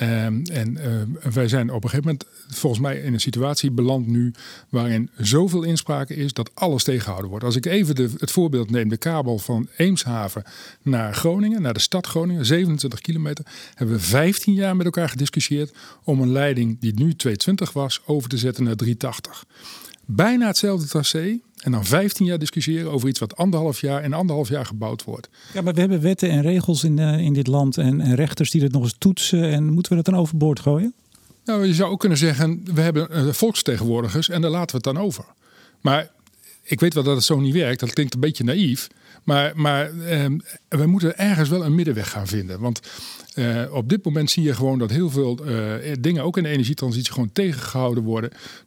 wij zijn op een gegeven moment volgens mij in een situatie beland nu waarin zoveel inspraak is dat alles tegengehouden wordt. Als ik even het voorbeeld neem, de kabel van Eemshaven naar Groningen, naar de stad Groningen, 27 kilometer, hebben we 15 jaar met elkaar gediscussieerd om een leiding die nu 220 was over te zetten naar 380. Bijna hetzelfde tracé. En dan 15 jaar discussiëren over iets wat 1,5 jaar en 1,5 jaar gebouwd wordt. Ja, maar we hebben wetten en regels in dit land en rechters die dat nog eens toetsen. En moeten we dat dan overboord gooien? Nou, je zou ook kunnen zeggen, we hebben volksvertegenwoordigers en daar laten we het dan over. Maar ik weet wel dat het zo niet werkt. Dat klinkt een beetje naïef. Maar we moeten ergens wel een middenweg gaan vinden. Want op dit moment zie je gewoon dat heel veel dingen, ook in de energietransitie, gewoon tegengehouden worden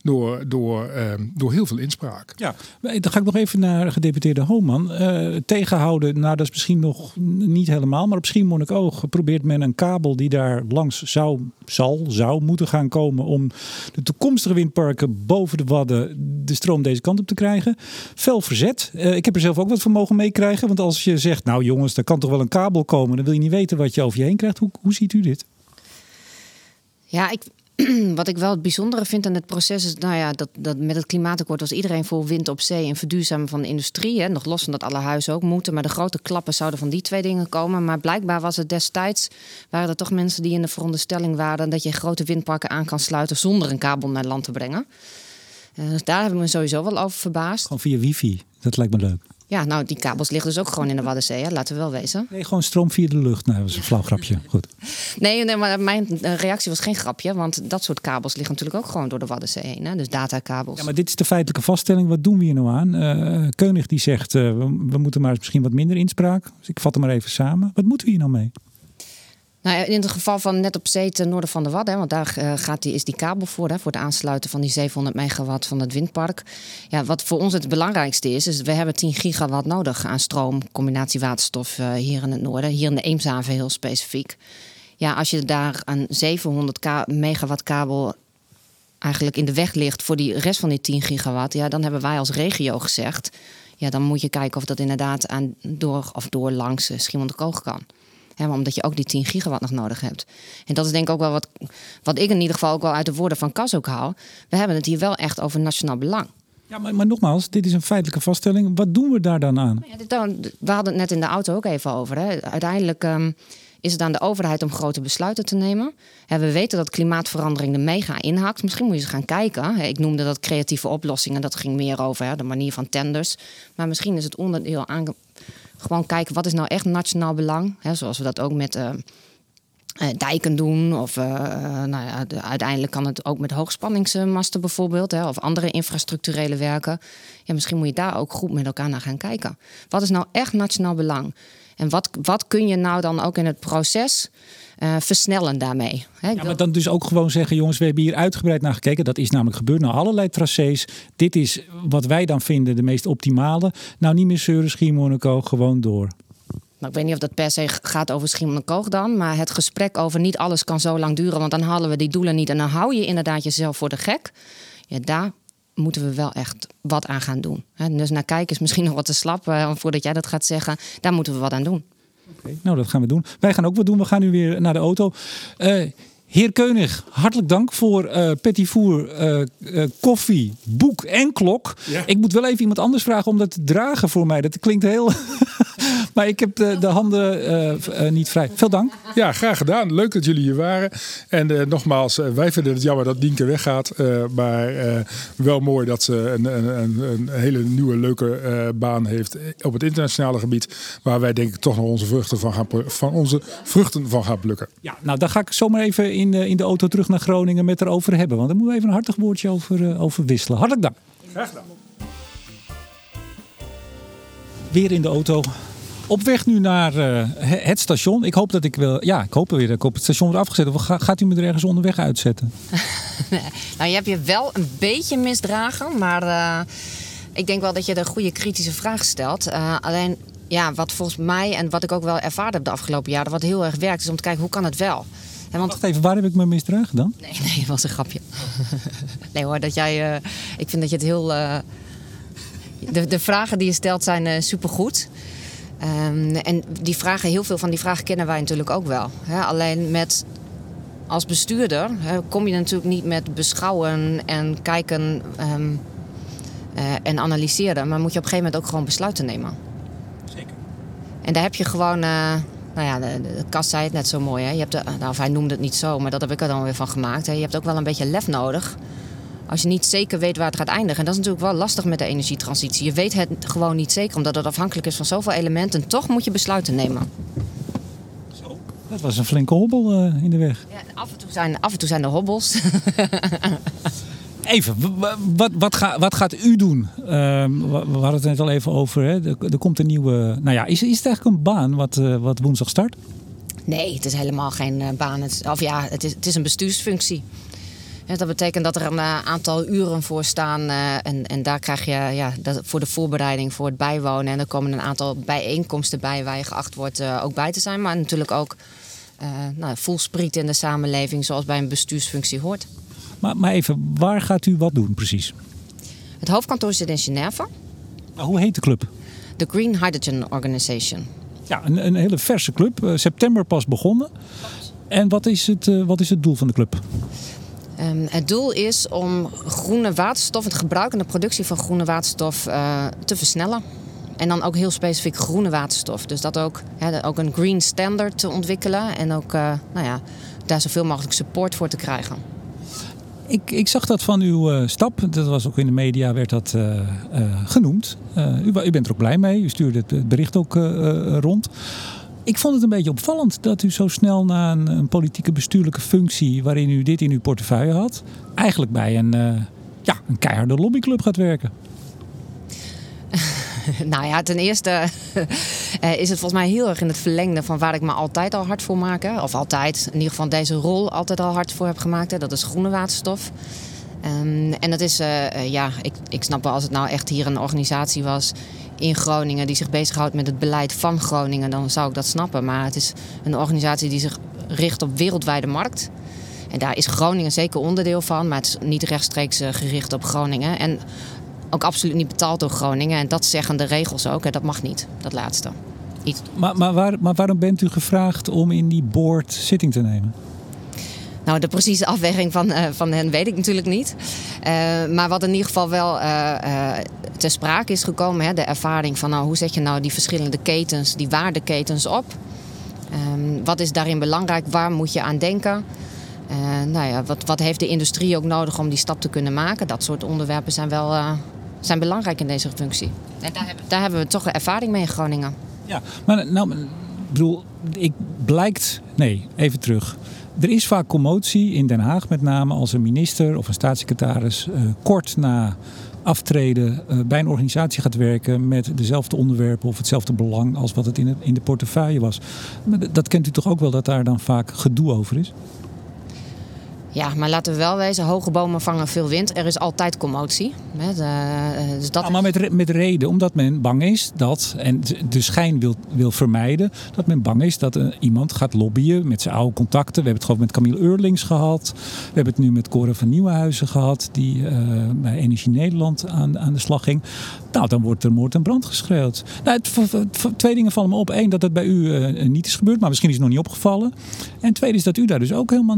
door heel veel inspraak. Ja, dan ga ik nog even naar gedeputeerde Homan. Tegenhouden, nou dat is misschien nog niet helemaal, maar op Schiermonnikoog probeert men een kabel die daar langs zou moeten gaan komen om de toekomstige windparken boven de Wadden de stroom deze kant op te krijgen. Fel verzet. Ik heb er zelf ook wat van mogen meekrijgen, want als je zegt, nou jongens, daar kan toch wel een kabel komen, dan wil je niet weten wat je over je heen krijgt. Hoe ziet u dit? Ja, wat ik wel het bijzondere vind aan het proces is, dat met het klimaatakkoord was iedereen voor wind op zee en verduurzamen van de industrie. Hè. Nog los van dat alle huizen ook moeten. Maar de grote klappen zouden van die twee dingen komen. Maar blijkbaar was het destijds, waren er toch mensen die in de veronderstelling waren dat je grote windparken aan kan sluiten zonder een kabel naar land te brengen. Dus daar hebben we me sowieso wel over verbaasd. Gewoon via wifi. Dat lijkt me leuk. Ja, nou, die kabels liggen dus ook gewoon in de Waddenzee, hè? Laten we wel wezen. Nee, gewoon stroom via de lucht. Nou, dat was een flauw grapje. Goed. Nee, maar mijn reactie was geen grapje. Want dat soort kabels liggen natuurlijk ook gewoon door de Waddenzee heen. Hè? Dus datakabels. Ja, maar dit is de feitelijke vaststelling. Wat doen we hier nou aan? Koenig die zegt, we moeten maar misschien wat minder inspraak. Dus ik vat hem maar even samen. Wat moeten we hier nou mee? Nou, in het geval van net op zee ten noorden van de Wadden, want daar is die kabel voor het aansluiten van die 700 megawatt van het windpark. Ja, wat voor ons het belangrijkste is we hebben 10 gigawatt nodig aan stroom, combinatie waterstof hier in het noorden, hier in de Eemshaven heel specifiek. Ja, als je daar een 700 megawatt kabel eigenlijk in de weg ligt voor die rest van die 10 gigawatt, ja, dan hebben wij als regio gezegd, ja, dan moet je kijken of dat inderdaad door langs Schiermonnikoog kan. He, omdat je ook die 10 gigawatt nog nodig hebt. En dat is denk ik ook wel wat ik in ieder geval ook wel uit de woorden van Cas ook haal. We hebben het hier wel echt over nationaal belang. Ja, maar nogmaals, dit is een feitelijke vaststelling. Wat doen we daar dan aan? Ja, we hadden het net in de auto ook even over. Hè. Uiteindelijk is het aan de overheid om grote besluiten te nemen. We weten dat klimaatverandering er mega inhakt. Misschien moet je eens gaan kijken. Ik noemde dat creatieve oplossingen. Dat ging meer over de manier van tenders. Maar misschien is het onderdeel aan... Gewoon kijken, wat is nou echt nationaal belang? Zoals we dat ook met dijken doen. Of uiteindelijk kan het ook met hoogspanningsmasten bijvoorbeeld. Of andere infrastructurele werken. Ja, misschien moet je daar ook goed met elkaar naar gaan kijken. Wat is nou echt nationaal belang? En wat kun je nou dan ook in het proces versnellen daarmee? Ja, maar dan dus ook gewoon zeggen, jongens, we hebben hier uitgebreid naar gekeken. Dat is namelijk gebeurd naar allerlei tracés. Dit is wat wij dan vinden de meest optimale. Nou, niet meer zeuren, Schiermonnikoog, gewoon door. Nou, ik weet niet of dat per se gaat over Schiermonnikoog dan. Maar het gesprek over niet alles kan zo lang duren. Want dan halen we die doelen niet. En dan hou je inderdaad jezelf voor de gek. Ja, daar moeten we wel echt wat aan gaan doen. Dus naar kijken is misschien nog wat te slap. Voordat jij dat gaat zeggen, daar moeten we wat aan doen. Okay, nou, dat gaan we doen. Wij gaan ook wat doen. We gaan nu weer naar de auto. Heer Koenig, hartelijk dank voor petit four, koffie, boek en klok. Ja. Ik moet wel even iemand anders vragen om dat te dragen voor mij. Dat klinkt heel... Maar ik heb de handen niet vrij. Veel dank. Ja, graag gedaan. Leuk dat jullie hier waren. En nogmaals, wij vinden het jammer dat Nienke weggaat. Maar wel mooi dat ze een hele nieuwe leuke baan heeft op het internationale gebied. Waar wij denk ik toch nog onze vruchten van gaan plukken. Ja, nou daar ga ik zomaar even in de auto terug naar Groningen met erover hebben. Want daar moeten we even een hartig woordje over wisselen. Hartelijk dank. Graag gedaan. Weer in de auto. Op weg nu naar het station. Ik hoop dat ik op het station word afgezet. Of gaat u me er ergens onderweg uitzetten? Nou, je hebt je wel een beetje misdragen. Maar ik denk wel dat je de goede kritische vraag stelt. Alleen, ja, wat volgens mij en wat ik ook wel ervaren heb de afgelopen jaren, wat heel erg werkt, is om te kijken hoe kan het wel. Wacht even, waar heb ik me misdragen dan? Nee, dat was een grapje. Nee hoor, ik vind dat je het heel... De vragen die je stelt zijn supergoed. En heel veel van die vragen kennen wij natuurlijk ook wel. Alleen als bestuurder kom je natuurlijk niet met beschouwen en kijken en analyseren. Maar moet je op een gegeven moment ook gewoon besluiten nemen. Zeker. En daar heb je gewoon... de Cas zei het net zo mooi. Hè? Je hebt of hij noemde het niet zo, maar dat heb ik er dan weer van gemaakt. Hè? Je hebt ook wel een beetje lef nodig. Als je niet zeker weet waar het gaat eindigen. En dat is natuurlijk wel lastig met de energietransitie. Je weet het gewoon niet zeker, omdat het afhankelijk is van zoveel elementen. Toch moet je besluiten nemen. Zo, dat was een flinke hobbel in de weg. Ja, af en toe zijn er hobbels. Even, wat gaat u doen? We hadden het net al even over. Hè? Er komt een nieuwe... Nou ja, is het eigenlijk een baan wat woensdag start? Nee, het is helemaal geen baan. Het is een bestuursfunctie. Dat betekent dat er een aantal uren voor staan. En daar krijg je voor de voorbereiding, voor het bijwonen. En er komen een aantal bijeenkomsten bij waar je geacht wordt ook bij te zijn. Maar natuurlijk ook voelspriet in de samenleving zoals bij een bestuursfunctie hoort. Maar even, waar gaat u wat doen precies? Het hoofdkantoor zit in Genève. Hoe heet de club? De Green Hydrogen Organization. Ja, een hele verse club. September pas begonnen. En wat is het doel van de club? Het doel is om groene waterstof, het gebruik en de productie van groene waterstof te versnellen. En dan ook heel specifiek groene waterstof. Dus dat ook een green standard te ontwikkelen. En ook daar zoveel mogelijk support voor te krijgen. Ik zag dat van uw stap. Dat was ook in de media, werd dat genoemd. U bent er ook blij mee. U stuurde het bericht ook rond. Ik vond het een beetje opvallend dat u zo snel na een politieke bestuurlijke functie... waarin u dit in uw portefeuille had... eigenlijk bij een keiharde lobbyclub gaat werken. Nou ja, ten eerste is het volgens mij heel erg in het verlengde van waar ik me altijd al hard voor maak. Of altijd, in ieder geval deze rol altijd al hard voor heb gemaakt. Dat is groene waterstof. En dat is, ik snap wel als het nou echt hier een organisatie was in Groningen die zich bezighoudt met het beleid van Groningen, dan zou ik dat snappen. Maar het is een organisatie die zich richt op wereldwijde markt. En daar is Groningen zeker onderdeel van, maar het is niet rechtstreeks gericht op Groningen. En ook absoluut niet betaald door Groningen. En dat zeggen de regels ook. En dat mag niet, dat laatste. Maar waarom bent u gevraagd om in die board zitting te nemen? Nou, de precieze afweging van hen weet ik natuurlijk niet. Maar wat in ieder geval wel ter sprake is gekomen... de ervaring van hoe zet je nou die verschillende ketens, die waardeketens op? Wat is daarin belangrijk? Waar moet je aan denken? Wat heeft de industrie ook nodig om die stap te kunnen maken? Dat soort onderwerpen zijn belangrijk in deze functie. En daar hebben we toch ervaring mee in Groningen. Ja, maar even terug. Er is vaak commotie in Den Haag, met name als een minister of een staatssecretaris kort na aftreden bij een organisatie gaat werken met dezelfde onderwerpen of hetzelfde belang als wat het in de portefeuille was. Dat kent u toch ook wel, dat daar dan vaak gedoe over is? Ja, maar laten we wel wezen, hoge bomen vangen veel wind. Er is altijd commotie. Dus dat maar met reden, omdat men bang is dat, en de schijn wil vermijden, dat men bang is dat iemand gaat lobbyen met zijn oude contacten. We hebben het gewoon met Camille Eurlings gehad. We hebben het nu met Cora van Nieuwenhuizen gehad, die bij Energie Nederland aan de slag ging. Nou, dan wordt er moord en brand geschreeuwd. Nou, twee dingen vallen me op. Eén, dat het bij u niet is gebeurd, maar misschien is het nog niet opgevallen. En tweede is dat u daar dus ook helemaal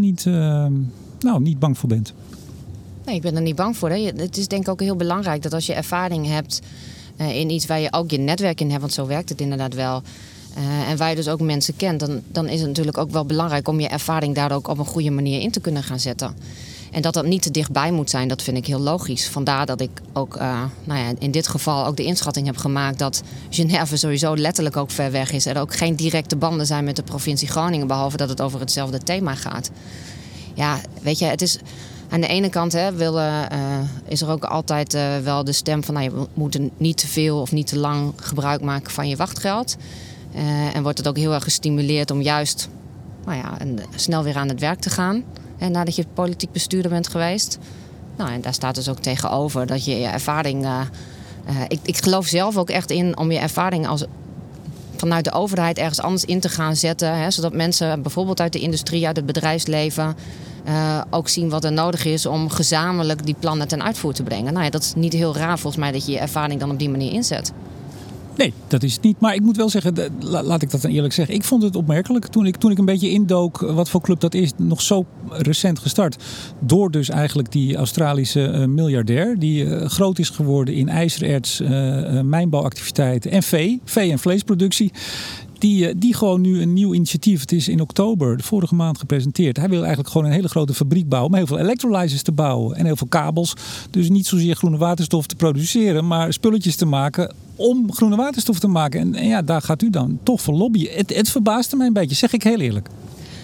niet bang voor bent. Nee, ik ben er niet bang voor. Hè. Het is denk ik ook heel belangrijk dat als je ervaring hebt in iets waar je ook je netwerk in hebt, want zo werkt het inderdaad wel. En waar je dus ook mensen kent, dan is het natuurlijk ook wel belangrijk om je ervaring daar ook op een goede manier in te kunnen gaan zetten. En dat niet te dichtbij moet zijn, dat vind ik heel logisch. Vandaar dat ik ook in dit geval ook de inschatting heb gemaakt dat Genève sowieso letterlijk ook ver weg is. Er ook geen directe banden zijn met de provincie Groningen, behalve dat het over hetzelfde thema gaat. Ja, weet je, het is aan de ene kant is er ook altijd wel de stem van je moet niet te veel of niet te lang gebruik maken van je wachtgeld. En wordt het ook heel erg gestimuleerd om juist snel weer aan het werk te gaan. En nadat je politiek bestuurder bent geweest. Nou, en daar staat dus ook tegenover dat je ervaring... Ik geloof zelf ook echt in om je ervaring vanuit de overheid ergens anders in te gaan zetten. Zodat mensen bijvoorbeeld uit de industrie, uit het bedrijfsleven ook zien wat er nodig is om gezamenlijk die plannen ten uitvoer te brengen. Nou ja, dat is niet heel raar volgens mij dat je je ervaring dan op die manier inzet. Nee, dat is het niet. Maar ik moet wel zeggen, laat ik dat dan eerlijk zeggen. Ik vond het opmerkelijk toen ik een beetje indook wat voor club dat is. Nog zo recent gestart. Door dus eigenlijk die Australische miljardair. Die groot is geworden in ijzererts, mijnbouwactiviteiten en vee en vleesproductie. Die gewoon nu een nieuw initiatief. Het is in oktober, de vorige maand, gepresenteerd. Hij wil eigenlijk gewoon een hele grote fabriek bouwen. Om heel veel electrolyzers te bouwen. En heel veel kabels. Dus niet zozeer groene waterstof te produceren. Maar spulletjes te maken om groene waterstof te maken. En ja, daar gaat u dan toch voor lobbyen. Het verbaasde mij een beetje, zeg ik heel eerlijk.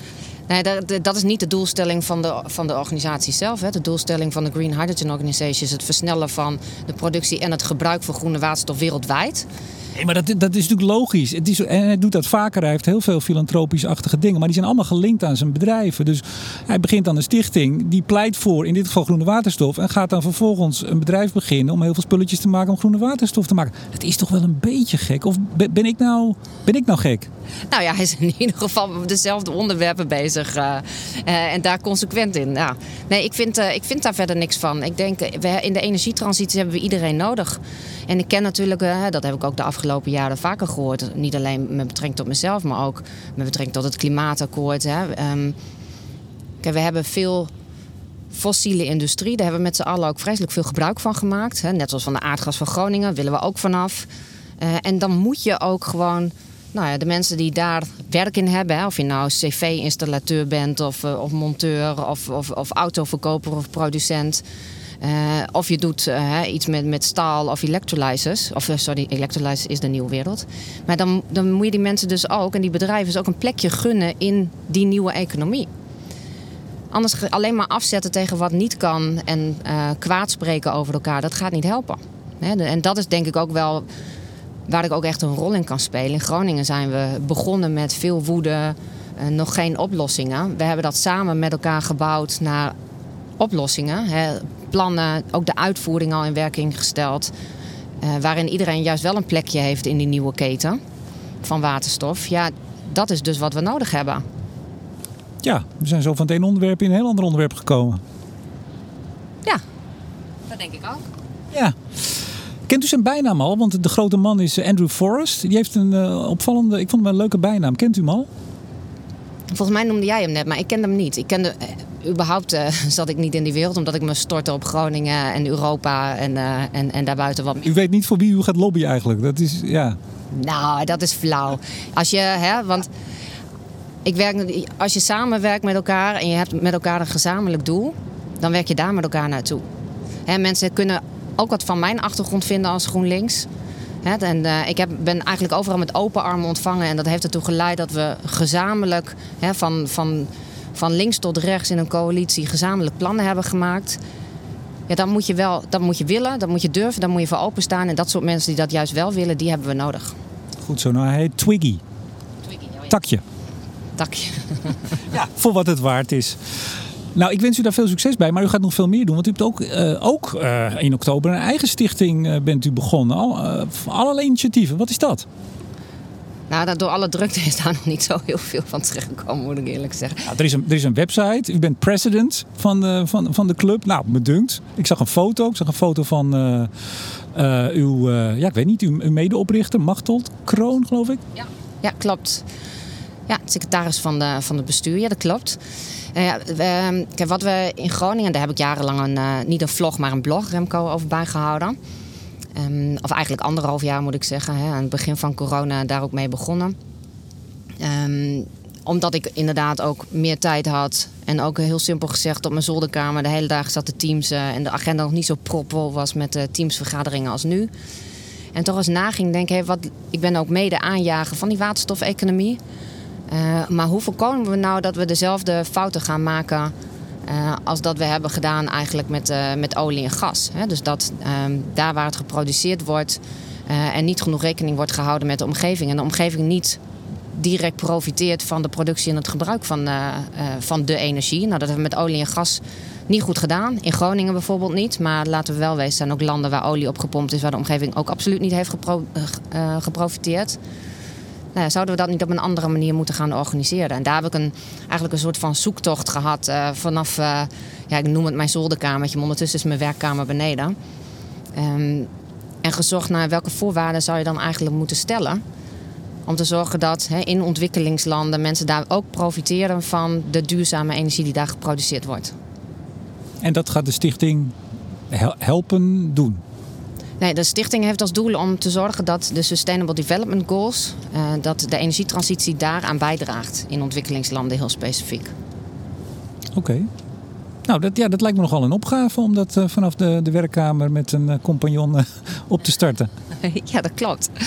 Nee, dat is niet de doelstelling van de organisatie zelf. Hè. De doelstelling van de Green Hydrogen Organization is het versnellen van de productie en het gebruik van groene waterstof wereldwijd. Nee, maar dat is natuurlijk logisch. En hij doet dat vaker. Hij heeft heel veel filantropisch-achtige dingen. Maar die zijn allemaal gelinkt aan zijn bedrijven. Dus hij begint aan een stichting. Die pleit voor, in dit geval groene waterstof. En gaat dan vervolgens een bedrijf beginnen om heel veel spulletjes te maken om groene waterstof te maken. Het is toch wel een beetje gek? Of ben ik nou gek? Nou ja, hij is in ieder geval met dezelfde onderwerpen bezig. En daar consequent in. Ja. Nee, ik vind daar verder niks van. Ik denk, in de energietransitie hebben we iedereen nodig. En ik ken natuurlijk, dat heb ik ook de afgelopen jaren vaker gehoord. Niet alleen met betrekking tot mezelf, maar ook met betrekking tot het klimaatakkoord. Kijk, we hebben veel fossiele industrie. Daar hebben we met z'n allen ook vreselijk veel gebruik van gemaakt. Net zoals van de aardgas van Groningen, willen we ook vanaf. En dan moet je ook gewoon de mensen die daar werk in hebben, of je nou cv-installateur bent of monteur of autoverkoper of producent. Of je doet iets met staal of electrolyzers. Electrolyzers is de nieuwe wereld. Maar dan moet je die mensen dus ook, en die bedrijven dus ook een plekje gunnen in die nieuwe economie. Anders alleen maar afzetten tegen wat niet kan en kwaad spreken over elkaar, dat gaat niet helpen. En dat is denk ik ook wel waar ik ook echt een rol in kan spelen. In Groningen zijn we begonnen met veel woede, nog geen oplossingen. We hebben dat samen met elkaar gebouwd naar oplossingen. Plannen, ook de uitvoering al in werking gesteld. Waarin iedereen juist wel een plekje heeft in die nieuwe keten van waterstof. Ja, dat is dus wat we nodig hebben. Ja, we zijn zo van het ene onderwerp in een heel ander onderwerp gekomen. Ja, dat denk ik ook. Ja. Kent u zijn bijnaam al? Want de grote man is Andrew Forrest. Die heeft een opvallende, ik vond hem een leuke bijnaam. Kent u hem al? Volgens mij noemde jij hem net, maar ik kende hem niet. Überhaupt zat ik niet in die wereld, omdat ik me stortte op Groningen en Europa en daarbuiten wat. U weet niet voor wie u gaat lobbyen eigenlijk. Dat is, ja. Nou, dat is flauw. Als je samenwerkt met elkaar en je hebt met elkaar een gezamenlijk doel, dan werk je daar met elkaar naartoe. Mensen kunnen ook wat van mijn achtergrond vinden als GroenLinks. Ik ben eigenlijk overal met open armen ontvangen. En dat heeft ertoe geleid dat we gezamenlijk van links tot rechts in een coalitie gezamenlijk plannen hebben gemaakt. Ja, dat moet je willen, dat moet je durven, daar moet je voor openstaan. En dat soort mensen die dat juist wel willen, die hebben we nodig. Goed zo, nou hij heet Twiggy. Takje. Ja, voor wat het waard is. Nou, ik wens u daar veel succes bij, maar u gaat nog veel meer doen. Want u hebt ook in oktober een eigen stichting bent u begonnen. Allerlei initiatieven. Wat is dat? Nou, door alle drukte is daar nog niet zo heel veel van terechtgekomen, moet ik eerlijk zeggen. Nou, er is een website. U bent president van de club. Nou, me dunkt. Ik zag een foto van uw medeoprichter, Machteld Kroon, geloof ik. Ja, klopt. Ja, secretaris van het bestuur. Ja, dat klopt. Kijk, wat we in Groningen, daar heb ik jarenlang niet een vlog, maar een blog, Remco, over bijgehouden. Of eigenlijk 1,5 jaar moet ik zeggen. Aan het begin van corona daar ook mee begonnen. Omdat ik inderdaad ook meer tijd had. En ook heel simpel gezegd op mijn zolderkamer de hele dag zat te teamsen. En de agenda nog niet zo propvol was met de teamsvergaderingen als nu. En toch eens naging, denk ik, ik ben ook mede aanjager van die waterstofeconomie. Maar hoe voorkomen we nou dat we dezelfde fouten gaan maken als dat we hebben gedaan eigenlijk met olie en gas? Dus dat daar waar het geproduceerd wordt en niet genoeg rekening wordt gehouden met de omgeving. En de omgeving niet direct profiteert van de productie en het gebruik van de energie. Nou, dat hebben we met olie en gas niet goed gedaan. In Groningen bijvoorbeeld niet. Maar laten we wel wezen, er zijn ook landen waar olie opgepompt is, waar de omgeving ook absoluut niet heeft geprofiteerd. Nou, zouden we dat niet op een andere manier moeten gaan organiseren? En daar heb ik eigenlijk een soort van zoektocht gehad vanaf, ik noem het mijn zolderkamertje, maar ondertussen is mijn werkkamer beneden. En gezocht naar welke voorwaarden zou je dan eigenlijk moeten stellen om te zorgen dat in ontwikkelingslanden mensen daar ook profiteren van de duurzame energie die daar geproduceerd wordt. En dat gaat de stichting helpen doen? Nee, de stichting heeft als doel om te zorgen dat de Sustainable Development Goals, dat de energietransitie daaraan bijdraagt in ontwikkelingslanden heel specifiek. Oké. Nou, dat lijkt me nogal een opgave om dat vanaf de werkkamer met een compagnon op te starten. Ja, dat klopt.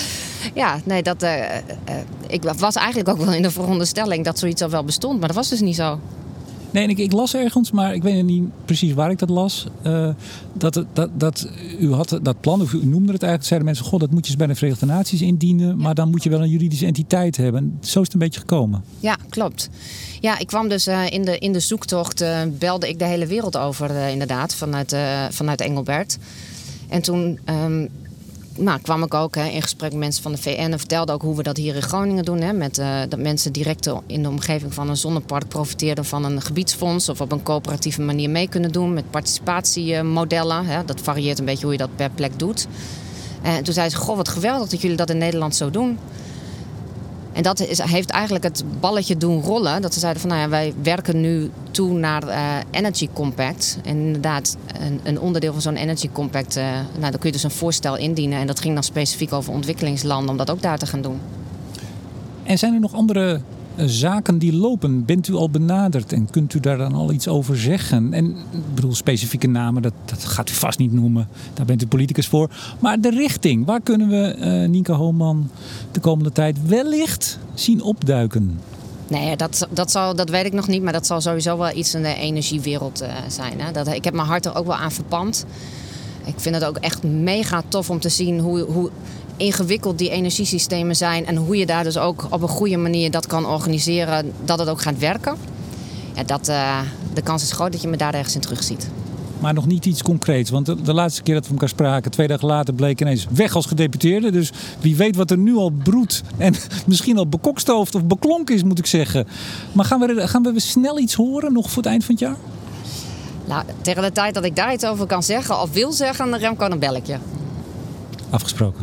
Ja, nee, ik was eigenlijk ook wel in de veronderstelling dat zoiets al wel bestond. Maar dat was dus niet zo. Nee, ik las ergens, maar ik weet niet precies waar ik dat las. Dat u had dat plan, of u noemde het eigenlijk. Zeiden mensen, god, dat moet je eens bij de Verenigde Naties indienen. Maar dan moet je wel een juridische entiteit hebben. Zo is het een beetje gekomen. Ja, klopt. Ja, ik kwam dus in de zoektocht, belde ik de hele wereld over inderdaad, vanuit Engelbert. En toen kwam ik ook in gesprek met mensen van de VN en vertelde ook hoe we dat hier in Groningen doen. Hè, met dat mensen direct in de omgeving van een zonnepark profiteerden van een gebiedsfonds of op een coöperatieve manier mee kunnen doen met participatiemodellen. Hè. Dat varieert een beetje hoe je dat per plek doet. En toen zei ze, goh, wat geweldig dat jullie dat in Nederland zo doen. En dat heeft eigenlijk het balletje doen rollen. Dat ze zeiden van, wij werken nu toe naar Energy Compact. En inderdaad, een onderdeel van zo'n Energy Compact, dan kun je dus een voorstel indienen. En dat ging dan specifiek over ontwikkelingslanden, om dat ook daar te gaan doen. En zijn er nog andere zaken die lopen? Bent u al benaderd en kunt u daar dan al iets over zeggen? En ik bedoel, specifieke namen, dat gaat u vast niet noemen. Daar bent u politicus voor. Maar de richting, waar kunnen we Nienke Hooman de komende tijd wellicht zien opduiken? Nee, dat weet ik nog niet. Maar dat zal sowieso wel iets in de energiewereld zijn. Hè? Ik heb mijn hart er ook wel aan verpand. Ik vind het ook echt mega tof om te zien hoe ingewikkeld die energiesystemen zijn. En hoe je daar dus ook op een goede manier dat kan organiseren. Dat het ook gaat werken. Ja, de kans is groot dat je me daar ergens in terugziet. Maar nog niet iets concreets. Want de laatste keer dat we elkaar spraken, 2 dagen later, bleek ineens weg als gedeputeerde. Dus wie weet wat er nu al broedt. En misschien al bekokstoofd of beklonken is, moet ik zeggen. Maar gaan we snel iets horen, nog voor het eind van het jaar? Nou, tegen de tijd dat ik daar iets over kan zeggen of wil zeggen, dan Remco, een belletje. Afgesproken.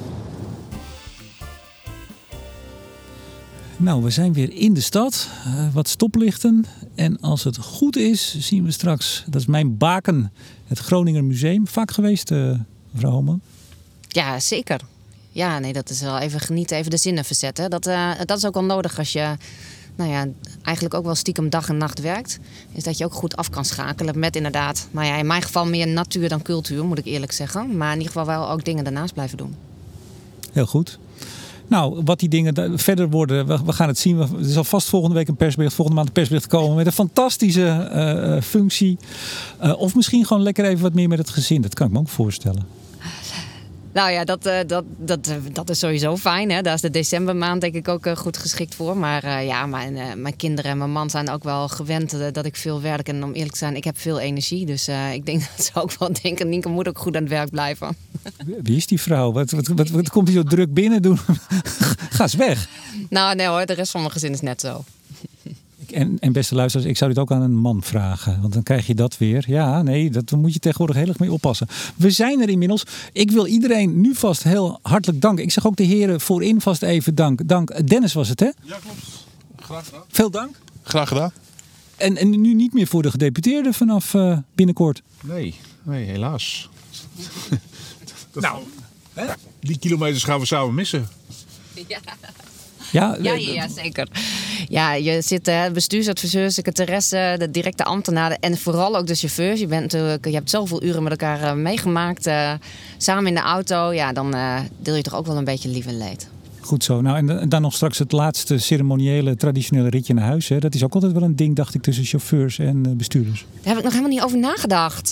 Nou, we zijn weer in de stad. Wat stoplichten. En als het goed is, zien we straks, dat is mijn baken, het Groninger Museum. Vaak geweest, mevrouw Hooman? Ja, zeker. Ja, nee, dat is wel even genieten, even de zinnen verzetten. Dat is ook wel nodig als je eigenlijk ook wel stiekem dag en nacht werkt. Is dat je ook goed af kan schakelen met inderdaad, in mijn geval meer natuur dan cultuur, moet ik eerlijk zeggen. Maar in ieder geval wel ook dingen daarnaast blijven doen. Heel goed. Nou, wat die dingen verder worden, we gaan het zien. Er zal vast volgende week volgende maand een persbericht komen met een fantastische functie. Of misschien gewoon lekker even wat meer met het gezin. Dat kan ik me ook voorstellen. Nou ja, dat is sowieso fijn. Hè? Daar is de decembermaand denk ik ook goed geschikt voor. Maar mijn kinderen en mijn man zijn ook wel gewend dat ik veel werk. En om eerlijk te zijn, ik heb veel energie. Dus ik denk dat ze ook wel denken, Nienke moet ook goed aan het werk blijven. Wie is die vrouw? Wat komt hij zo druk binnen doen? Ga eens weg. Nou nee hoor, de rest van mijn gezin is net zo. En beste luisteraars, ik zou dit ook aan een man vragen. Want dan krijg je dat weer. Ja, nee, daar moet je tegenwoordig heel erg mee oppassen. We zijn er inmiddels. Ik wil iedereen nu vast heel hartelijk danken. Ik zeg ook de heren voorin vast even dank. Dennis was het, hè? Ja, klopt. Graag gedaan. Veel dank. Graag gedaan. En nu niet meer voor de gedeputeerde vanaf binnenkort? Nee, helaas. Die kilometers gaan we samen missen. Ja. Ja, zeker. Ja, je zit bestuursadviseur, secretaresse, de directe ambtenaren en vooral ook de chauffeurs. Je hebt zoveel uren met elkaar meegemaakt, samen in de auto. Ja, dan deel je toch ook wel een beetje lief en leed. Goed zo. Nou, en dan nog straks het laatste ceremoniële, traditionele ritje naar huis. Hè. Dat is ook altijd wel een ding, dacht ik, tussen chauffeurs en bestuurders. Daar heb ik nog helemaal niet over nagedacht.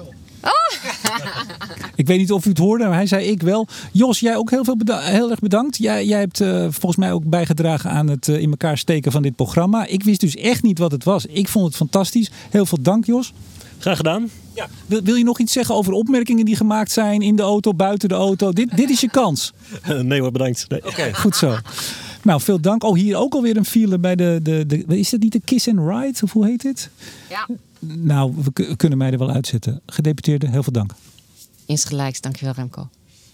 Ik weet niet of u het hoorde, maar hij zei ik wel. Jos, jij ook heel erg bedankt. Jij hebt volgens mij ook bijgedragen aan het in elkaar steken van dit programma. Ik wist dus echt niet wat het was. Ik vond het fantastisch. Heel veel dank, Jos. Graag gedaan. Ja. Wil je nog iets zeggen over opmerkingen die gemaakt zijn in de auto, buiten de auto? Dit is je kans. Nee hoor, bedankt. Nee. Oké, goed zo. Nou, veel dank. Oh, hier ook alweer een file bij de is dat niet de Kiss and Ride? Of hoe heet dit? Ja. Nou, we kunnen mij er wel uitzetten. Gedeputeerde, heel veel dank. Insgelijks, dankjewel Remco.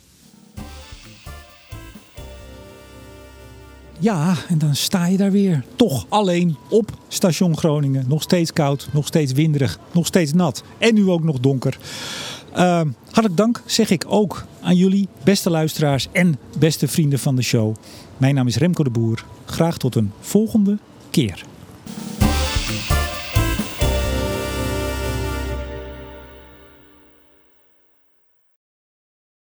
Ja, en dan sta je daar weer. Toch alleen op station Groningen. Nog steeds koud, nog steeds winderig, nog steeds nat. En nu ook nog donker. Hartelijk dank zeg ik ook aan jullie, beste luisteraars en beste vrienden van de show. Mijn naam is Remco de Boer. Graag tot een volgende keer.